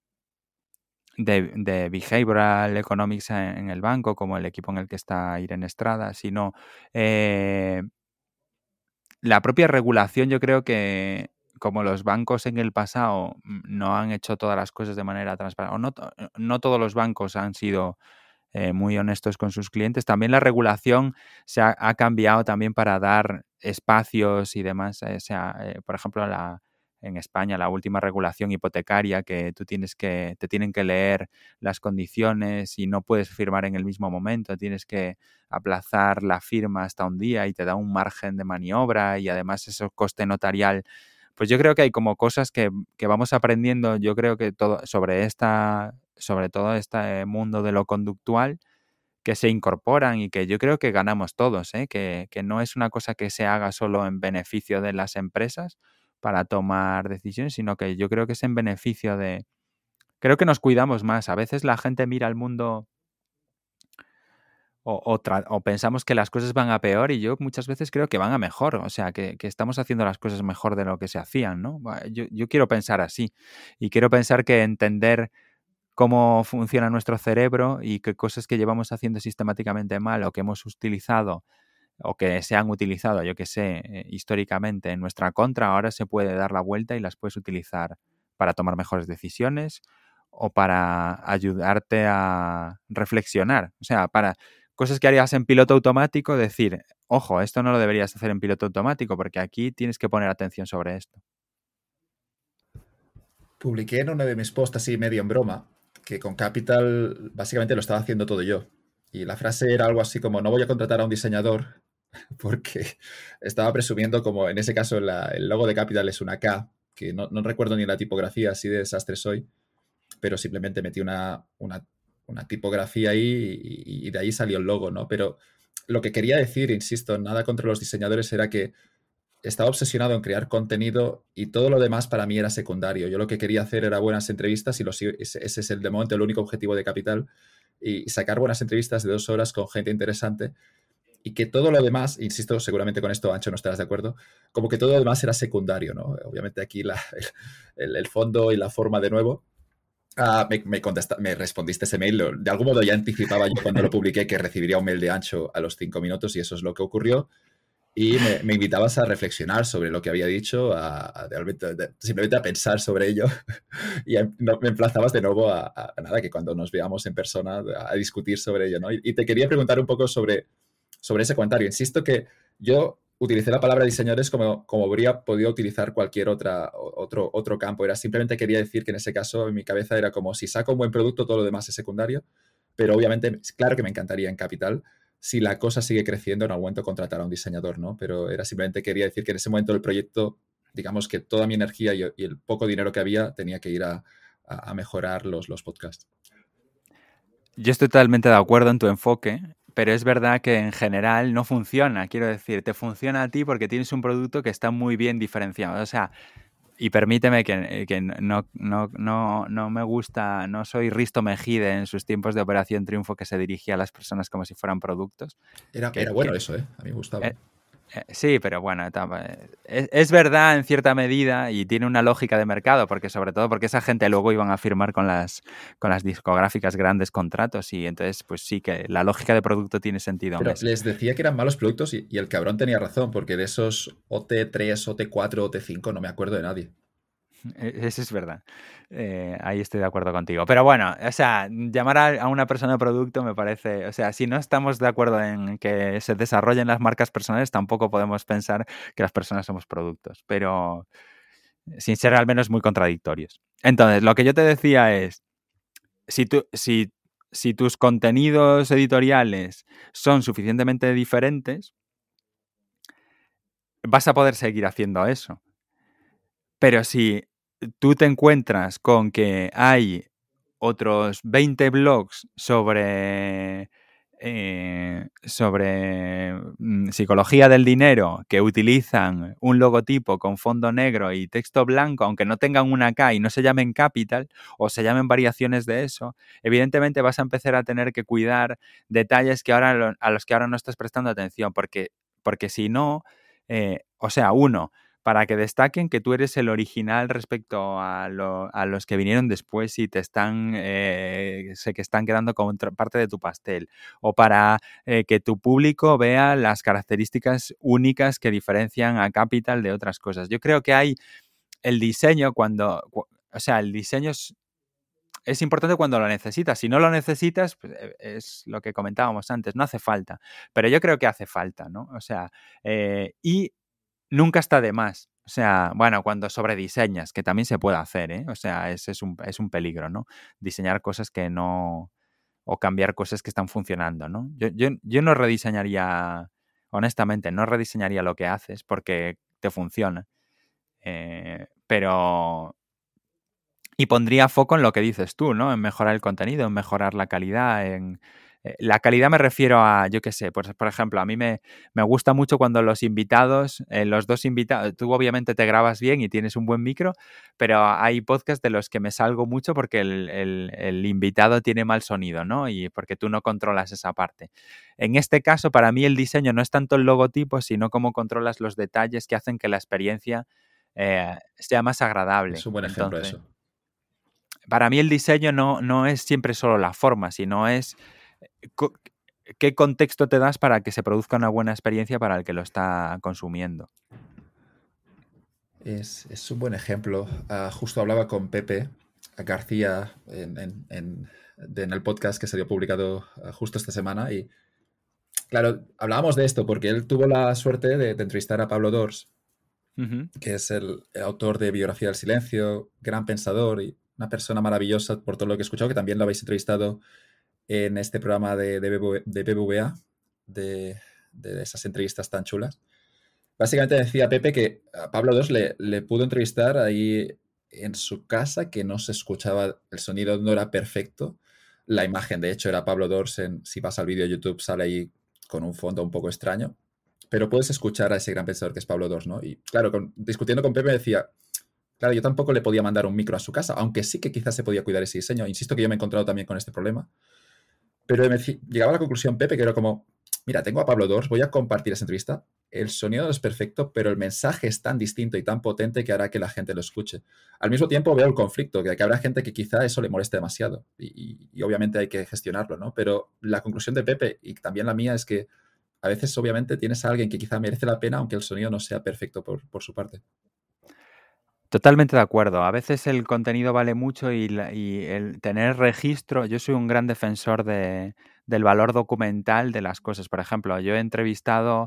de behavioral economics en el banco, como el equipo en el que está Irene Estrada, sino la propia regulación, yo creo como los bancos en el pasado no han hecho todas las cosas de manera transparente, o no todos los bancos han sido muy honestos con sus clientes, también la regulación ha cambiado también para dar espacios y demás. Por ejemplo, en España, la última regulación hipotecaria, que te tienen que leer las condiciones y no puedes firmar en el mismo momento, tienes que aplazar la firma hasta un día y te da un margen de maniobra y además eso coste notarial. Pues yo creo que hay como cosas que vamos aprendiendo, yo creo que sobre todo este mundo de lo conductual, que se incorporan y que yo creo que ganamos todos, ¿eh? Que no es una cosa que se haga solo en beneficio de las empresas para tomar decisiones, sino que yo creo que es en beneficio de... Creo que nos cuidamos más. A veces la gente mira al mundo o pensamos que las cosas van a peor y yo muchas veces creo que van a mejor. O sea, que estamos haciendo las cosas mejor de lo que se hacían, ¿no? Yo quiero pensar así y quiero pensar que entender cómo funciona nuestro cerebro y qué cosas que llevamos haciendo sistemáticamente mal o que hemos utilizado o que se han utilizado, yo que sé, históricamente en nuestra contra, ahora se puede dar la vuelta y las puedes utilizar para tomar mejores decisiones o para ayudarte a reflexionar. O sea, para cosas que harías en piloto automático, decir, ojo, esto no lo deberías hacer en piloto automático porque aquí tienes que poner atención sobre esto. Publiqué en uno de mis posts así medio en broma que con Capital básicamente lo estaba haciendo todo yo. Y la frase era algo así como, no voy a contratar a un diseñador porque estaba presumiendo como en ese caso el logo de Capital es una K, que no recuerdo ni la tipografía, así de desastre soy, pero simplemente metí una tipografía ahí y de ahí salió el logo, ¿no? Pero lo que quería decir, insisto, nada contra los diseñadores, era que estaba obsesionado en crear contenido y todo lo demás para mí era secundario. Yo lo que quería hacer era buenas entrevistas y ese es el de momento el único objetivo de Capital, y sacar buenas entrevistas de 2 horas con gente interesante, y que todo lo demás, insisto, seguramente con esto, Ancho, no estarás de acuerdo, como que todo lo demás era secundario, ¿no? Obviamente aquí el fondo y la forma de nuevo. Me respondiste ese mail. De algún modo ya anticipaba yo cuando lo publiqué que recibiría un mail de Ancho a los 5 minutos y eso es lo que ocurrió. Y me invitabas a reflexionar sobre lo que había dicho, simplemente a pensar sobre ello. Y me emplazabas de nuevo a nada, que cuando nos veamos en persona a discutir sobre ello, ¿no? Y te quería preguntar un poco sobre ese comentario. Insisto que yo utilicé la palabra diseñadores como habría podido utilizar cualquier otro campo. Simplemente quería decir que en ese caso en mi cabeza era como si saco un buen producto, todo lo demás es secundario. Pero obviamente, claro que me encantaría en Capital, si la cosa sigue creciendo, en algún momento contratar a un diseñador, ¿no? Pero simplemente quería decir que en ese momento del proyecto, digamos que toda mi energía y el poco dinero que había tenía que ir a mejorar los podcasts. Yo estoy totalmente de acuerdo en tu enfoque, pero es verdad que en general no funciona. Quiero decir, te funciona a ti porque tienes un producto que está muy bien diferenciado. O sea, y permíteme que no me gusta, no soy Risto Mejide en sus tiempos de Operación Triunfo, que se dirigía a las personas como si fueran productos. Era bueno eso, ¿eh? A mí me gustaba. Sí, pero bueno, es verdad en cierta medida y tiene una lógica de mercado, porque sobre todo porque esa gente luego iban a firmar con las discográficas grandes contratos y entonces pues sí que la lógica de producto tiene sentido. Pero les decía que eran malos productos y el cabrón tenía razón, porque de esos OT3, OT4, OT5 no me acuerdo de nadie. Eso es verdad. Ahí estoy de acuerdo contigo. Pero bueno, o sea, llamar a una persona producto me parece... O sea, si no estamos de acuerdo en que se desarrollen las marcas personales, tampoco podemos pensar que las personas somos productos. Pero sin ser al menos muy contradictorios. Entonces, lo que yo te decía es, si tus contenidos editoriales son suficientemente diferentes, vas a poder seguir haciendo eso. Pero si tú te encuentras con que hay otros 20 blogs sobre psicología del dinero que utilizan un logotipo con fondo negro y texto blanco, aunque no tengan una K y no se llamen Capital o se llamen variaciones de eso, evidentemente vas a empezar a tener que cuidar detalles a los que ahora no estás prestando atención, porque si no, uno, para que destaquen que tú eres el original respecto a los que vinieron después y te están sé que están quedando como parte de tu pastel, o para que tu público vea las características únicas que diferencian a Capital de otras cosas. Yo creo que hay el diseño o sea, el diseño es importante cuando lo necesitas. Si no lo necesitas, pues es lo que comentábamos antes, no hace falta. Pero yo creo que hace falta, ¿no? O sea, y nunca está de más. O sea, bueno, cuando sobrediseñas, que también se puede hacer, ¿eh? O sea, ese es un peligro, ¿no? Diseñar cosas que no... o cambiar cosas que están funcionando, ¿no? Yo no rediseñaría, honestamente, no rediseñaría lo que haces porque te funciona. Pero... Y pondría foco en lo que dices tú, ¿no? En mejorar el contenido, en mejorar la calidad, la calidad me refiero a, yo qué sé, pues, por ejemplo, a mí me gusta mucho cuando los invitados, los dos invitados, tú obviamente te grabas bien y tienes un buen micro, pero hay podcasts de los que me salgo mucho porque el invitado tiene mal sonido, ¿no? Y porque tú no controlas esa parte. En este caso, para mí el diseño no es tanto el logotipo, sino cómo controlas los detalles que hacen que la experiencia sea más agradable. Es un buen ejemplo Entonces, eso. para mí el diseño no es siempre solo la forma, sino es co- qué contexto te das para que se produzca una buena experiencia para el que lo está consumiendo. Es un buen ejemplo. Justo hablaba con Pepe García en el podcast que salió publicado justo esta semana y claro, hablábamos de esto porque él tuvo la suerte de entrevistar a Pablo Dors, Ujú. que es el autor de Biografía del Silencio, gran pensador y una persona maravillosa por todo lo que he escuchado, que también lo habéis entrevistado en este programa de BBVA, de esas entrevistas tan chulas. Básicamente decía Pepe que a Pablo II le pudo entrevistar ahí en su casa, que no se escuchaba, el sonido no era perfecto. La imagen, de hecho, era Pablo Dors. Si vas al vídeo de YouTube, sale ahí con un fondo un poco extraño. Pero puedes escuchar a ese gran pensador que es Pablo Dors, ¿no? Y claro, discutiendo con Pepe decía, claro, yo tampoco le podía mandar un micro a su casa, aunque sí que quizás se podía cuidar ese diseño. Insisto que yo me he encontrado también con este problema. Pero llegaba a la conclusión, Pepe, que era como, mira, tengo a Pablo Dors, voy a compartir esa entrevista. El sonido no es perfecto, pero el mensaje es tan distinto y tan potente que hará que la gente lo escuche. Al mismo tiempo veo el conflicto, que habrá gente que quizá eso le moleste demasiado y obviamente hay que gestionarlo, ¿no? Pero la conclusión de Pepe y también la mía es que a veces obviamente tienes a alguien que quizá merece la pena aunque el sonido no sea perfecto por su parte. Totalmente de acuerdo. A veces el contenido vale mucho y el tener registro, yo soy un gran defensor del valor documental de las cosas. Por ejemplo, yo he entrevistado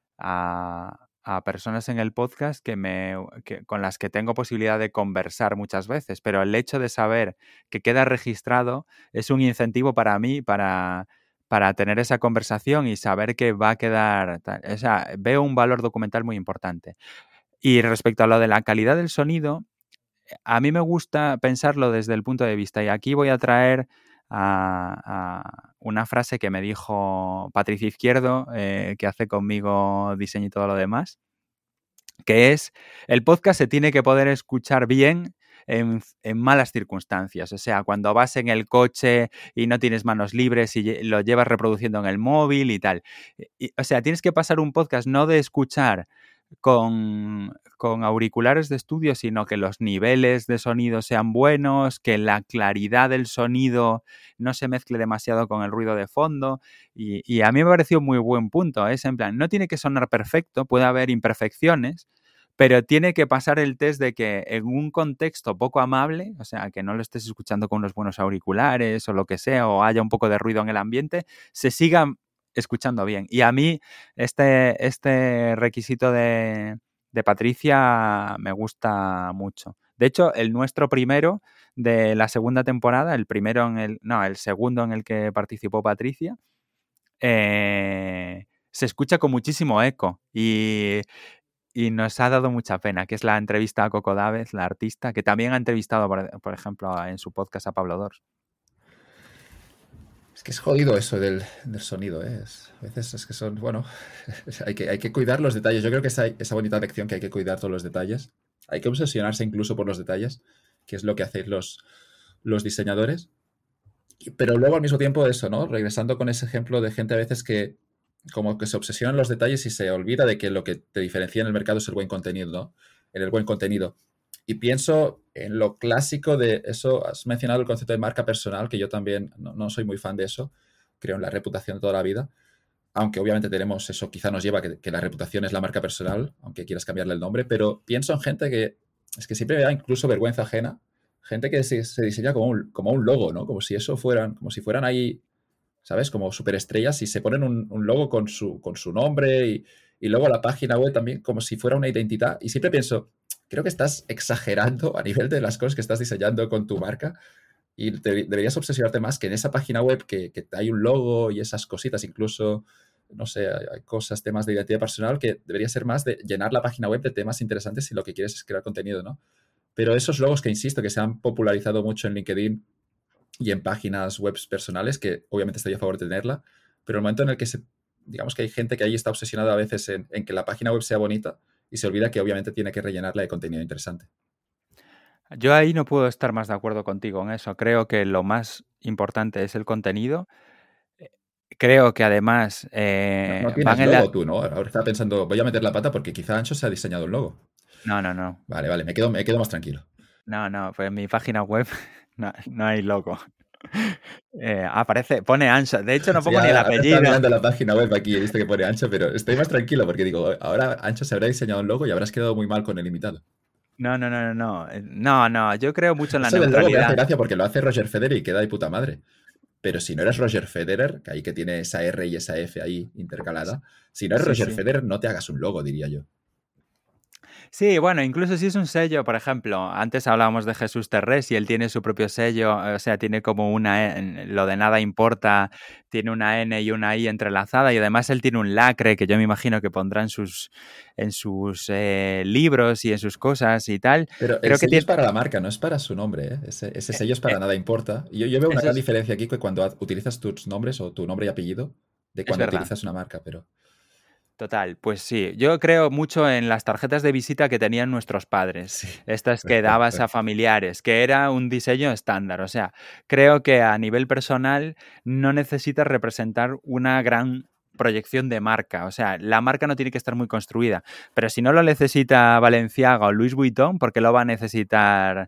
a personas en el podcast con las que tengo posibilidad de conversar muchas veces, pero el hecho de saber que queda registrado es un incentivo para mí para tener esa conversación y saber que va a quedar... O sea, veo un valor documental muy importante. Y respecto a lo de la calidad del sonido, a mí me gusta pensarlo desde el punto de vista, y aquí voy a traer a una frase que me dijo Patricia Izquierdo, que hace conmigo diseño y todo lo demás, que es, el podcast se tiene que poder escuchar bien en malas circunstancias. O sea, cuando vas en el coche y no tienes manos libres y lo llevas reproduciendo en el móvil y tal. O sea, tienes que pasar un podcast no de escuchar con auriculares de estudio, sino que los niveles de sonido sean buenos, que la claridad del sonido no se mezcle demasiado con el ruido de fondo. Y a mí me pareció muy buen punto. Es en plan, no tiene que sonar perfecto, puede haber imperfecciones, pero tiene que pasar el test de que en un contexto poco amable, o sea, que no lo estés escuchando con unos buenos auriculares o lo que sea, o haya un poco de ruido en el ambiente, se siga escuchando bien. Y a mí este requisito de Patricia me gusta mucho. De hecho, el nuestro primero de la segunda temporada, el segundo en el que participó Patricia, se escucha con muchísimo eco y nos ha dado mucha pena, que es la entrevista a Coco Daves, la artista, que también ha entrevistado, por ejemplo, en su podcast a Pablo Dors. Es que es jodido eso del sonido, ¿eh? A veces es que son, bueno, hay que cuidar los detalles. Yo creo que esa bonita lección que hay que cuidar todos los detalles. Hay que obsesionarse incluso por los detalles, que es lo que hacéis los diseñadores. Pero luego al mismo tiempo eso, ¿no? Regresando con ese ejemplo de gente a veces que como que se obsesiona en los detalles y se olvida de que lo que te diferencia en el mercado es el buen contenido, ¿no? En el buen contenido. Y pienso en lo clásico de eso, has mencionado el concepto de marca personal, que yo también no soy muy fan de eso, creo en la reputación de toda la vida, aunque obviamente tenemos eso, quizá nos lleva a que la reputación es la marca personal, aunque quieras cambiarle el nombre, pero pienso en gente que es que siempre me da incluso vergüenza ajena. Gente que se diseña como un logo, ¿no? Como si fueran ahí, ¿sabes? Como superestrellas y se ponen un logo con su nombre y luego la página web también como si fuera una identidad. Y siempre pienso, creo que estás exagerando a nivel de las cosas que estás diseñando con tu marca y deberías obsesionarte más que en esa página web que hay un logo y esas cositas, incluso, no sé, hay cosas, temas de identidad personal que debería ser más de llenar la página web de temas interesantes si lo que quieres es crear contenido, ¿no? Pero esos logos que insisto, que se han popularizado mucho en LinkedIn y en páginas web personales, que obviamente estaría a favor de tenerla, pero el momento en el que digamos que hay gente que ahí está obsesionada a veces en que la página web sea bonita y se olvida que obviamente tiene que rellenarla de contenido interesante. Yo ahí no puedo estar más de acuerdo contigo en eso. Creo que lo más importante es el contenido. Eh, Creo que además No van tienes en la... logo tú, ¿no? Ahora estaba pensando, voy a meter la pata porque quizá Ancho se ha diseñado un logo. No, no, no. Vale, vale, me quedo más tranquilo. No, no, pues en mi página web no hay logo. Aparece, pone Ancho. De hecho, no Sí, pongo ni el ahora estaba apellido. mirando la página web aquí y he visto que pone Ancho, pero estoy más tranquilo porque digo, ahora Ancho se habrá diseñado un logo y habrás quedado muy mal con el invitado. No, no, no, no, no. No, no, yo creo mucho en la Eso del logo me hace neutralidad. gracia porque lo hace Roger Federer y queda de puta madre. Pero si no eres Roger Federer, que ahí que tiene esa R y esa F ahí intercalada, si no eres Sí, Roger sí. Federer, no te hagas un logo, diría yo. Sí, bueno, incluso si es un sello, por ejemplo, antes hablábamos de Jesús Terrés y él tiene su propio sello, o sea, tiene como lo de nada importa, tiene una N y una I entrelazada y además él tiene un lacre que yo me imagino que pondrá en sus libros y en sus cosas y tal. Pero el Creo que sello es tiene... para la marca, no es para su nombre, ¿eh? Ese eh, sello es para eh, nada importa. Y yo veo una eso gran diferencia aquí que cuando utilizas tus nombres o tu nombre y apellido de es cuando verdad. utilizas una marca, pero Total, pues sí, yo creo mucho en las tarjetas de visita que tenían nuestros padres, sí. estas que dabas a familiares, que era un diseño estándar, o sea, creo que a nivel personal no necesitas representar una gran proyección de marca, o sea, la marca no tiene que estar muy construida, pero si no lo necesita Balenciaga o Louis Vuitton, ¿por qué lo va a necesitar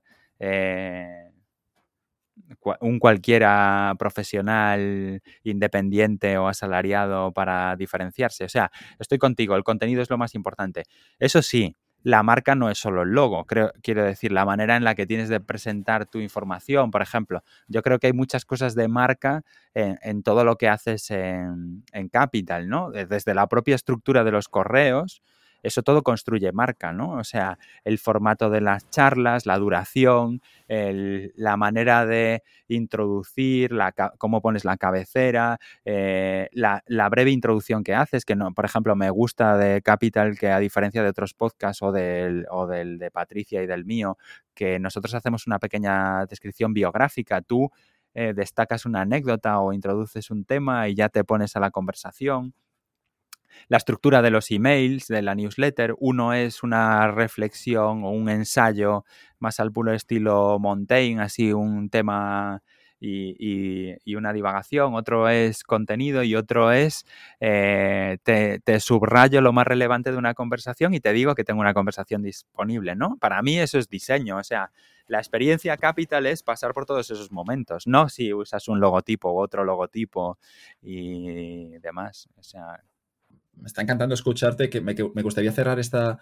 un cualquiera profesional, independiente o asalariado para diferenciarse? O sea, estoy contigo, el contenido es lo más importante. Eso sí, la marca no es solo el logo, quiero decir, la manera en la que tienes de presentar tu información, por ejemplo. Yo creo que hay muchas cosas de marca en todo lo que haces en Capital, ¿no? Desde la propia estructura de los correos, eso todo construye marca, ¿no? O sea, el formato de las charlas, la duración, la manera de introducir, cómo pones la cabecera, la breve introducción que haces, que no, por ejemplo, me gusta de Capital que a diferencia de otros podcasts o del de Patricia y del mío, que nosotros hacemos una pequeña descripción biográfica, tú destacas una anécdota o introduces un tema y ya te pones a la conversación. La estructura de los emails, de la newsletter, uno es una reflexión o un ensayo más al puro estilo Montaigne, así un tema y una divagación, otro es contenido y otro es te subrayo lo más relevante de una conversación y te digo que tengo una conversación disponible, ¿no? Para mí eso es diseño, o sea, la experiencia Capital es pasar por todos esos momentos, no si usas un logotipo u otro logotipo y demás, o sea... Me está encantando escucharte, que me gustaría cerrar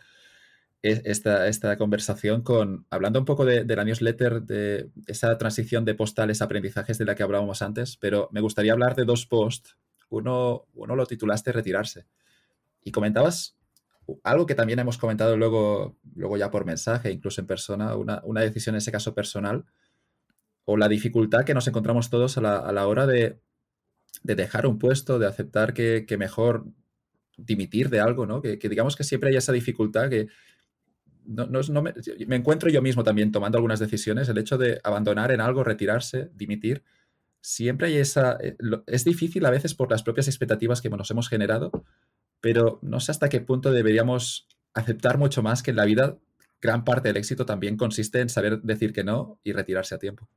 esta conversación hablando un poco de la newsletter, de esa transición de postales a aprendizajes de la que hablábamos antes, pero me gustaría hablar de dos posts. Uno lo titulaste Retirarse y comentabas algo que también hemos comentado luego ya por mensaje, incluso en persona, una decisión en ese caso personal o la dificultad que nos encontramos todos a la hora de dejar un puesto, de aceptar que mejor dimitir de algo, ¿no? Que digamos que siempre hay esa dificultad que me encuentro yo mismo también tomando algunas decisiones, el hecho de abandonar en algo, retirarse, dimitir, siempre hay es difícil a veces por las propias expectativas que nos hemos generado, pero no sé hasta qué punto deberíamos aceptar mucho más que en la vida gran parte del éxito también consiste en saber decir que no y retirarse a tiempo.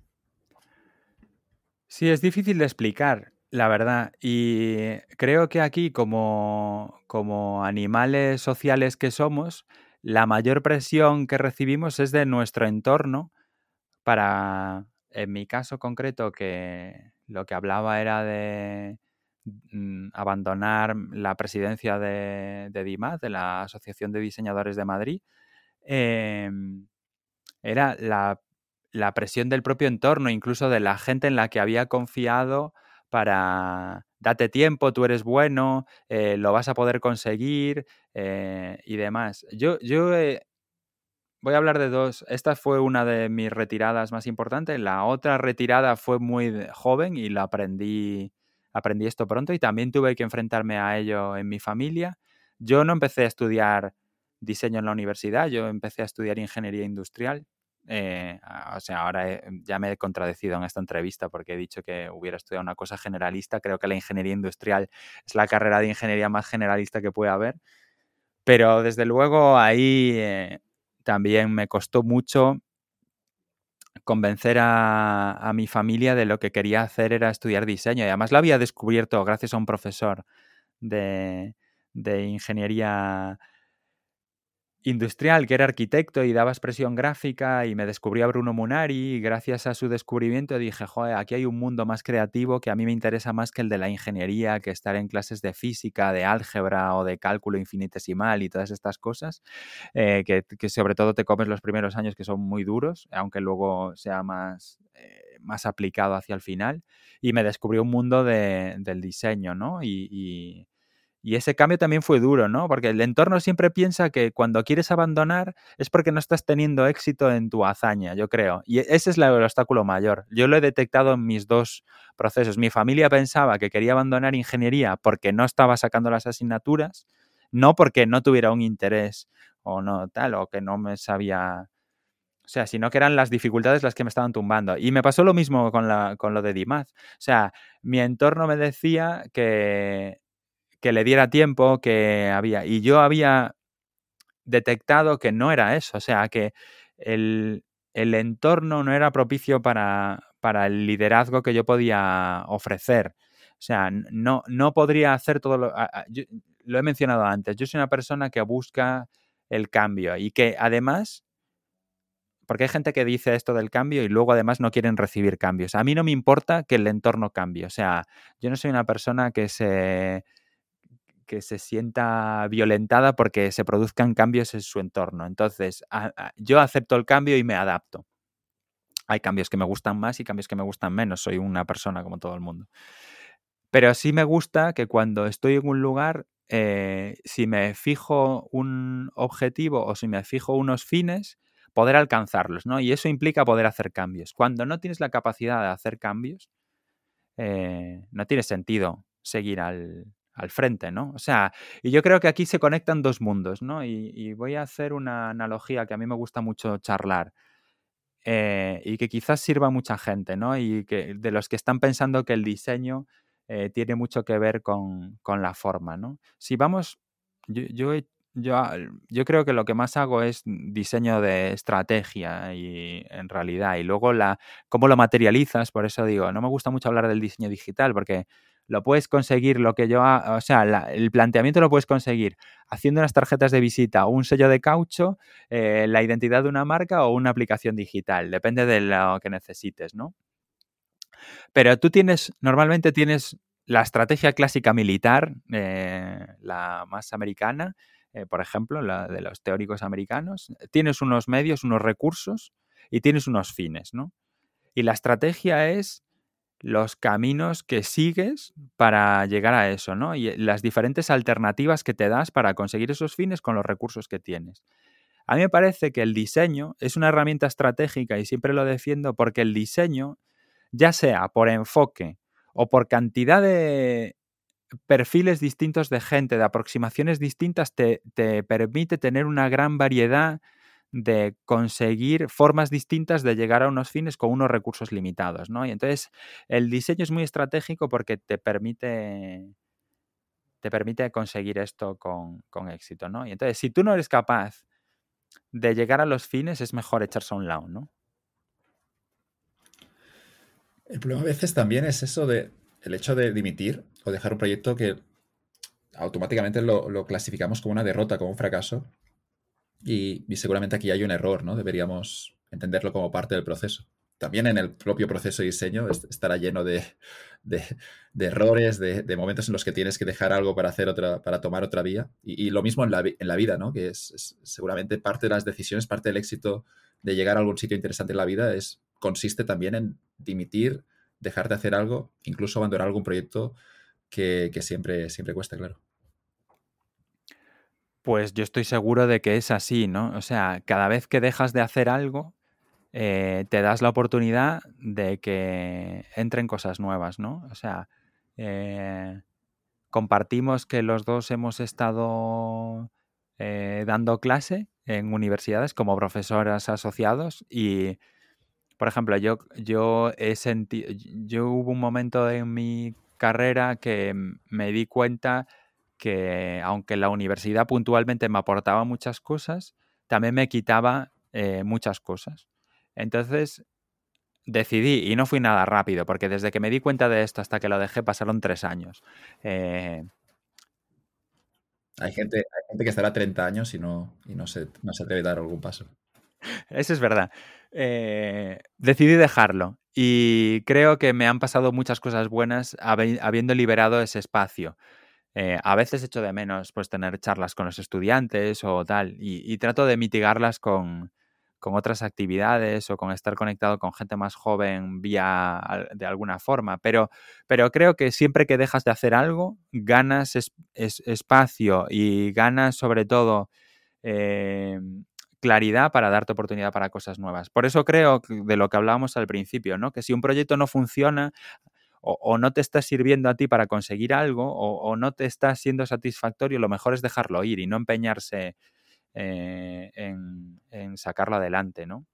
Sí, es difícil de explicar, la verdad. Y creo que aquí, como animales sociales que somos, la mayor presión que recibimos es de nuestro entorno para, en mi caso concreto, que lo que hablaba era de abandonar la presidencia de DIMAD, de la Asociación de Diseñadores de Madrid. era la presión del propio entorno, incluso de la gente en la que había confiado para date tiempo, tú eres bueno, lo vas a poder conseguir y demás. Voy a hablar de dos. Esta fue una de mis retiradas más importantes. La otra retirada fue muy joven y aprendí esto pronto y también tuve que enfrentarme a ello en mi familia. Yo no empecé a estudiar diseño en la universidad, yo empecé a estudiar ingeniería industrial. O sea, ahora ya me he contradecido en esta entrevista porque he dicho que hubiera estudiado una cosa generalista. Creo que la ingeniería industrial es la carrera de ingeniería más generalista que puede haber. Pero desde luego ahí también me costó mucho convencer a mi familia de lo que quería hacer era estudiar diseño. Y además lo había descubierto gracias a un profesor de, de ingeniería industrial que era arquitecto y daba expresión gráfica y me descubrió a Bruno Munari y gracias a su descubrimiento dije, joder, aquí hay un mundo más creativo que a mí me interesa más que el de la ingeniería, que estar en clases de física, de álgebra o de cálculo infinitesimal y todas estas cosas, que sobre todo te comes los primeros años que son muy duros, aunque luego sea más aplicado hacia el final. Y me descubrió un mundo del diseño, ¿no? Y ese cambio también fue duro, ¿no? Porque el entorno siempre piensa que cuando quieres abandonar es porque no estás teniendo éxito en tu hazaña, yo creo. Y ese es el obstáculo mayor. Yo lo he detectado en mis dos procesos. Mi familia pensaba que quería abandonar ingeniería porque no estaba sacando las asignaturas, no porque no tuviera un interés o no tal, o que no me sabía... O sea, sino que eran las dificultades las que me estaban tumbando. Y me pasó lo mismo con lo de DIMAD. O sea, mi entorno me decía que le diera tiempo, que había... Y yo había detectado que no era eso, o sea, que el entorno no era propicio para el liderazgo que yo podía ofrecer. O sea, no podría hacer todo yo, lo he mencionado antes, yo soy una persona que busca el cambio y que además... Porque hay gente que dice esto del cambio y luego además no quieren recibir cambios. A mí no me importa que el entorno cambie. O sea, yo no soy una persona que se sienta violentada porque se produzcan cambios en su entorno. Entonces, yo acepto el cambio y me adapto. Hay cambios que me gustan más y cambios que me gustan menos. Soy una persona como todo el mundo. Pero sí me gusta que cuando estoy en un lugar, si me fijo un objetivo o si me fijo unos fines, poder alcanzarlos, ¿no? Y eso implica poder hacer cambios. Cuando no tienes la capacidad de hacer cambios, no tiene sentido seguir al frente, ¿no? O sea, y yo creo que aquí se conectan dos mundos, ¿no? Y voy a hacer una analogía que a mí me gusta mucho charlar y que quizás sirva a mucha gente, ¿no? Y que de los que están pensando que el diseño tiene mucho que ver con la forma, ¿no? Si vamos, yo, yo, he- yo creo que lo que más hago es diseño de estrategia y en realidad, y luego cómo lo materializas, por eso digo, no me gusta mucho hablar del diseño digital porque lo puedes conseguir, o sea, el planteamiento lo puedes conseguir haciendo unas tarjetas de visita, un sello de caucho, la identidad de una marca o una aplicación digital, depende de lo que necesites, ¿no? Pero normalmente tienes la estrategia clásica militar, la más americana, por ejemplo, la de los teóricos americanos. Tienes unos medios, unos recursos y tienes unos fines, ¿no? Y la estrategia es los caminos que sigues para llegar a eso, ¿no? Y las diferentes alternativas que te das para conseguir esos fines con los recursos que tienes. A mí me parece que el diseño es una herramienta estratégica y siempre lo defiendo porque el diseño, ya sea por enfoque o por cantidad de perfiles distintos de gente, de aproximaciones distintas, te permite tener una gran variedad de conseguir formas distintas de llegar a unos fines con unos recursos limitados, ¿no? Y entonces el diseño es muy estratégico porque te permite conseguir esto con éxito, ¿no? Y entonces, si tú no eres capaz de llegar a los fines, es mejor echarse a un lado, ¿no? El problema a veces también es eso de el hecho de dimitir o dejar un proyecto que automáticamente lo clasificamos como una derrota, como un fracaso. Y seguramente aquí hay un error, ¿no? Deberíamos entenderlo como parte del proceso. También en el propio proceso de diseño estará lleno de- de errores, de momentos en los que tienes que dejar algo para hacer para tomar otra vía. Y lo mismo en la vida, ¿no? Que es seguramente parte de las decisiones, parte del éxito de llegar a algún sitio interesante en la vida consiste también en dimitir, dejar de hacer algo, incluso abandonar algún proyecto que siempre, siempre cuesta, claro. Pues yo estoy seguro de que es así, ¿no? O sea, cada vez que dejas de hacer algo, te das la oportunidad de que entren cosas nuevas, ¿no? O sea, eh, compartimos que los dos hemos estado dando clase en universidades como profesores asociados y, por ejemplo, yo hubo un momento en mi carrera que me di cuenta que aunque la universidad puntualmente me aportaba muchas cosas, también me quitaba muchas cosas. Entonces decidí, y no fui nada rápido, porque desde que me di cuenta de esto hasta que lo dejé pasaron 3 años. Hay gente que estará 30 años y no se atreve a dar algún paso. Eso es verdad. Decidí dejarlo y creo que me han pasado muchas cosas buenas habiendo liberado ese espacio. A veces echo de menos pues tener charlas con los estudiantes o tal y trato de mitigarlas con otras actividades o con estar conectado con gente más joven de alguna forma, pero creo que siempre que dejas de hacer algo, ganas espacio y ganas sobre todo eh, claridad para darte oportunidad para cosas nuevas. Por eso creo de lo que hablábamos al principio, ¿no? Que si un proyecto no funciona o no te está sirviendo a ti para conseguir algo o no te está siendo satisfactorio, lo mejor es dejarlo ir y no empeñarse en sacarlo adelante, ¿no?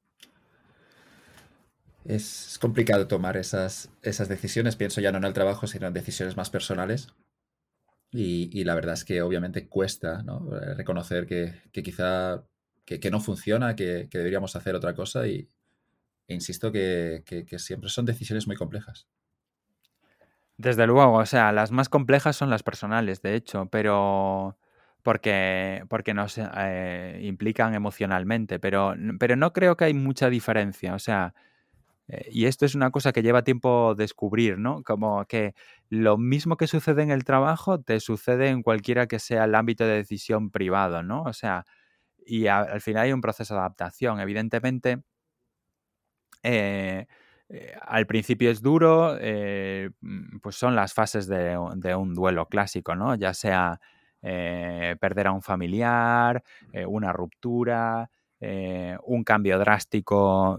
Es complicado tomar esas decisiones, pienso ya no en el trabajo, sino en decisiones más personales. Y la verdad es que obviamente cuesta, ¿no? Reconocer que quizá que no funciona, que deberíamos hacer otra cosa e insisto que siempre son decisiones muy complejas. Desde luego, o sea, las más complejas son las personales, de hecho, pero porque nos implican emocionalmente, pero no creo que hay mucha diferencia, o sea, y esto es una cosa que lleva tiempo descubrir, ¿no? Como que lo mismo que sucede en el trabajo te sucede en cualquiera que sea el ámbito de decisión privado, ¿no? O sea, y al final hay un proceso de adaptación. Evidentemente, eh, al principio es duro, pues son las fases de un duelo clásico, ¿no? Ya sea perder a un familiar, una ruptura, un cambio drástico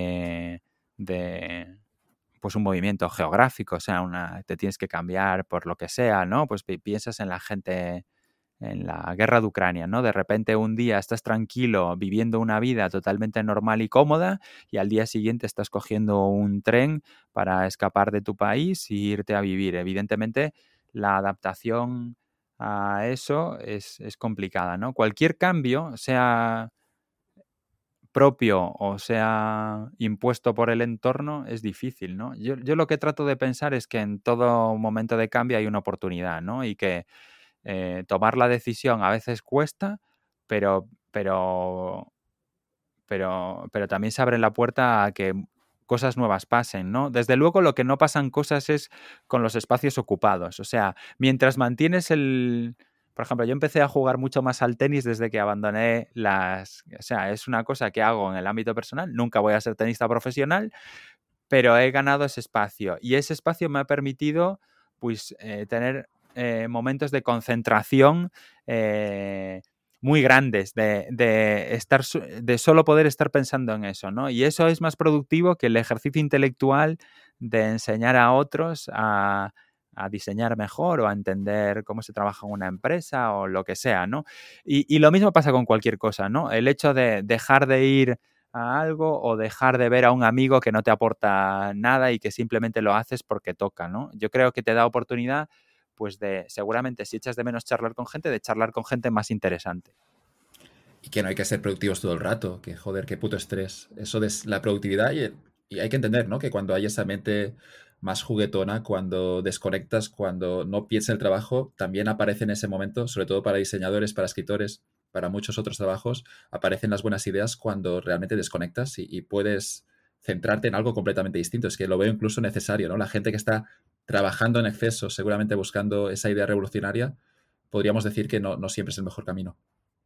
de, pues un movimiento geográfico, o sea, te tienes que cambiar por lo que sea, ¿no? Pues piensas en la gente en la guerra de Ucrania, ¿no? De repente un día estás tranquilo viviendo una vida totalmente normal y cómoda y al día siguiente estás cogiendo un tren para escapar de tu país e irte a vivir. Evidentemente, la adaptación a eso es complicada, ¿no? Cualquier cambio, sea propio o sea impuesto por el entorno, es difícil, ¿no? Yo lo que trato de pensar es que en todo momento de cambio hay una oportunidad, ¿no? Y que tomar la decisión a veces cuesta, pero, pero, pero también se abre la puerta a que cosas nuevas pasen, ¿no? Desde luego lo que no pasan cosas es con los espacios ocupados. O sea, mientras mantienes Por ejemplo, yo empecé a jugar mucho más al tenis desde que abandoné O sea, es una cosa que hago en el ámbito personal. Nunca voy a ser tenista profesional, pero he ganado ese espacio. Y ese espacio me ha permitido, pues, tener momentos de concentración muy grandes, de solo poder estar pensando en eso, ¿no? Y eso es más productivo que el ejercicio intelectual de enseñar a otros a diseñar mejor o a entender cómo se trabaja en una empresa o lo que sea, ¿no? Y lo mismo pasa con cualquier cosa, ¿no? El hecho de dejar de ir a algo o dejar de ver a un amigo que no te aporta nada y que simplemente lo haces porque toca, ¿no? Yo creo que te da oportunidad, pues seguramente si echas de menos charlar con gente, de charlar con gente más interesante. Y que no hay que ser productivos todo el rato, que joder, qué puto estrés. Eso de la productividad y hay que entender, ¿no? Que cuando hay esa mente más juguetona, cuando desconectas, cuando no piensas el trabajo, también aparece en ese momento, sobre todo para diseñadores, para escritores, para muchos otros trabajos, aparecen las buenas ideas cuando realmente desconectas y puedes centrarte en algo completamente distinto. Es que lo veo incluso necesario, ¿no? La gente que está trabajando en exceso, seguramente buscando esa idea revolucionaria, podríamos decir que no siempre es el mejor camino.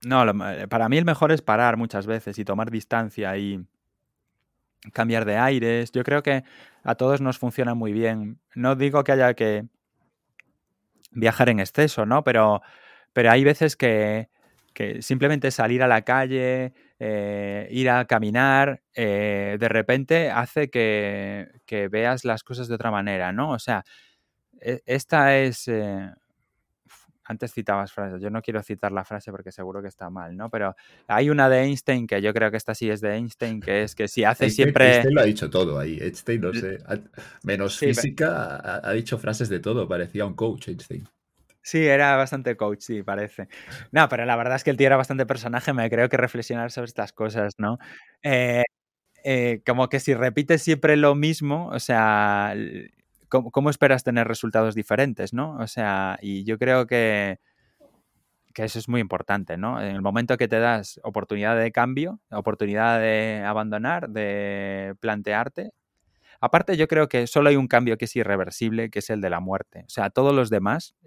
No, para mí el mejor es parar muchas veces y tomar distancia y cambiar de aires. Yo creo que a todos nos funciona muy bien. No digo que haya que viajar en exceso, ¿no? Pero hay veces que simplemente salir a la calle, ir a caminar, de repente hace que veas las cosas de otra manera, ¿no? O sea, esta es... antes citabas frases, yo no quiero citar la frase porque seguro que está mal, ¿no? Pero hay una de Einstein, que yo creo que esta sí es de Einstein, que es que si haces siempre... Einstein lo ha dicho todo ahí. Einstein, no sé, menos Sí, física, ha dicho frases de todo. Parecía un coach, Einstein. sí, era bastante coach, sí, parece. No, pero la verdad es que el tío era bastante personaje, me creo que reflexionar sobre estas cosas, ¿no? Eh, como que si repites siempre lo mismo, o sea, ¿cómo esperas tener resultados diferentes, no? O sea, y yo creo que eso es muy importante, ¿no? En el momento que te das oportunidad de cambio, oportunidad de abandonar, de plantearte. Aparte, yo creo que solo hay un cambio que es irreversible, que es el de la muerte. O sea, todos los demás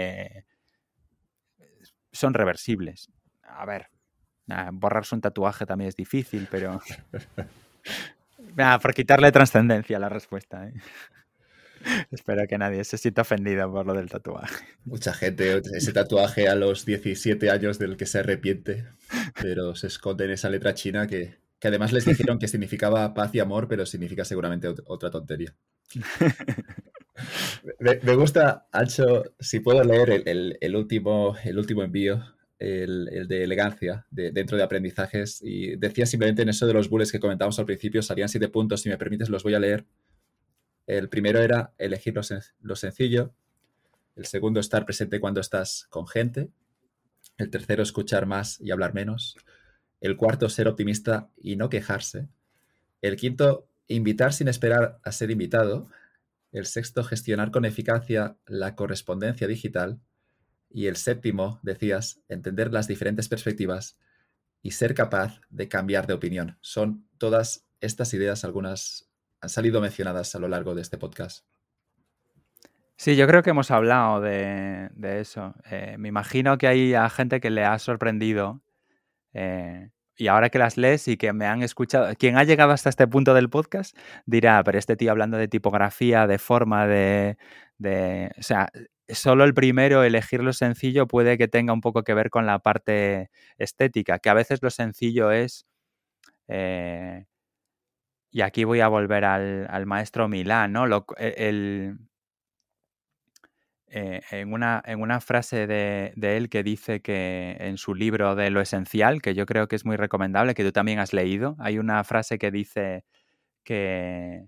son reversibles. A ver, borrarse un tatuaje también es difícil, pero... por quitarle trascendencia a la respuesta, ¿eh? Espero que nadie se sienta ofendido por lo del tatuaje. Mucha gente, ese tatuaje a los 17 años del que se arrepiente, pero se esconde en esa letra china que además les dijeron que significaba paz y amor, pero significa seguramente otra tontería. Me gusta, Ancho, si puedo leer el último envío, el de elegancia, dentro de aprendizajes, y decía simplemente en eso de los bullets que comentamos al principio, salían 7 puntos, si me permites los voy a leer. El primero era elegir lo sencillo, el segundo estar presente cuando estás con gente, el tercero escuchar más y hablar menos, el cuarto ser optimista y no quejarse, el quinto invitar sin esperar a ser invitado, el sexto gestionar con eficacia la correspondencia digital y el séptimo, decías, entender las diferentes perspectivas y ser capaz de cambiar de opinión. Son todas estas ideas, algunas han salido mencionadas a lo largo de este podcast. Sí, yo creo que hemos hablado de eso. Me imagino que hay a gente que le ha sorprendido y ahora que las lees y que me han escuchado, quien ha llegado hasta este punto del podcast dirá, pero este tío hablando de tipografía, de forma, o sea, solo el primero, elegir lo sencillo, puede que tenga un poco que ver con la parte estética, que a veces lo sencillo es... y aquí voy a volver al maestro Milán, ¿no? En una frase de él que dice que en su libro de Lo Esencial, que yo creo que es muy recomendable, que tú también has leído, hay una frase que dice que,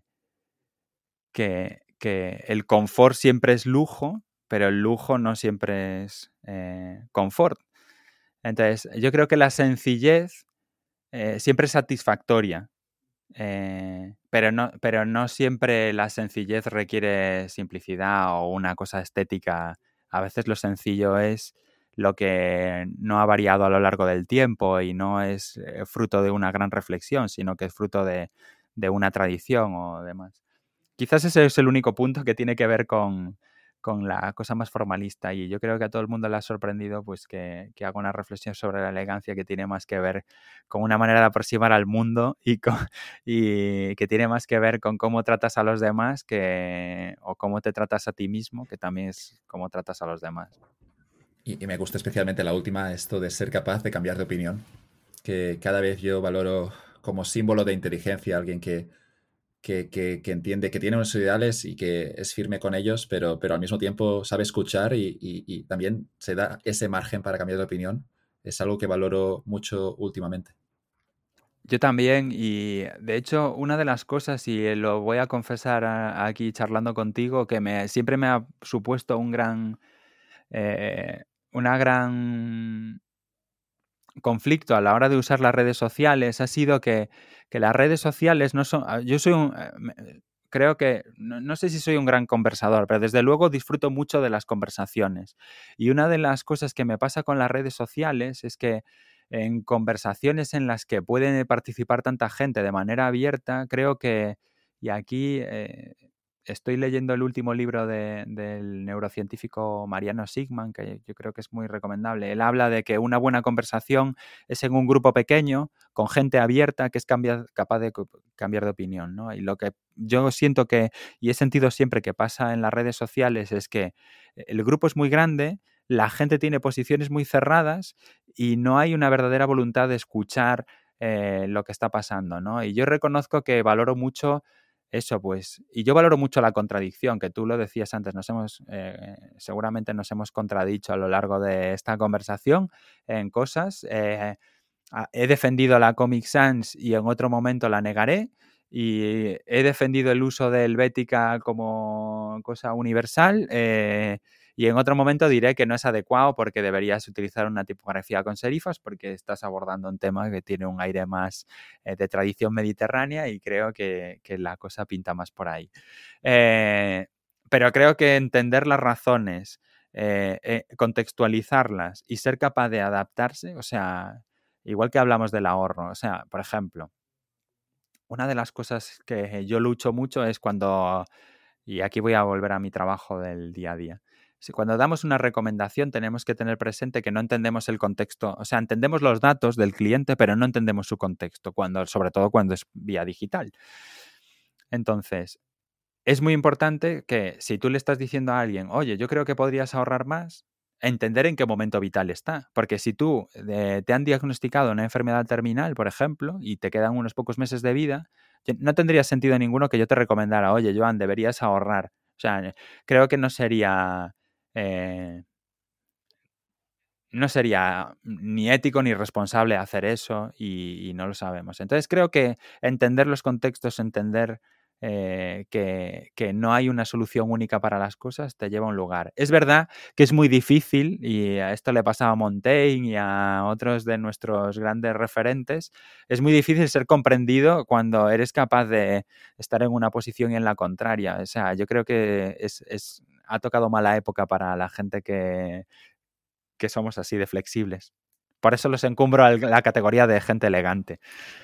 que el confort siempre es lujo, pero el lujo no siempre es confort. Entonces, yo creo que la sencillez siempre es satisfactoria. Pero no siempre la sencillez requiere simplicidad o una cosa estética. A veces lo sencillo es lo que no ha variado a lo largo del tiempo y no es fruto de una gran reflexión, sino que es fruto de una tradición o demás. Quizás ese es el único punto que tiene que ver con la cosa más formalista y yo creo que a todo el mundo le ha sorprendido pues que haga una reflexión sobre la elegancia que tiene más que ver con una manera de aproximar al mundo y que tiene más que ver con cómo tratas a los demás o cómo te tratas a ti mismo, que también es cómo tratas a los demás. Y me gusta especialmente la última, esto de ser capaz de cambiar de opinión, que cada vez yo valoro como símbolo de inteligencia, alguien que entiende, que tiene unos ideales y que es firme con ellos, pero al mismo tiempo sabe escuchar y también se da ese margen para cambiar de opinión. Es algo que valoro mucho últimamente. Yo también, y de hecho, una de las cosas, y lo voy a confesar aquí charlando contigo, que siempre me ha supuesto una gran conflicto a la hora de usar las redes sociales, ha sido que las redes sociales no son... Yo soy creo que, no sé si soy un gran conversador, pero desde luego disfruto mucho de las conversaciones. Y una de las cosas que me pasa con las redes sociales es que en conversaciones en las que puede participar tanta gente de manera abierta, creo que, y aquí estoy leyendo el último libro del neurocientífico Mariano Sigman, que yo creo que es muy recomendable. Él habla de que una buena conversación es en un grupo pequeño, con gente abierta, que es capaz de cambiar de opinión, ¿no? Y lo que yo siento que, y he sentido siempre que pasa en las redes sociales, es que el grupo es muy grande, la gente tiene posiciones muy cerradas y no hay una verdadera voluntad de escuchar lo que está pasando, ¿no? Y yo reconozco que valoro mucho eso, pues, y yo valoro mucho la contradicción, que tú lo decías antes, seguramente nos hemos contradicho a lo largo de esta conversación en cosas. He defendido la Comic Sans y en otro momento la negaré, y he defendido el uso de Helvética como cosa universal, y en otro momento diré que no es adecuado porque deberías utilizar una tipografía con serifas porque estás abordando un tema que tiene un aire más de tradición mediterránea, y creo que la cosa pinta más por ahí. Pero creo que entender las razones, contextualizarlas y ser capaz de adaptarse, o sea, igual que hablamos del ahorro, o sea, por ejemplo, una de las cosas que yo lucho mucho es cuando, y aquí voy a volver a mi trabajo del día a día, si cuando damos una recomendación tenemos que tener presente que no entendemos el contexto, o sea, entendemos los datos del cliente, pero no entendemos su contexto, sobre todo cuando es vía digital. Entonces, es muy importante que si tú le estás diciendo a alguien, oye, yo creo que podrías ahorrar más, entender en qué momento vital está. Porque si tú te han diagnosticado una enfermedad terminal, por ejemplo, y te quedan unos pocos meses de vida, no tendría sentido ninguno que yo te recomendara, oye, Joan, deberías ahorrar. O sea, creo que no sería ni ético ni responsable hacer eso, y no lo sabemos. Entonces creo que entender los contextos, entender que no hay una solución única para las cosas, te lleva a un lugar. Es verdad que es muy difícil, y a esto le pasaba a Montaigne y a otros de nuestros grandes referentes, es muy difícil ser comprendido cuando eres capaz de estar en una posición y en la contraria. O sea, yo creo que ha tocado mala época para la gente que somos así de flexibles. Por eso los encumbro a la categoría de gente elegante.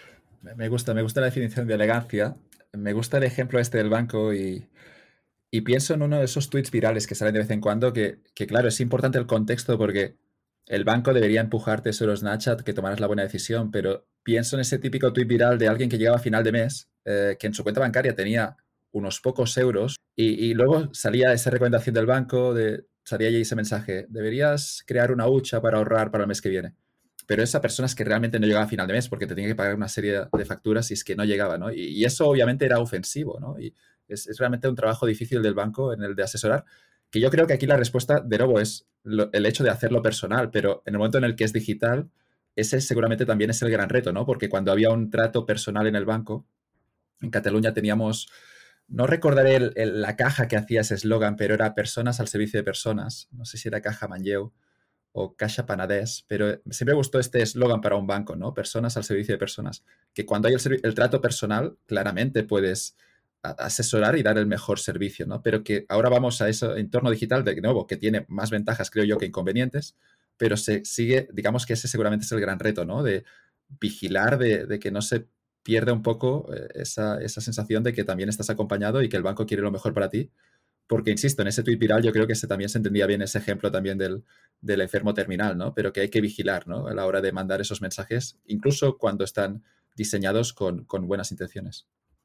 Me gusta la definición de elegancia. Me gusta el ejemplo este del banco y pienso en uno de esos tweets virales que salen de vez en cuando que, claro, es importante el contexto porque el banco debería empujarte sobre Snapchat que tomaras la buena decisión, pero pienso en ese típico tweet viral de alguien que llegaba a final de mes, que en su cuenta bancaria tenía unos pocos euros y luego salía esa recomendación del banco, salía ahí ese mensaje, deberías crear una hucha para ahorrar para el mes que viene. Pero esa persona es que realmente no llegaba a final de mes porque te tenía que pagar una serie de facturas y es que no llegaba, ¿no? Y eso obviamente era ofensivo, ¿no? Y es realmente un trabajo difícil del banco en el de asesorar, que yo creo que aquí la respuesta, de nuevo, es el hecho de hacerlo personal, pero en el momento en el que es digital, ese seguramente también es el gran reto, ¿no? Porque cuando había un trato personal en el banco, en Cataluña teníamos, no recordaré la caja que hacía ese eslogan, pero era personas al servicio de personas, no sé si era Caja Manlleu o Caixa Panadés, pero siempre me gustó este eslogan para un banco, ¿no? Personas al servicio de personas. Que cuando hay el trato personal, claramente puedes asesorar y dar el mejor servicio, ¿no? Pero que ahora vamos a ese entorno digital, de nuevo, que tiene más ventajas, creo yo, que inconvenientes, pero se sigue, digamos que ese seguramente es el gran reto, ¿no? De vigilar, de que no se pierda un poco esa sensación de que también estás acompañado y que el banco quiere lo mejor para ti, porque, insisto, en ese tuit viral yo creo que también se entendía bien ese ejemplo también del enfermo terminal, ¿no? Pero que hay que vigilar, ¿no? A la hora de mandar esos mensajes, incluso cuando están diseñados con buenas intenciones.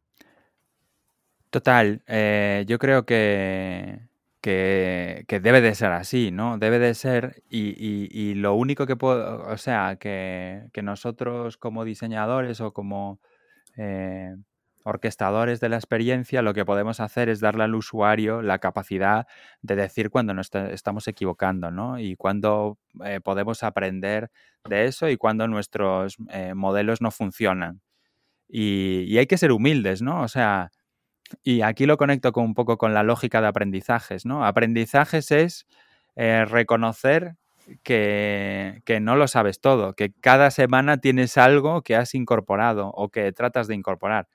Total, yo creo que debe de ser así, ¿no? Debe de ser, y lo único que puedo, o sea, que nosotros como diseñadores o como eh, orquestadores de la experiencia, lo que podemos hacer es darle al usuario la capacidad de decir cuando nos estamos equivocando, ¿no? Y cuando podemos aprender de eso y cuando nuestros modelos no funcionan. Y hay que ser humildes, ¿no? O sea, y aquí lo conecto un poco con la lógica de aprendizajes, ¿no? Aprendizajes es reconocer que no lo sabes todo, que cada semana tienes algo que has incorporado o que tratas de incorporar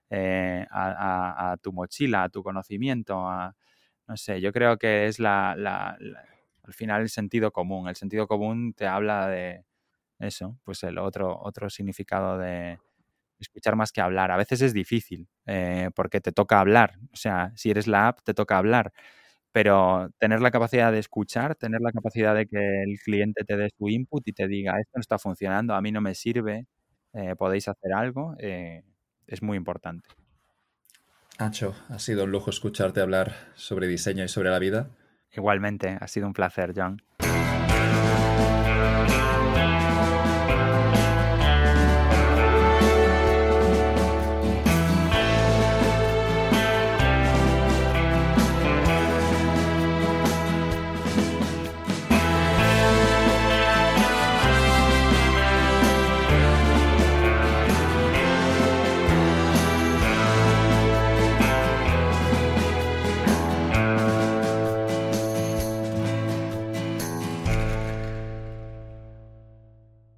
a tu mochila, a tu conocimiento, no sé, yo creo que es al final el sentido común. El sentido común te habla de eso, pues el otro significado escuchar más que hablar. A veces es difícil porque te toca hablar. O sea, si eres la app, te toca hablar. Pero tener la capacidad de escuchar, tener la capacidad de que el cliente te dé su input y te diga, esto no está funcionando, a mí no me sirve, podéis hacer algo, es muy importante. Nacho, ha sido un lujo escucharte hablar sobre diseño y sobre la vida. Igualmente, ha sido un placer, John.